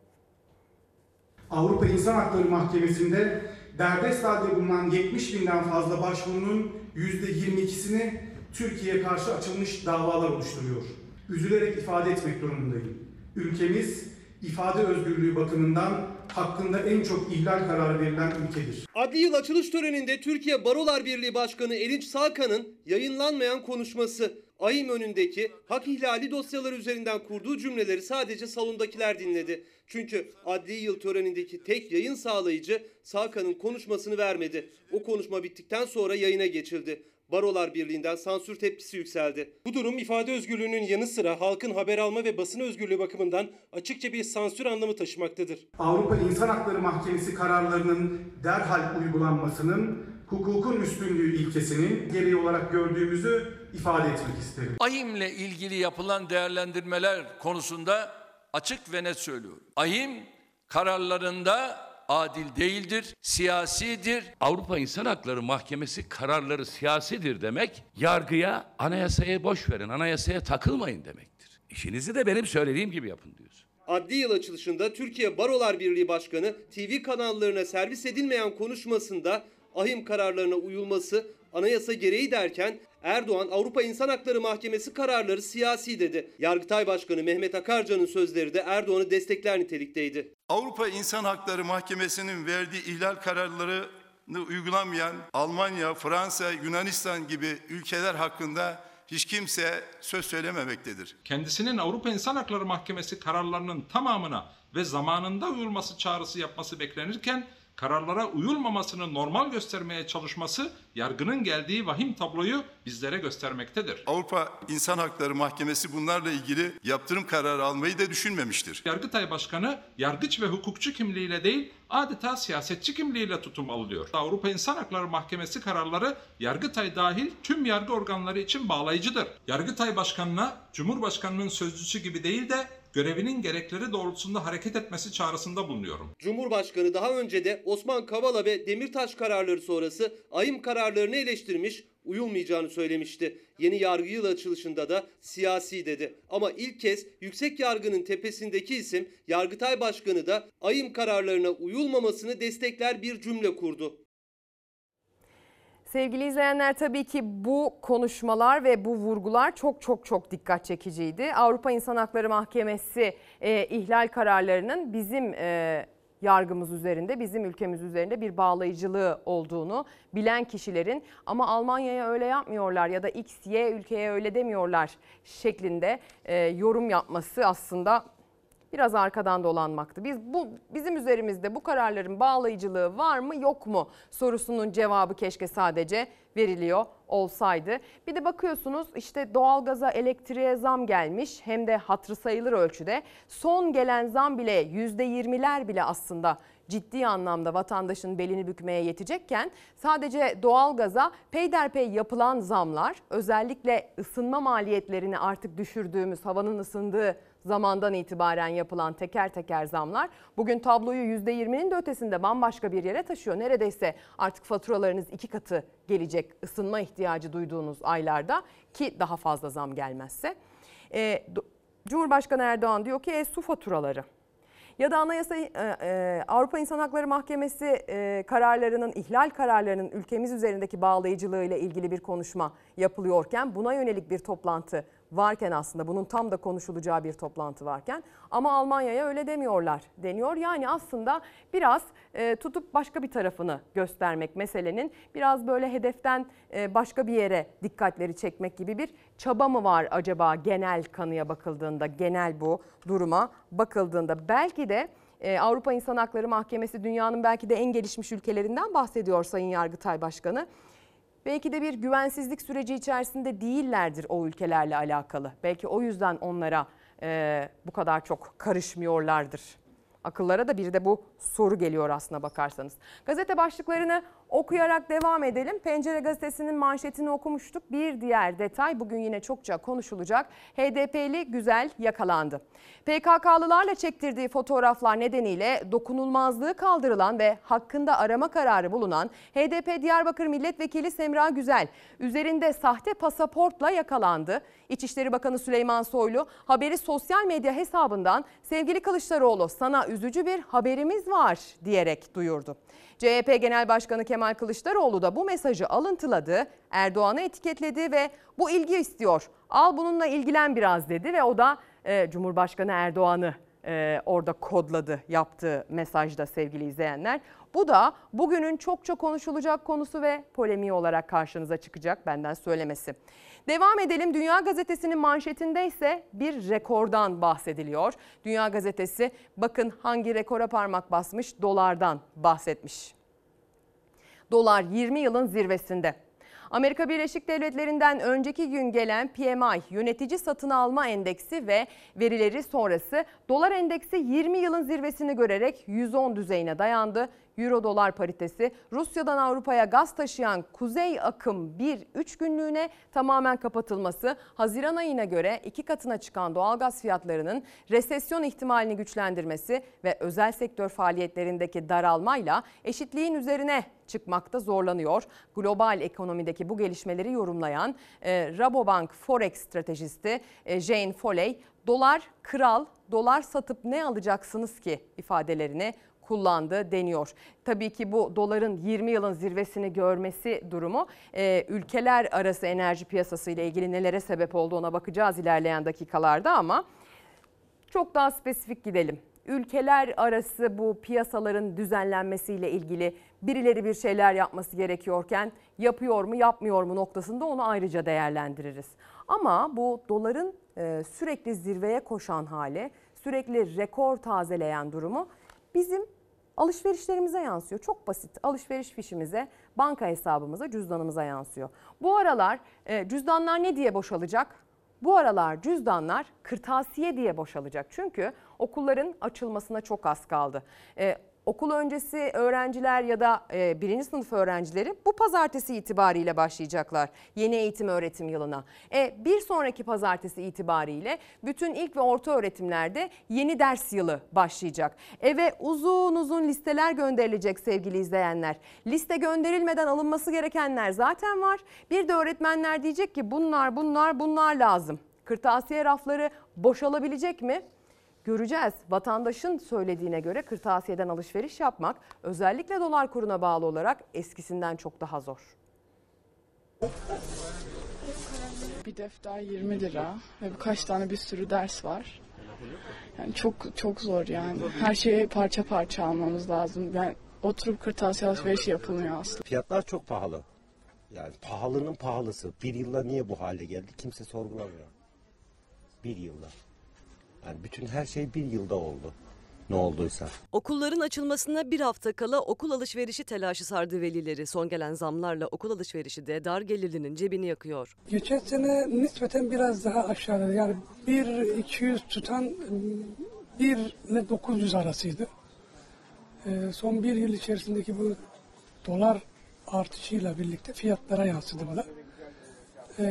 Avrupa İnsan Hakları Mahkemesi'nde derdest halde bulunan yetmiş binden fazla başvurunun yüzde yirmi ikisini Türkiye'ye karşı açılmış davalar oluşturuyor. Üzülerek ifade etmek durumundayım. Ülkemiz ifade özgürlüğü bakımından hakkında en çok ihlal kararı verilen ülkedir. Adli yıl açılış töreninde Türkiye Barolar Birliği Başkanı Erinç Sağkan'ın yayınlanmayan konuşması, AİM önündeki hak ihlali dosyaları üzerinden kurduğu cümleleri sadece salondakiler dinledi. Çünkü adli yıl törenindeki tek yayın sağlayıcı Sağkan'ın konuşmasını vermedi. O konuşma bittikten sonra yayına geçildi. Barolar Birliği'nden sansür tepkisi yükseldi. Bu durum ifade özgürlüğünün yanı sıra halkın haber alma ve basın özgürlüğü bakımından açıkça bir sansür anlamı taşımaktadır. Avrupa İnsan Hakları Mahkemesi kararlarının derhal uygulanmasının hukukun üstünlüğü ilkesinin gereği olarak gördüğümüzü ifade etmek isterim. AİM'le ilgili yapılan değerlendirmeler konusunda açık ve net söylüyorum. AİM kararlarında adil değildir, siyasidir. Avrupa İnsan Hakları Mahkemesi kararları siyasidir demek, yargıya, anayasaya boş verin, anayasaya takılmayın demektir. İşinizi de benim söylediğim gibi yapın diyorsun. Adli yıl açılışında Türkiye Barolar Birliği Başkanı T V kanallarına servis edilmeyen konuşmasında AİM kararlarına uyulması anayasa gereği derken Erdoğan Avrupa İnsan Hakları Mahkemesi kararları siyasi dedi. Yargıtay Başkanı Mehmet Akarcan'ın sözleri de Erdoğan'ı destekler nitelikteydi. Avrupa İnsan Hakları Mahkemesi'nin verdiği ihlal kararlarını uygulamayan Almanya, Fransa, Yunanistan gibi ülkeler hakkında hiç kimse söz söylememektedir. Kendisinin Avrupa İnsan Hakları Mahkemesi kararlarının tamamına ve zamanında uyulması çağrısı yapması beklenirken kararlara uyulmamasını normal göstermeye çalışması yargının geldiği vahim tabloyu bizlere göstermektedir. Avrupa İnsan Hakları Mahkemesi bunlarla ilgili yaptırım kararı almayı da düşünmemiştir. Yargıtay Başkanı yargıç ve hukukçu kimliğiyle değil adeta siyasetçi kimliğiyle tutum alıyor. Avrupa İnsan Hakları Mahkemesi kararları Yargıtay dahil tüm yargı organları için bağlayıcıdır. Yargıtay Başkanı'na Cumhurbaşkanı'nın sözcüsü gibi değil de görevinin gerekleri doğrultusunda hareket etmesi çağrısında bulunuyorum. Cumhurbaşkanı daha önce de Osman Kavala ve Demirtaş kararları sonrası AYİM kararlarını eleştirmiş, uyulmayacağını söylemişti. Yeni yargı yılı açılışında da siyasi dedi. Ama ilk kez yüksek yargının tepesindeki isim Yargıtay Başkanı da AYİM kararlarına uyulmamasını destekler bir cümle kurdu. Sevgili izleyenler, tabii ki bu konuşmalar ve bu vurgular çok çok çok dikkat çekiciydi. Avrupa İnsan Hakları Mahkemesi e, ihlal kararlarının bizim e, yargımız üzerinde, bizim ülkemiz üzerinde bir bağlayıcılığı olduğunu bilen kişilerin ama Almanya'ya öyle yapmıyorlar ya da X, Y ülkeye öyle demiyorlar şeklinde e, yorum yapması aslında biraz arkadan dolanmaktı. Biz bu bizim üzerimizde bu kararların bağlayıcılığı var mı yok mu sorusunun cevabı keşke sadece veriliyor olsaydı. Bir de bakıyorsunuz işte doğalgaza, elektriğe zam gelmiş, hem de hatırı sayılır ölçüde. Son gelen zam bile yüzde yirmiler bile aslında ciddi anlamda vatandaşın belini bükmeye yetecekken sadece doğalgaza peyderpey yapılan zamlar, özellikle ısınma maliyetlerini artık düşürdüğümüz, havanın ısındığı zamandan itibaren yapılan teker teker zamlar bugün tabloyu yüzde yirminin de ötesinde bambaşka bir yere taşıyor. Neredeyse artık faturalarınız iki katı gelecek ısınma ihtiyacı duyduğunuz aylarda, ki daha fazla zam gelmezse. Ee, Cumhurbaşkanı Erdoğan diyor ki e, su faturaları. Ya da Anayasa e, e, Avrupa İnsan Hakları Mahkemesi e, kararlarının, ihlal kararlarının ülkemiz üzerindeki bağlayıcılığıyla ilgili bir konuşma yapılıyorken, buna yönelik bir toplantı varken, aslında bunun tam da konuşulacağı bir toplantı varken, ama Almanya'ya öyle demiyorlar deniyor. Yani aslında biraz e, tutup başka bir tarafını göstermek meselenin, biraz böyle hedeften e, başka bir yere dikkatleri çekmek gibi bir çaba mı var acaba genel kanıya bakıldığında, genel bu duruma bakıldığında? Belki de e, Avrupa İnsan Hakları Mahkemesi dünyanın belki de en gelişmiş ülkelerinden bahsediyor Sayın Yargıtay Başkanı. Belki de bir güvensizlik süreci içerisinde değillerdir o ülkelerle alakalı. Belki o yüzden onlara e, bu kadar çok karışmıyorlardır. Akıllara da bir de bu soru geliyor aslına bakarsanız. Gazete başlıklarını okuyarak devam edelim. Pencere gazetesinin manşetini okumuştuk. Bir diğer detay bugün yine çokça konuşulacak. H D P'li güzel yakalandı. P K K'lılarla çektirdiği fotoğraflar nedeniyle dokunulmazlığı kaldırılan ve hakkında arama kararı bulunan H D P Diyarbakır Milletvekili Semra Güzel üzerinde sahte pasaportla yakalandı. İçişleri Bakanı Süleyman Soylu haberi sosyal medya hesabından "Sevgili Kılıçdaroğlu, sana üzücü bir haberimiz var" diyerek duyurdu. C H P Genel Başkanı Kemal Kılıçdaroğlu da bu mesajı alıntıladı, Erdoğan'ı etiketledi ve "bu ilgi istiyor, al bununla ilgilen biraz" dedi ve o da e, Cumhurbaşkanı Erdoğan'ı e, orada kodladı yaptığı mesajda sevgili izleyenler. Bu da bugünün çokça konuşulacak konusu ve polemiği olarak karşınıza çıkacak, benden söylemesi. Devam edelim. Dünya Gazetesi'nin manşetinde ise bir rekordan bahsediliyor. Dünya Gazetesi bakın hangi rekora parmak basmış, dolardan bahsetmiş. Dolar yirmi yılın zirvesinde. Amerika Birleşik Devletleri'nden önceki gün gelen P M I yönetici satın alma endeksi ve verileri sonrası dolar endeksi yirmi yılın zirvesini görerek yüz on düzeyine dayandı. Euro dolar paritesi Rusya'dan Avrupa'ya gaz taşıyan Kuzey Akım bir üç günlüğüne tamamen kapatılması, Haziran ayına göre iki katına çıkan doğalgaz fiyatlarının resesyon ihtimalini güçlendirmesi ve özel sektör faaliyetlerindeki daralmayla eşitliğin üzerine çıkmakta zorlanıyor. Global ekonomideki bu gelişmeleri yorumlayan e, Rabobank Forex stratejisti e, Jane Foley, "Dolar kral, dolar satıp ne alacaksınız ki?" ifadelerini kullandı deniyor. Tabii ki bu doların yirmi yılın zirvesini görmesi durumu e, ülkeler arası enerji piyasası ile ilgili nelere sebep olduğuna bakacağız ilerleyen dakikalarda, ama çok daha spesifik gidelim. Ülkeler arası bu piyasaların düzenlenmesiyle ilgili birileri bir şeyler yapması gerekiyorken yapıyor mu yapmıyor mu noktasında onu ayrıca değerlendiririz. Ama bu doların e, sürekli zirveye koşan hali, sürekli rekor tazeleyen durumu bizim alışverişlerimize yansıyor. Çok basit, alışveriş fişimize, banka hesabımıza, cüzdanımıza yansıyor. Bu aralar e, cüzdanlar ne diye boşalacak? Bu aralar cüzdanlar kırtasiye diye boşalacak. Çünkü okulların açılmasına çok az kaldı. E, okul öncesi öğrenciler ya da e, birinci sınıf öğrencileri bu pazartesi itibariyle başlayacaklar yeni eğitim öğretim yılına. E, bir sonraki pazartesi itibariyle bütün ilk ve orta öğretimlerde yeni ders yılı başlayacak. Eve uzun uzun listeler gönderilecek sevgili izleyenler. Liste gönderilmeden alınması gerekenler zaten var. Bir de öğretmenler diyecek ki bunlar bunlar bunlar lazım. Kırtasiye rafları boşalabilecek mi? Göreceğiz. Vatandaşın söylediğine göre kırtasiyeden alışveriş yapmak özellikle dolar kuruna bağlı olarak eskisinden çok daha zor. Bir defter yirmi lira ve birkaç tane bir sürü ders var. Yani çok çok zor yani. Her şeyi parça parça almamız lazım. Yani oturup kırtasiye alışverişi yapılmıyor aslında. Fiyatlar çok pahalı. Yani pahalının pahalısı. Bir yılda niye bu hale geldi kimse sorgulamıyor. Bir yılda. Yani bütün her şey bir yılda oldu. Ne olduysa. Okulların açılmasına bir hafta kala okul alışverişi telaşı sardı velileri. Son gelen zamlarla okul alışverişi de dar gelirlinin cebini yakıyor. Geçen sene nispeten biraz daha aşağıda. Yani bir iki yüz tutan bir ile dokuz yüz arasıydı. Ee, son bir yıl içerisindeki bu dolar artışıyla birlikte fiyatlara yansıdı bu da. Ee,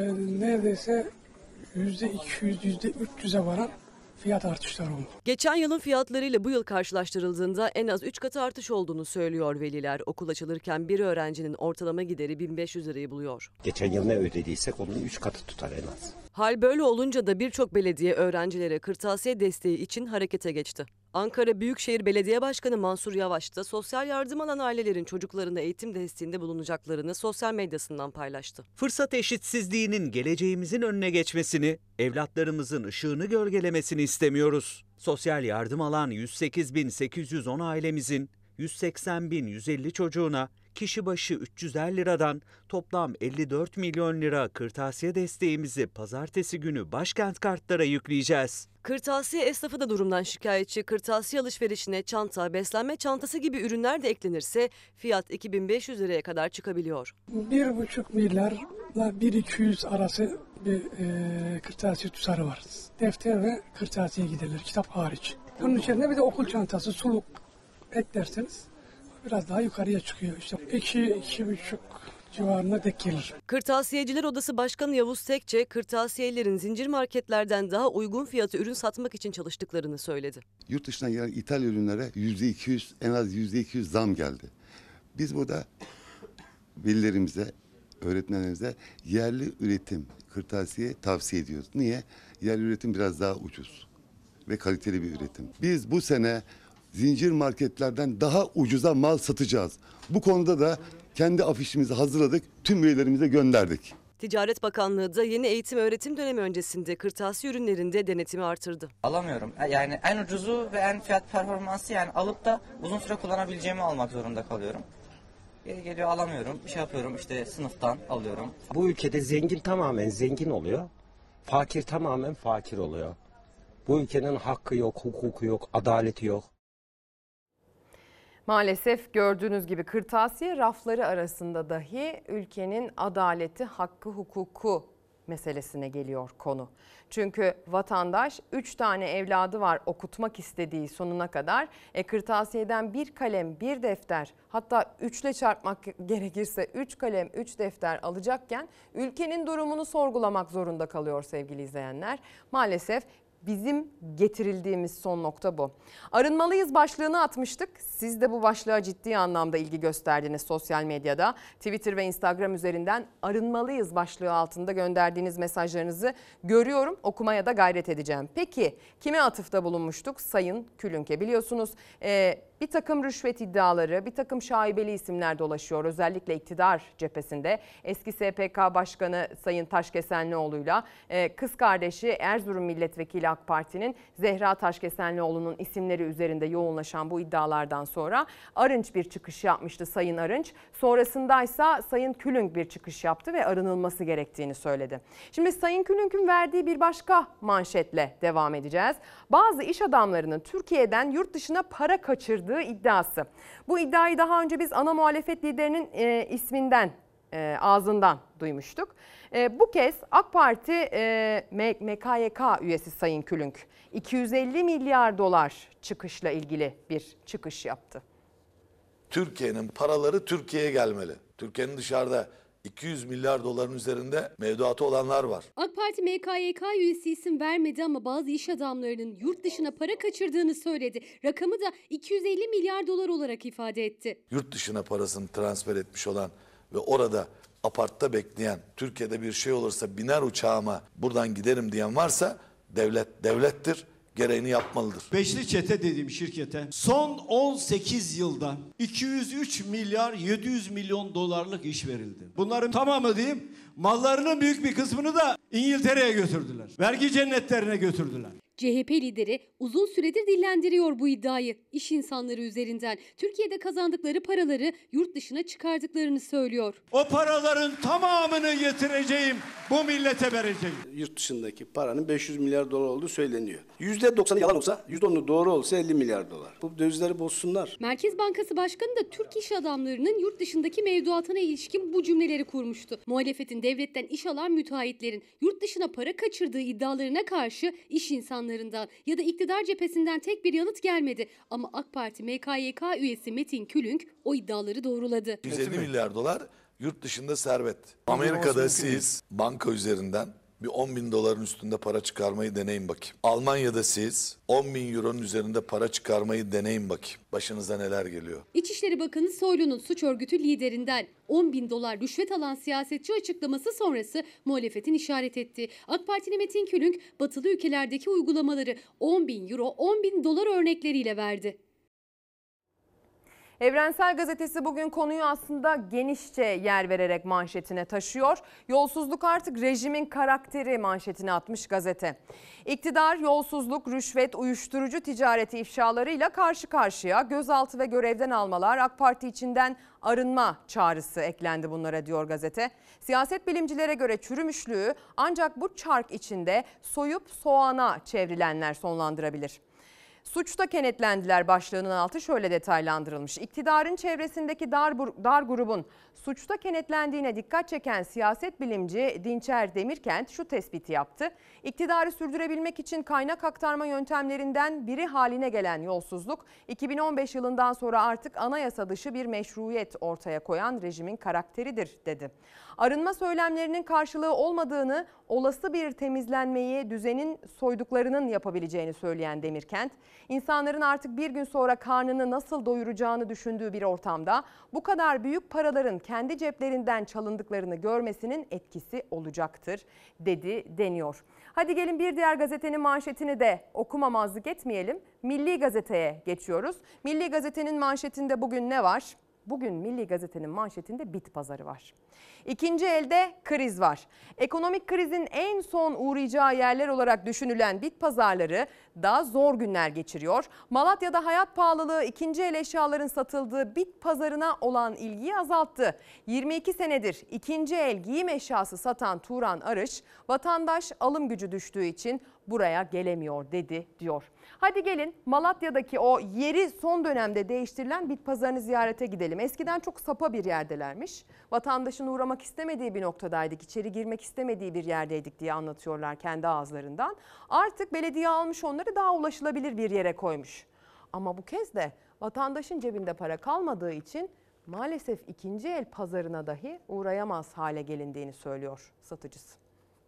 neredeyse yüzde iki yüz, yüzde üç yüze varan fiyat artışları oldu. Geçen yılın fiyatlarıyla bu yıl karşılaştırıldığında en az üç katı artış olduğunu söylüyor veliler. Okul açılırken bir öğrencinin ortalama gideri bin beş yüz lirayı buluyor. Geçen yıl ne ödediysek onun üç katı tutar en az. Hal böyle olunca da birçok belediye öğrencilere kırtasiye desteği için harekete geçti. Ankara Büyükşehir Belediye Başkanı Mansur Yavaş da sosyal yardım alan ailelerin çocuklarına eğitim desteğinde bulunacaklarını sosyal medyasından paylaştı. Fırsat eşitsizliğinin geleceğimizin önüne geçmesini, evlatlarımızın ışığını gölgelemesini istemiyoruz. Sosyal yardım alan yüz sekiz bin sekiz yüz on ailemizin yüz seksen bin yüz elli çocuğuna kişi başı üç yüz elli liradan toplam elli dört milyon lira kırtasiye desteğimizi pazartesi günü başkent kartlara yükleyeceğiz. Kırtasiye esnafı da durumdan şikayetçi. Kırtasiye alışverişine çanta, beslenme çantası gibi ürünler de eklenirse fiyat iki bin beş yüz liraya kadar çıkabiliyor. Bir buçuk milyarla bir iki yüz arası bir e, kırtasiye tutarı var. Defter ve kırtasiye gidilir, kitap hariç. Bunun içerisinde bir de okul çantası, suluk eklerseniz biraz daha yukarıya çıkıyor. İşte iki, iki buçuk civarına denk gelir. Kırtasiyeciler Odası Başkanı Yavuz Tekçe, kırtasiyelerin zincir marketlerden daha uygun fiyatı ürün satmak için çalıştıklarını söyledi. Yurt dışından gelen ithal ürünlere yüzde iki yüz, en az yüzde iki yüz zam geldi. Biz burada velilerimize, öğretmenlerimize yerli üretim kırtasiye tavsiye ediyoruz. Niye? Yerli üretim biraz daha ucuz ve kaliteli bir üretim. Biz bu sene zincir marketlerden daha ucuza mal satacağız. Bu konuda da kendi afişimizi hazırladık, tüm üyelerimize gönderdik. Ticaret Bakanlığı da yeni eğitim öğretim dönemi öncesinde kırtasiye ürünlerinde denetimi artırdı. Alamıyorum. Yani en ucuzu ve en fiyat performansı, yani alıp da uzun süre kullanabileceğimi almak zorunda kalıyorum. Geri geliyor alamıyorum, şey yapıyorum, işte sınıftan alıyorum. Bu ülkede zengin tamamen zengin oluyor, fakir tamamen fakir oluyor. Bu ülkenin hakkı yok, hukuku yok, adaleti yok. Maalesef gördüğünüz gibi kırtasiye rafları arasında dahi ülkenin adaleti, hakkı, hukuku meselesine geliyor konu. Çünkü vatandaş üç tane evladı var okutmak istediği sonuna kadar. E, kırtasiyeden bir kalem, bir defter, hatta üçle çarpmak gerekirse üç kalem, üç defter alacakken ülkenin durumunu sorgulamak zorunda kalıyor sevgili izleyenler. Maalesef bizim getirildiğimiz son nokta bu. Arınmalıyız başlığını atmıştık. Siz de bu başlığa ciddi anlamda ilgi gösterdiniz sosyal medyada. Twitter ve Instagram üzerinden arınmalıyız başlığı altında gönderdiğiniz mesajlarınızı görüyorum. Okumaya da gayret edeceğim. Peki kime atıfta bulunmuştuk? Sayın Külünk'e. Biliyorsunuz e, bir takım rüşvet iddiaları, bir takım şaibeli isimler dolaşıyor. Özellikle iktidar cephesinde. Eski S P K Başkanı Sayın Taşkesenlioğlu'yla e, kız kardeşi Erzurum Milletvekili AK Parti'nin Zehra Taşkesenlioğlu'nun isimleri üzerinde yoğunlaşan bu iddialardan sonra Arınç bir çıkış yapmıştı Sayın Arınç. Sonrasındaysa Sayın Külünk bir çıkış yaptı ve arınılması gerektiğini söyledi. Şimdi Sayın Külünk'ün verdiği bir başka manşetle devam edeceğiz. Bazı iş adamlarının Türkiye'den yurt dışına para kaçırdığı iddiası. Bu iddiayı daha önce biz ana muhalefet liderinin e, isminden e, ağzından duymuştuk. E, bu kez AK Parti e, M K Y K üyesi Sayın Külünk iki yüz elli milyar dolar çıkışla ilgili bir çıkış yaptı. Türkiye'nin paraları Türkiye'ye gelmeli. Türkiye'nin dışarıda iki yüz milyar doların üzerinde mevduatı olanlar var. AK Parti M K Y K üyesi isim vermedi ama bazı iş adamlarının yurt dışına para kaçırdığını söyledi. Rakamı da iki yüz elli milyar dolar olarak ifade etti. Yurt dışına parasını transfer etmiş olan ve orada apartta bekleyen, Türkiye'de bir şey olursa biner uçağıma buradan giderim diyen varsa devlet devlettir. Gereğini yapmalıdır. Beşli Çete dediğim şirkete son on sekiz yılda iki yüz üç milyar yedi yüz milyon dolarlık iş verildi. Bunların tamamı diyeyim, mallarının büyük bir kısmını da İngiltere'ye götürdüler. Vergi cennetlerine götürdüler. C H P lideri uzun süredir dillendiriyor bu iddiayı iş insanları üzerinden. Türkiye'de kazandıkları paraları yurt dışına çıkardıklarını söylüyor. O paraların tamamını getireceğim, bu millete vereceğim. Yurt dışındaki paranın beş yüz milyar dolar olduğu söyleniyor. yüzde doksanı yalan olsa, yüzde onu doğru olsa elli milyar dolar. Bu dövizleri bozsunlar. Merkez Bankası Başkanı da Türk iş adamlarının yurt dışındaki mevduatına ilişkin bu cümleleri kurmuştu. Muhalefetin devletten iş alan müteahhitlerin yurt dışına para kaçırdığı iddialarına karşı iş insanları ya da iktidar cephesinden tek bir yanıt gelmedi. Ama AK Parti M K Y K üyesi Metin Külünk o iddiaları doğruladı. yüz elli milyar dolar yurt dışında servet. Amerika'da siz banka üzerinden bir on bin doların üstünde para çıkarmayı deneyin bakayım. Almanya'da siz on bin euronun üzerinde para çıkarmayı deneyin bakayım. Başınıza neler geliyor? İçişleri Bakanı Soylu'nun suç örgütü liderinden on bin dolar rüşvet alan siyasetçi açıklaması sonrası muhalefetin işaret etti. AK Partili Metin Külünk batılı ülkelerdeki uygulamaları on bin euro, on bin dolar örnekleriyle verdi. Evrensel Gazetesi bugün konuyu aslında genişçe yer vererek manşetine taşıyor. Yolsuzluk artık rejimin karakteri manşetine atmış gazete. İktidar yolsuzluk, rüşvet, uyuşturucu ticareti ifşalarıyla karşı karşıya. Gözaltı ve görevden almalar, AK Parti içinden arınma çağrısı eklendi bunlara diyor gazete. Siyaset bilimcilere göre çürümüşlüğü ancak bu çark içinde soyup soğana çevrilenler sonlandırabilir. Suçta kenetlendiler başlığının altı şöyle detaylandırılmış. İktidarın çevresindeki dar, dar grubun suçta kenetlendiğine dikkat çeken siyaset bilimci Dinçer Demirkent şu tespiti yaptı. İktidarı sürdürebilmek için kaynak aktarma yöntemlerinden biri haline gelen yolsuzluk, iki bin on beş yılından sonra artık anayasa dışı bir meşruiyet ortaya koyan rejimin karakteridir dedi. Arınma söylemlerinin karşılığı olmadığını, olası bir temizlenmeyi düzenin soyduklarının yapabileceğini söyleyen Demirkent, insanların artık bir gün sonra karnını nasıl doyuracağını düşündüğü bir ortamda bu kadar büyük paraların kendi ceplerinden çalındıklarını görmesinin etkisi olacaktır dedi deniyor. Hadi gelin bir diğer gazetenin manşetini de okumamazlık etmeyelim. Milli Gazete'ye geçiyoruz. Milli Gazete'nin manşetinde bugün ne var? Bugün Milli Gazete'nin manşetinde bit pazarı var. İkinci elde kriz var. Ekonomik krizin en son uğrayacağı yerler olarak düşünülen bit pazarları daha zor günler geçiriyor. Malatya'da hayat pahalılığı ikinci el eşyaların satıldığı bit pazarına olan ilgiyi azalttı. yirmi iki senedir ikinci el giyim eşyası satan Turan Arış, vatandaş alım gücü düştüğü için buraya gelemiyor dedi diyor. Hadi gelin Malatya'daki o yeri son dönemde değiştirilen bit pazarını ziyarete gidelim. Eskiden çok sapa bir yerdelermiş. Vatandaşın uğramak istemediği bir noktadaydık, içeri girmek istemediği bir yerdeydik diye anlatıyorlar kendi ağızlarından. Artık belediye almış onları, daha ulaşılabilir bir yere koymuş. Ama bu kez de vatandaşın cebinde para kalmadığı için maalesef ikinci el pazarına dahi uğrayamaz hale gelindiğini söylüyor satıcısı.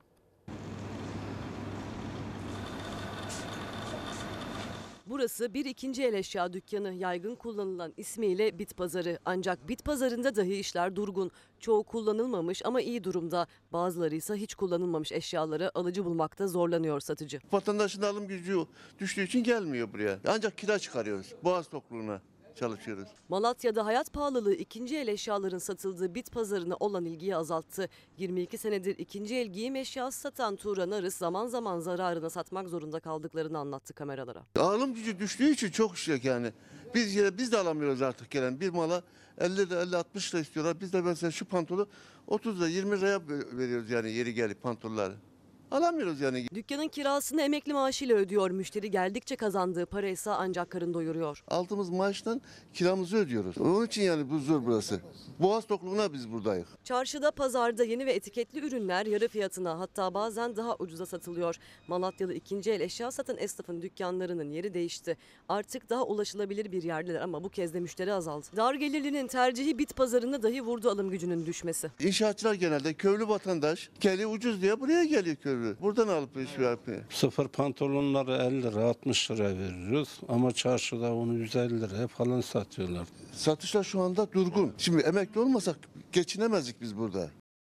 Burası bir ikinci el eşya dükkanı, yaygın kullanılan ismiyle bit pazarı. Ancak bit pazarında dahi işler durgun. Çoğu kullanılmamış ama iyi durumda. Bazıları ise hiç kullanılmamış eşyaları alıcı bulmakta zorlanıyor satıcı. Vatandaşın alım gücü düştüğü için gelmiyor buraya. Ancak kira çıkarıyoruz. Boğaz tokluğuna çalışıyoruz. Malatya'da hayat pahalılığı ikinci el eşyaların satıldığı bit pazarına olan ilgiyi azalttı. yirmi iki senedir ikinci el giyim eşyası satan Turan Arız zaman zaman zararına satmak zorunda kaldıklarını anlattı kameralara. Alım gücü düştüğü için çok şey yani. Biz biz de alamıyoruz artık gelen bir mala elli elli altmış lira istiyorlar. Biz de mesela şu pantolonu otuz lira yirmi liraya veriyoruz yani yeri gelip pantolonları. Alamıyoruz yani. Dükkanın kirasını emekli maaşıyla ödüyor. Müşteri geldikçe kazandığı paraysa ancak karın doyuruyor. Aldığımız maaştan kiramızı ödüyoruz. Onun için yani bu zor burası. Boğaz tokluğuna biz buradayız. Çarşıda, pazarda yeni ve etiketli ürünler yarı fiyatına, hatta bazen daha ucuza satılıyor. Malatyalı ikinci el eşya satan esnafın dükkanlarının yeri değişti. Artık daha ulaşılabilir bir yerdeler ama bu kez de müşteri azaldı. Dar gelirlinin tercihi bit pazarında dahi vurdu alım gücünün düşmesi. İnşaatçılar genelde köylü vatandaş geliyor ucuz diye buraya geliyor köylü. Buradan alıp iş yapıyor. Sıfır pantolonları elli lira altmış lira veriyoruz ama çarşıda onu yüz elli liraya falan satıyorlar. Satışlar şu anda durgun. Şimdi emekli olmasak geçinemezdik biz burada.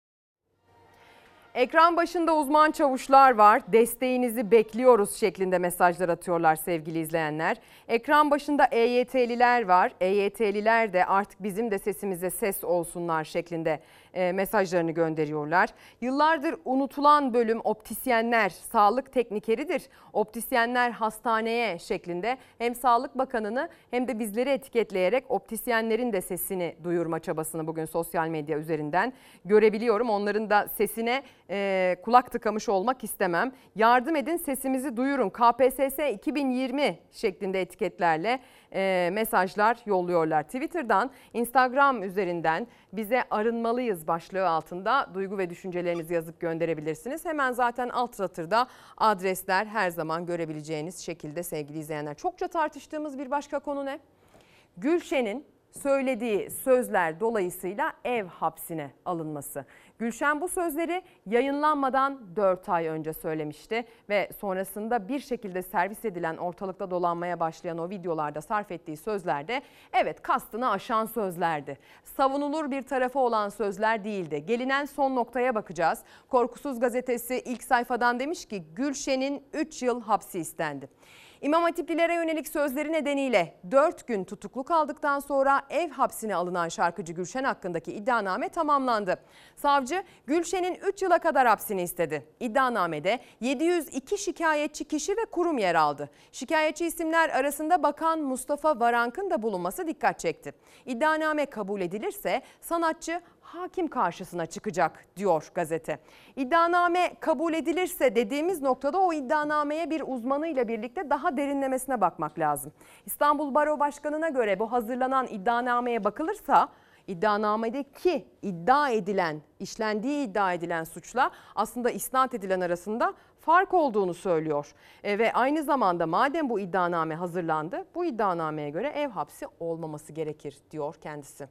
Ekran başında uzman çavuşlar var. Desteğinizi bekliyoruz şeklinde mesajlar atıyorlar sevgili izleyenler. Ekran başında E Y T'liler var. E Y T'liler de artık bizim de sesimize ses olsunlar şeklinde e, mesajlarını gönderiyorlar. Yıllardır unutulan bölüm optisyenler, sağlık teknikeridir. Optisyenler hastaneye şeklinde hem Sağlık Bakanı'nı hem de bizleri etiketleyerek optisyenlerin de sesini duyurma çabasını bugün sosyal medya üzerinden görebiliyorum. Onların da sesine e, kulak tıkamış olmak istemem. Yardım edin, sesimizi duyurun. K P S S iki bin yirmi şeklinde etiketlerle e, mesajlar yolluyorlar. Twitter'dan, Instagram üzerinden bize arınmalıyız başlığı altında duygu ve düşüncelerinizi yazıp gönderebilirsiniz. Hemen zaten alt satırda adresler her zaman görebileceğiniz şekilde sevgili izleyenler. Çokça tartıştığımız bir başka konu ne? Gülşen'in söylediği sözler dolayısıyla ev hapsine alınması. Gülşen bu sözleri yayınlanmadan dört ay önce söylemişti ve sonrasında bir şekilde servis edilen, ortalıkta dolanmaya başlayan o videolarda sarf ettiği sözlerde evet kastını aşan sözlerdi. Savunulur bir tarafı olan sözler değildi. Gelinen son noktaya bakacağız. Korkusuz gazetesi ilk sayfadan demiş ki Gülşen'in üç yıl hapsi istendi. İmam Hatiplilere yönelik sözleri nedeniyle dört gün tutuklu kaldıktan sonra ev hapsine alınan şarkıcı Gülşen hakkındaki iddianame tamamlandı. Savcı Gülşen'in üç yıla kadar hapsini istedi. İddianamede yedi yüz iki şikayetçi kişi ve kurum yer aldı. Şikayetçi isimler arasında Bakan Mustafa Varank'ın da bulunması dikkat çekti. İddianame kabul edilirse sanatçı hakim karşısına çıkacak diyor gazete. İddianame kabul edilirse dediğimiz noktada o iddianameye bir uzmanıyla birlikte daha derinlemesine bakmak lazım. İstanbul Baro Başkanı'na göre bu hazırlanan iddianameye bakılırsa iddianamedeki iddia edilen, işlendiği iddia edilen suçla aslında isnat edilen arasında fark olduğunu söylüyor. E, ve aynı zamanda madem bu iddianame hazırlandı, bu iddianameye göre ev hapsi olmaması gerekir diyor kendisi.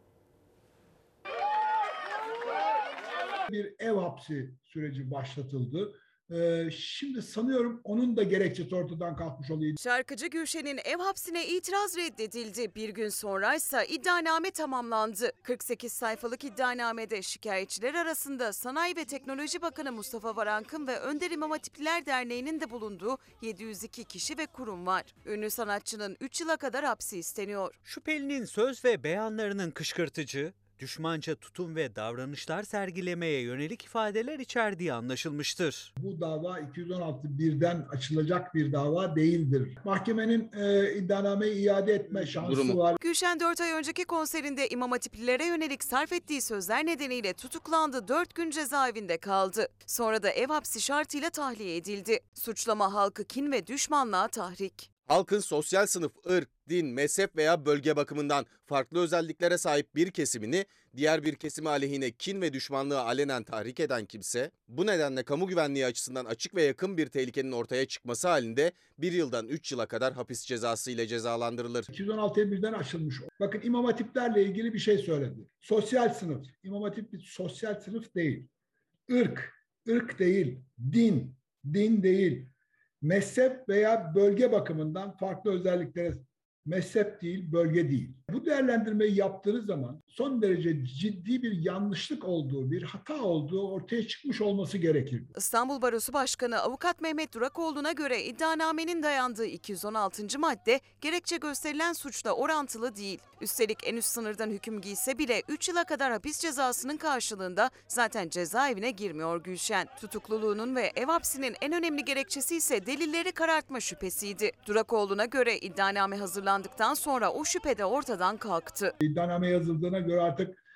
Bir ev hapsi süreci başlatıldı. Ee, şimdi sanıyorum onun da gerekçesi ortadan kalkmış oluyor. Şarkıcı Gülşen'in ev hapsine itiraz reddedildi. Bir gün sonraysa iddianame tamamlandı. kırk sekiz sayfalık iddianamede şikayetçiler arasında Sanayi ve Teknoloji Bakanı Mustafa Varank'ın ve Önder İmam Hatipliler Derneği'nin de bulunduğu yedi yüz iki kişi ve kurum var. Ünlü sanatçının üç yıla kadar hapsi isteniyor. Şüphelinin söz ve beyanlarının kışkırtıcı, düşmanca tutum ve davranışlar sergilemeye yönelik ifadeler içerdiği anlaşılmıştır. Bu dava iki yüz on altı birden açılacak bir dava değildir. Mahkemenin e, iddianameyi iade etme şansı Durumu. var. Gülşen dört ay önceki konserinde İmam Hatiplilere yönelik sarf ettiği sözler nedeniyle tutuklandı, dört gün cezaevinde kaldı. Sonra da ev hapsi şartıyla tahliye edildi. Suçlama halkı kin ve düşmanlığa tahrik. Halkın sosyal sınıf, ırk, din, mezhep veya bölge bakımından farklı özelliklere sahip bir kesimini diğer bir kesimi aleyhine kin ve düşmanlığı alenen tahrik eden kimse, bu nedenle kamu güvenliği açısından açık ve yakın bir tehlikenin ortaya çıkması halinde bir yıldan üç yıla kadar hapis cezası ile cezalandırılır. iki yüz on altıya birden açılmış. Bakın İmam Hatiplerle ilgili bir şey söyledi. Sosyal sınıf. İmam Hatip bir sosyal sınıf değil. Irk, ırk değil. Din, din değil. Mezhep veya bölge bakımından farklı özelliklere, mezhep değil, bölge değil. Bu değerlendirmeyi yaptığınız zaman son derece ciddi bir yanlışlık olduğu, bir hata olduğu ortaya çıkmış olması gerekir. İstanbul Barosu Başkanı Avukat Mehmet Durakoğlu'na göre iddianamenin dayandığı iki yüz on altıncı madde gerekçe gösterilen suçla orantılı değil. Üstelik en üst sınırdan hüküm giyse bile üç yıla kadar hapis cezasının karşılığında zaten cezaevine girmiyor Gülşen. Tutukluluğunun ve ev hapsinin en önemli gerekçesi ise delilleri karartma şüphesiydi. Durakoğlu'na göre iddianame hazırlandıktan sonra o şüphe de ortadan kalktı. İddianame yazıldığına göre artık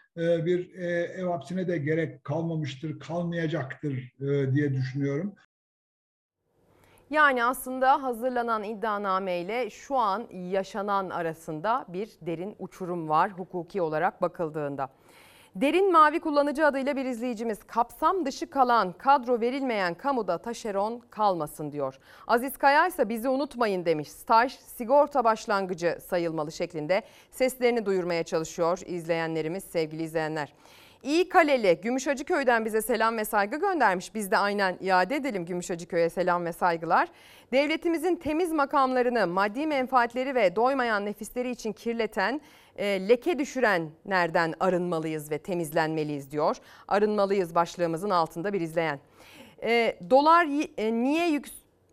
e, bir e, ev hapsine de gerek kalmamıştır, kalmayacaktır e, diye düşünüyorum. Yani aslında hazırlanan iddianameyle şu an yaşanan arasında bir derin uçurum var hukuki olarak bakıldığında. Derin Mavi kullanıcı adıyla bir izleyicimiz, kapsam dışı kalan, kadro verilmeyen kamuda taşeron kalmasın diyor. Aziz Kaya ise bizi unutmayın demiş. Staj sigorta başlangıcı sayılmalı şeklinde seslerini duyurmaya çalışıyor izleyenlerimiz, sevgili izleyenler. İyi Kaleli Gümüşhacıköy'den bize selam ve saygı göndermiş. Biz de aynen iade edelim Gümüşhacıköy'e selam ve saygılar. Devletimizin temiz makamlarını, maddi menfaatleri ve doymayan nefisleri için kirleten, e, leke düşürenlerden arınmalıyız ve temizlenmeliyiz diyor. Arınmalıyız başlığımızın altında bir izleyen. E, dolar e, niye yük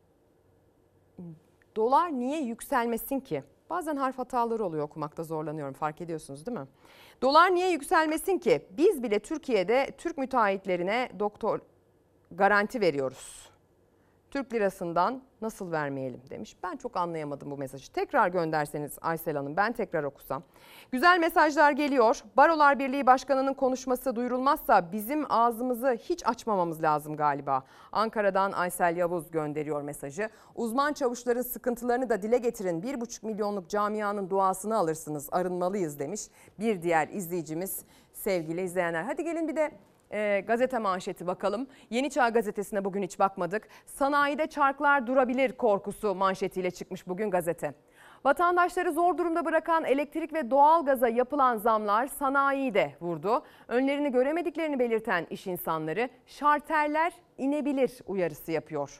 Dolar niye yükselmesin ki? Bazen harf hataları oluyor, okumakta zorlanıyorum, fark ediyorsunuz değil mi? Dolar niye yükselmesin ki? Biz bile Türkiye'de Türk müteahhitlerine doktor garanti veriyoruz. Türk lirasından nasıl vermeyelim demiş. Ben çok anlayamadım bu mesajı. Tekrar gönderseniz Aysel Hanım, ben tekrar okusam. Güzel mesajlar geliyor. Barolar Birliği Başkanı'nın konuşması duyurulmazsa bizim ağzımızı hiç açmamamız lazım galiba. Ankara'dan Aysel Yavuz gönderiyor mesajı. Uzman çavuşların sıkıntılarını da dile getirin. Bir buçuk milyonluk camianın duasını alırsınız. Arınmalıyız demiş bir diğer izleyicimiz, sevgili izleyenler. Hadi gelin bir de E, gazete manşeti bakalım. Yeni Çağ gazetesine bugün hiç bakmadık. Sanayide çarklar durabilir korkusu manşetiyle çıkmış bugün gazete. Vatandaşları zor durumda bırakan elektrik ve doğalgaza yapılan zamlar sanayiyi de vurdu. Önlerini göremediklerini belirten iş insanları şarterler inebilir uyarısı yapıyor.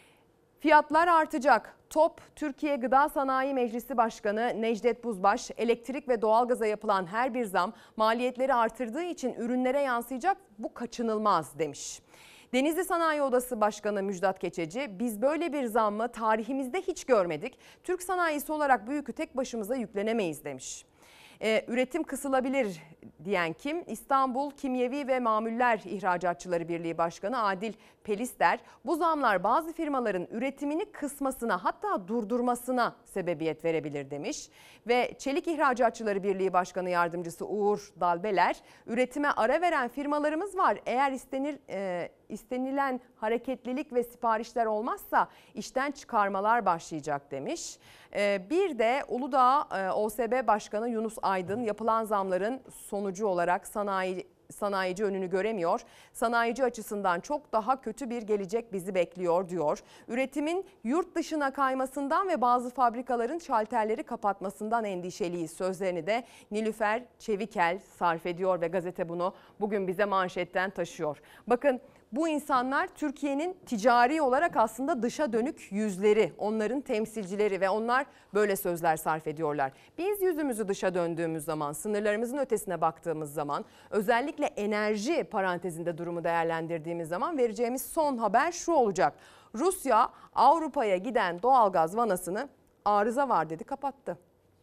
Fiyatlar artacak. TOP, Türkiye Gıda Sanayi Meclisi Başkanı Necdet Buzbaş, elektrik ve doğalgaza yapılan her bir zam maliyetleri artırdığı için ürünlere yansıyacak, bu kaçınılmaz demiş. Denizli Sanayi Odası Başkanı Müjdat Keçeci, biz böyle bir zammı tarihimizde hiç görmedik. Türk sanayisi olarak bu yükü tek başımıza yüklenemeyiz demiş. Ee, üretim kısılabilir diyen kim? İstanbul Kimyevi ve Mamuller İhracatçıları Birliği Başkanı Adil Pelister, bu zamlar bazı firmaların üretimini kısmasına, hatta durdurmasına sebebiyet verebilir demiş. Ve Çelik İhracatçıları Birliği Başkanı Yardımcısı Uğur Dalbeler, üretime ara veren firmalarımız var. Eğer istenir, e, istenilen hareketlilik ve siparişler olmazsa işten çıkarmalar başlayacak demiş. E, bir de Uludağ e, O S B Başkanı Yunus Aydın, yapılan zamların sonucu olarak sanayi sanayici önünü göremiyor. Sanayici açısından çok daha kötü bir gelecek bizi bekliyor diyor. Üretimin yurt dışına kaymasından ve bazı fabrikaların şalterleri kapatmasından endişeliyiz sözlerini de Nilüfer Çevikel sarf ediyor ve gazete bunu bugün bize manşetten taşıyor. Bakın, bu insanlar Türkiye'nin ticari olarak aslında dışa dönük yüzleri, onların temsilcileri ve onlar böyle sözler sarf ediyorlar. Biz yüzümüzü dışa döndüğümüz zaman, sınırlarımızın ötesine baktığımız zaman, özellikle enerji parantezinde durumu değerlendirdiğimiz zaman vereceğimiz son haber şu olacak. Rusya Avrupa'ya giden doğalgaz vanasını arıza var dedi, kapattı.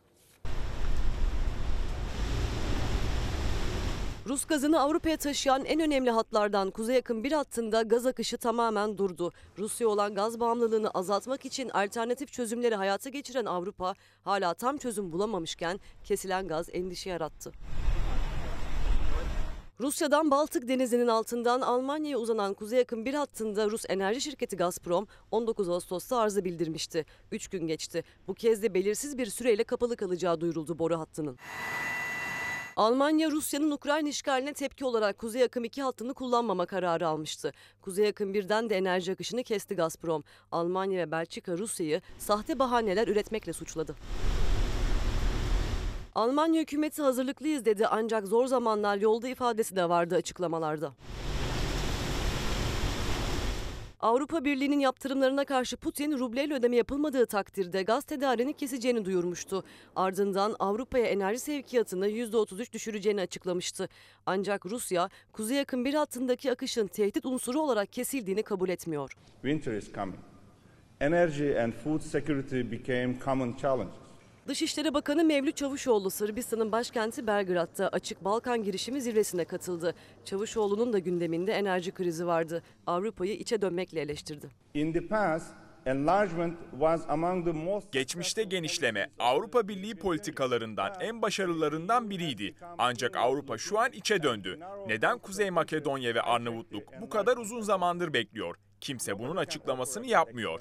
Rus gazını Avrupa'ya taşıyan en önemli hatlardan kuzey yakın bir hattında gaz akışı tamamen durdu. Rusya olan gaz bağımlılığını azaltmak için alternatif çözümleri hayata geçiren Avrupa hala tam çözüm bulamamışken kesilen gaz endişe yarattı. Rusya'dan Baltık Denizi'nin altından Almanya'ya uzanan kuzey yakın bir hattında Rus enerji şirketi Gazprom on dokuz Ağustos'ta arıza bildirmişti. üç gün geçti. Bu kez de belirsiz bir süreyle kapalı kalacağı duyuruldu boru hattının. Almanya, Rusya'nın Ukrayna işgaline tepki olarak Kuzey Akım iki hattını kullanmama kararı almıştı. Kuzey Akım birden de enerji akışını kesti Gazprom. Almanya ve Belçika Rusya'yı sahte bahaneler üretmekle suçladı. Almanya hükümeti hazırlıklıyız dedi ancak zor zamanlar yolda ifadesi de vardı açıklamalarda. Avrupa Birliği'nin yaptırımlarına karşı Putin, rubleyle ödeme yapılmadığı takdirde gaz tedariğini keseceğini duyurmuştu. Ardından Avrupa'ya enerji sevkiyatını yüzde otuz üç düşüreceğini açıklamıştı. Ancak Rusya, Kuzey Akım bir hattındaki akışın tehdit unsuru olarak kesildiğini kabul etmiyor. Winter is coming. Energy and food security became common challenges. Dışişleri Bakanı Mevlüt Çavuşoğlu, Sırbistan'ın başkenti Belgrad'da Açık Balkan girişimi zirvesine katıldı. Çavuşoğlu'nun da gündeminde enerji krizi vardı. Avrupa'yı içe dönmekle eleştirdi. In the past, Enlargement was among the most... Geçmişte genişleme Avrupa Birliği politikalarından en başarılılarından biriydi. Ancak Avrupa şu an içe döndü. Neden Kuzey Makedonya ve Arnavutluk bu kadar uzun zamandır bekliyor? Kimse bunun açıklamasını yapmıyor.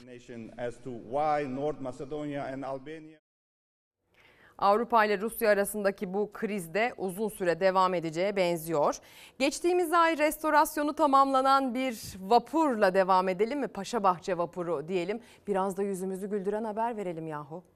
Avrupa ile Rusya arasındaki bu kriz de uzun süre devam edeceğe benziyor. Geçtiğimiz ay restorasyonu tamamlanan bir vapurla devam edelim mi? Paşabahçe vapuru diyelim. Biraz da yüzümüzü güldüren haber verelim yahu.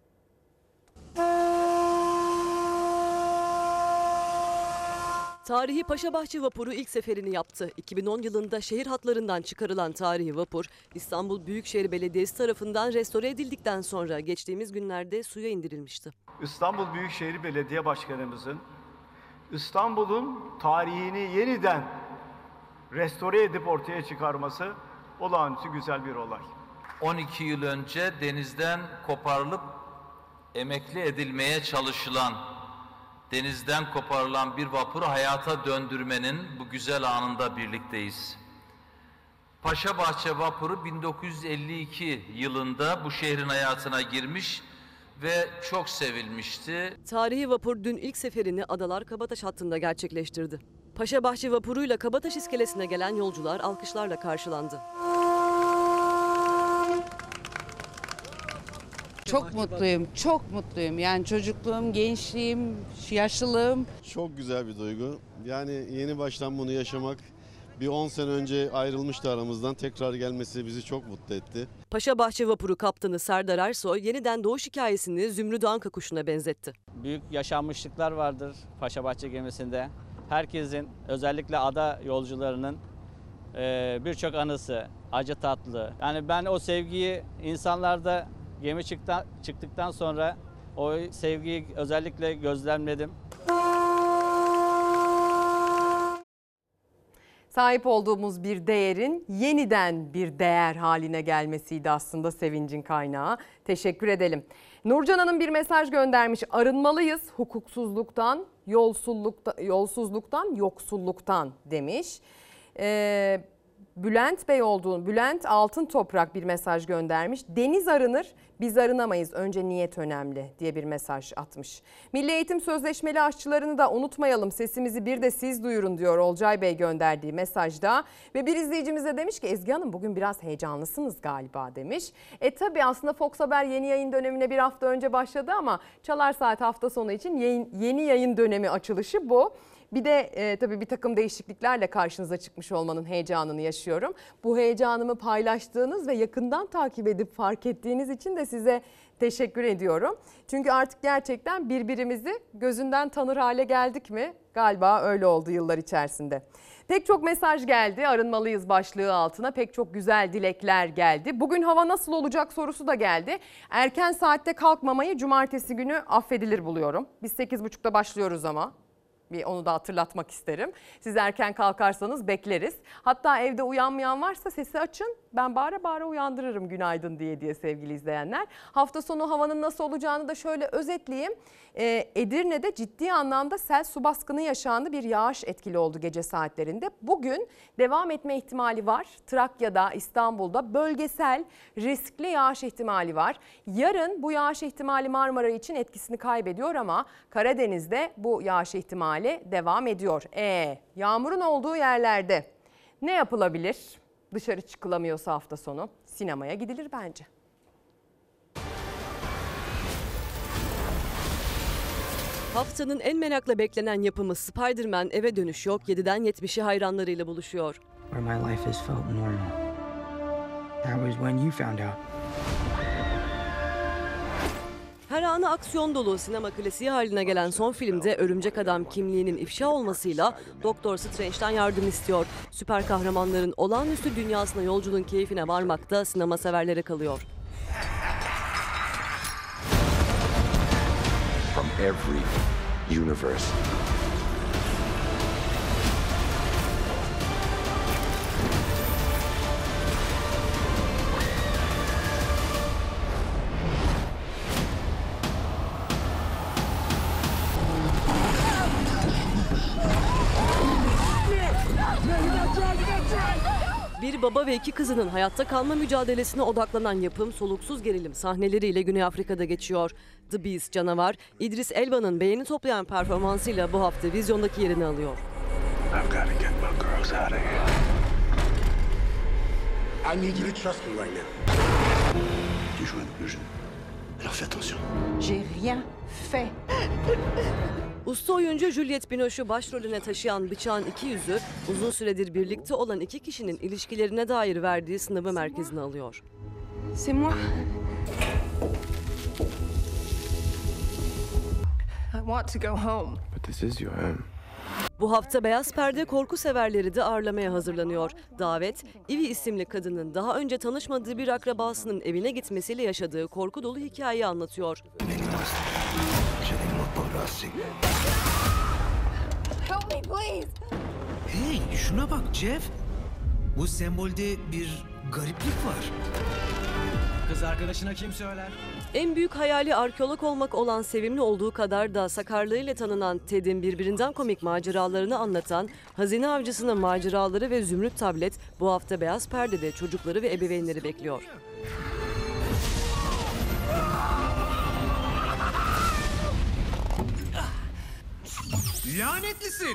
Tarihi Paşabahçe vapuru ilk seferini yaptı. iki bin on yılında şehir hatlarından çıkarılan tarihi vapur, İstanbul Büyükşehir Belediyesi tarafından restore edildikten sonra geçtiğimiz günlerde suya indirilmişti. İstanbul Büyükşehir Belediye Başkanımızın İstanbul'un tarihini yeniden restore edip ortaya çıkarması olağanüstü güzel bir olay. on iki yıl önce denizden koparılıp emekli edilmeye çalışılan, denizden koparılan bir vapuru hayata döndürmenin bu güzel anında birlikteyiz. Paşabahçe vapuru bin dokuz yüz elli iki yılında bu şehrin hayatına girmiş ve çok sevilmişti. Tarihi vapur dün ilk seferini Adalar Kabataş hattında gerçekleştirdi. Paşabahçe vapuruyla Kabataş iskelesine gelen yolcular alkışlarla karşılandı. Çok mutluyum, çok mutluyum. Yani çocukluğum, gençliğim, yaşlılığım. Çok güzel bir duygu. Yani yeni baştan bunu yaşamak, bir on sene önce ayrılmıştı aramızdan, tekrar gelmesi bizi çok mutlu etti. Paşabahçe vapuru kaptanı Serdar Ersoy yeniden doğuş hikayesini Zümrüt Anka kuşuna benzetti. Büyük yaşanmışlıklar vardır Paşabahçe gemisinde. Herkesin, özellikle ada yolcularının birçok anısı, acı tatlı. Yani ben o sevgiyi insanlarda gemi çıktı, çıktıktan sonra o sevgiyi özellikle gözlemledim. Sahip olduğumuz bir değerin yeniden bir değer haline gelmesiydi aslında sevincin kaynağı. Teşekkür edelim. Nurcan Hanım bir mesaj göndermiş. Arınmalıyız hukuksuzluktan, yolsuzluktan, yolsuzluktan, yoksulluktan demiş. Ee, Bülent Bey olduğunu, Bülent Altın Toprak bir mesaj göndermiş. Deniz arınır, biz arınamayız. Önce niyet önemli diye bir mesaj atmış. Milli Eğitim Sözleşmeli aşçılarını da unutmayalım. Sesimizi bir de siz duyurun diyor Olcay Bey gönderdiği mesajda. Ve bir izleyicimiz de demiş ki Ezgi Hanım bugün biraz heyecanlısınız galiba demiş. E tabii aslında Fox Haber yeni yayın dönemine bir hafta önce başladı ama Çalar Saat hafta sonu için yayın, yeni yayın dönemi açılışı bu. Bir de e, tabii bir takım değişikliklerle karşınıza çıkmış olmanın heyecanını yaşıyorum. Bu heyecanımı paylaştığınız ve yakından takip edip fark ettiğiniz için de size teşekkür ediyorum. Çünkü artık gerçekten birbirimizi gözünden tanır hale geldik mi? Galiba öyle oldu yıllar içerisinde. Pek çok mesaj geldi, arınmalıyız başlığı altına pek çok güzel dilekler geldi. Bugün hava nasıl olacak sorusu da geldi. Erken saatte kalkmamayı cumartesi günü affedilir buluyorum. Biz sekiz buçukta başlıyoruz ama. Bir onu da hatırlatmak isterim. Siz erken kalkarsanız bekleriz. Hatta evde uyanmayan varsa sesi açın. Ben bağıra bağıra uyandırırım günaydın diye diye sevgili izleyenler. Hafta sonu havanın nasıl olacağını da şöyle özetleyeyim. Ee, Edirne'de ciddi anlamda sel su baskını yaşandı. Bir yağış etkili oldu gece saatlerinde. Bugün devam etme ihtimali var. Trakya'da, İstanbul'da bölgesel riskli yağış ihtimali var. Yarın bu yağış ihtimali Marmara için etkisini kaybediyor ama Karadeniz'de bu yağış ihtimali devam ediyor. E, yağmurun olduğu yerlerde ne yapılabilir? Dışarı çıkılamıyorsa hafta sonu sinemaya gidilir bence. Haftanın en merakla beklenen yapımı Spider-Man Eve Dönüş Yok yediden yetmişe hayranlarıyla buluşuyor. Where my life has felt normal. That was when you found out. Her anı aksiyon dolu sinema klasiği haline gelen son filmde Örümcek Adam kimliğinin ifşa olmasıyla Doktor Strange'den yardım istiyor. Süper kahramanların olağanüstü dünyasına yolculuğun keyfine varmak da sinema severlere kalıyor. From every universe. Bir baba ve iki kızının hayatta kalma mücadelesine odaklanan yapım soluksuz gerilim sahneleriyle Güney Afrika'da geçiyor. The Beast canavar, İdris Elba'nın beğeni toplayan performansıyla bu hafta vizyondaki yerini alıyor. I need you to trust me right now. Tu joues avec le jeu. Alors fais attention. J'ai rien fait. Usta oyuncu Juliette Binoche'u başrolüne taşıyan Bıçağın İki Yüzü, uzun süredir birlikte olan iki kişinin ilişkilerine dair verdiği sınavı merkezine alıyor. C'est moi. I want to go home. But this is your home. Bu hafta Beyaz Perde korku severleri de ağırlamaya hazırlanıyor. Davet, Ivy isimli kadının daha önce tanışmadığı bir akrabasının evine gitmesiyle yaşadığı korku dolu hikayeyi anlatıyor. Help me please. Hey, şuna bak Jeff. Bu sembolde bir gariplik var. Kız arkadaşına kim söyler? En büyük hayali arkeolog olmak olan sevimli olduğu kadar da sakarlığıyla tanınan Ted'in birbirinden komik maceralarını anlatan Hazine Avcısı'nın maceraları ve Zümrüt Tablet bu hafta Beyaz Perde'de çocukları ve ebeveynleri bekliyor. Lanetlisin.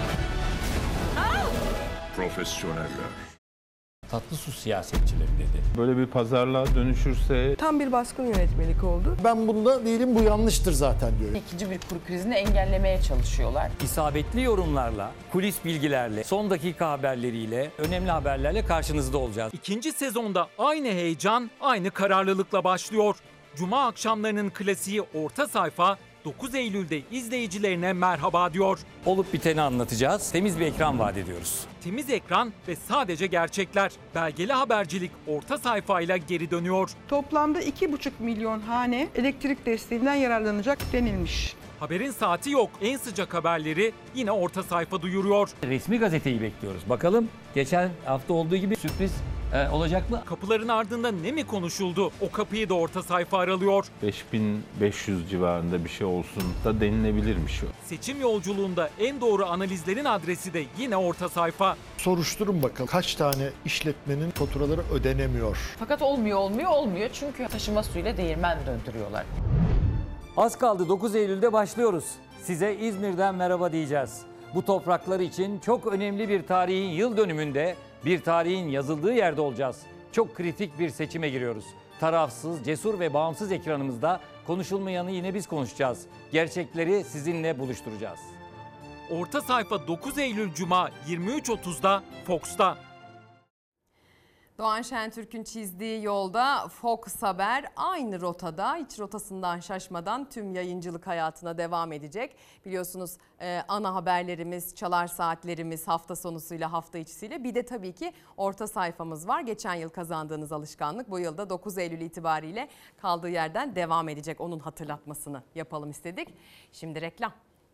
Profesyoneller. Tatlı su siyasetçileri dedi. Böyle bir pazarlığa dönüşürse... Tam bir baskın yönetmelik oldu. Ben bunda değilim, bu yanlıştır zaten diyorum. İkinci bir kur krizini engellemeye çalışıyorlar. İsabetli yorumlarla, kulis bilgilerle, son dakika haberleriyle, önemli haberlerle karşınızda olacağız. İkinci sezonda aynı heyecan, aynı kararlılıkla başlıyor. Cuma akşamlarının klasiği Orta Sayfa, dokuz Eylül'de izleyicilerine merhaba diyor. Olup biteni anlatacağız. Temiz bir ekran vaat ediyoruz. Temiz ekran ve sadece gerçekler. Belgeli habercilik Orta Sayfa'yla geri dönüyor. Toplamda iki buçuk milyon hane elektrik desteğinden yararlanacak denilmiş. Haberin saati yok. En sıcak haberleri yine Orta Sayfa duyuruyor. Resmi gazeteyi bekliyoruz. Bakalım geçen hafta olduğu gibi sürpriz e, olacak mı? Kapıların ardında ne mi konuşuldu? O kapıyı da Orta Sayfa aralıyor. beş bin beş yüz civarında bir şey olsun da denilebilirmiş o. Seçim yolculuğunda en doğru analizlerin adresi de yine Orta Sayfa. Soruşturun bakalım kaç tane işletmenin faturaları ödenemiyor. Fakat olmuyor olmuyor olmuyor çünkü taşıma suyuyla değirmen döndürüyorlar. Az kaldı, dokuz Eylül'de başlıyoruz. Size İzmir'den merhaba diyeceğiz. Bu topraklar için çok önemli bir tarihin yıl dönümünde, bir tarihin yazıldığı yerde olacağız. Çok kritik bir seçime giriyoruz. Tarafsız, cesur ve bağımsız ekranımızda konuşulmayanı yine biz konuşacağız. Gerçekleri sizinle buluşturacağız. Orta Sayfa dokuz Eylül Cuma yirmi üç otuzda Fox'ta. Doğan Şentürk'ün çizdiği yolda Fox Haber aynı rotada, hiç rotasından şaşmadan tüm yayıncılık hayatına devam edecek. Biliyorsunuz e, ana haberlerimiz, çalar saatlerimiz hafta sonusuyla hafta içisiyle, bir de tabii ki Orta Sayfamız var. Geçen yıl kazandığınız alışkanlık bu yılda dokuz Eylül itibariyle kaldığı yerden devam edecek. Onun hatırlatmasını yapalım istedik. Şimdi reklam.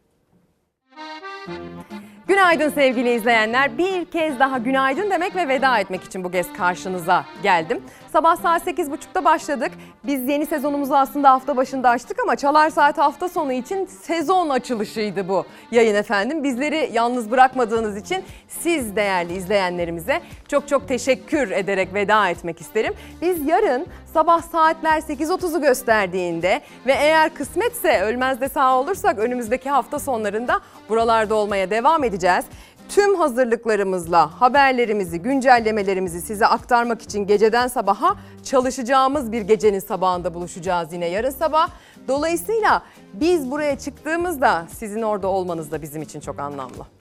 Günaydın sevgili izleyenler. Bir kez daha günaydın demek ve veda etmek için bu kez karşınıza geldim. Sabah saat sekiz buçukta başladık. Biz yeni sezonumuzu aslında hafta başında açtık ama Çalar Saat hafta sonu için sezon açılışıydı bu yayın efendim. Bizleri yalnız bırakmadığınız için siz değerli izleyenlerimize çok çok teşekkür ederek veda etmek isterim. Biz yarın sabah saatler sekiz otuzu gösterdiğinde ve eğer kısmetse ölmez de sağ olursak önümüzdeki hafta sonlarında buralarda olmaya devam edeceğiz. Tüm hazırlıklarımızla haberlerimizi, güncellemelerimizi size aktarmak için geceden sabaha çalışacağımız bir gecenin sabahında buluşacağız yine yarın sabah. Dolayısıyla biz buraya çıktığımızda sizin orada olmanız da bizim için çok anlamlı.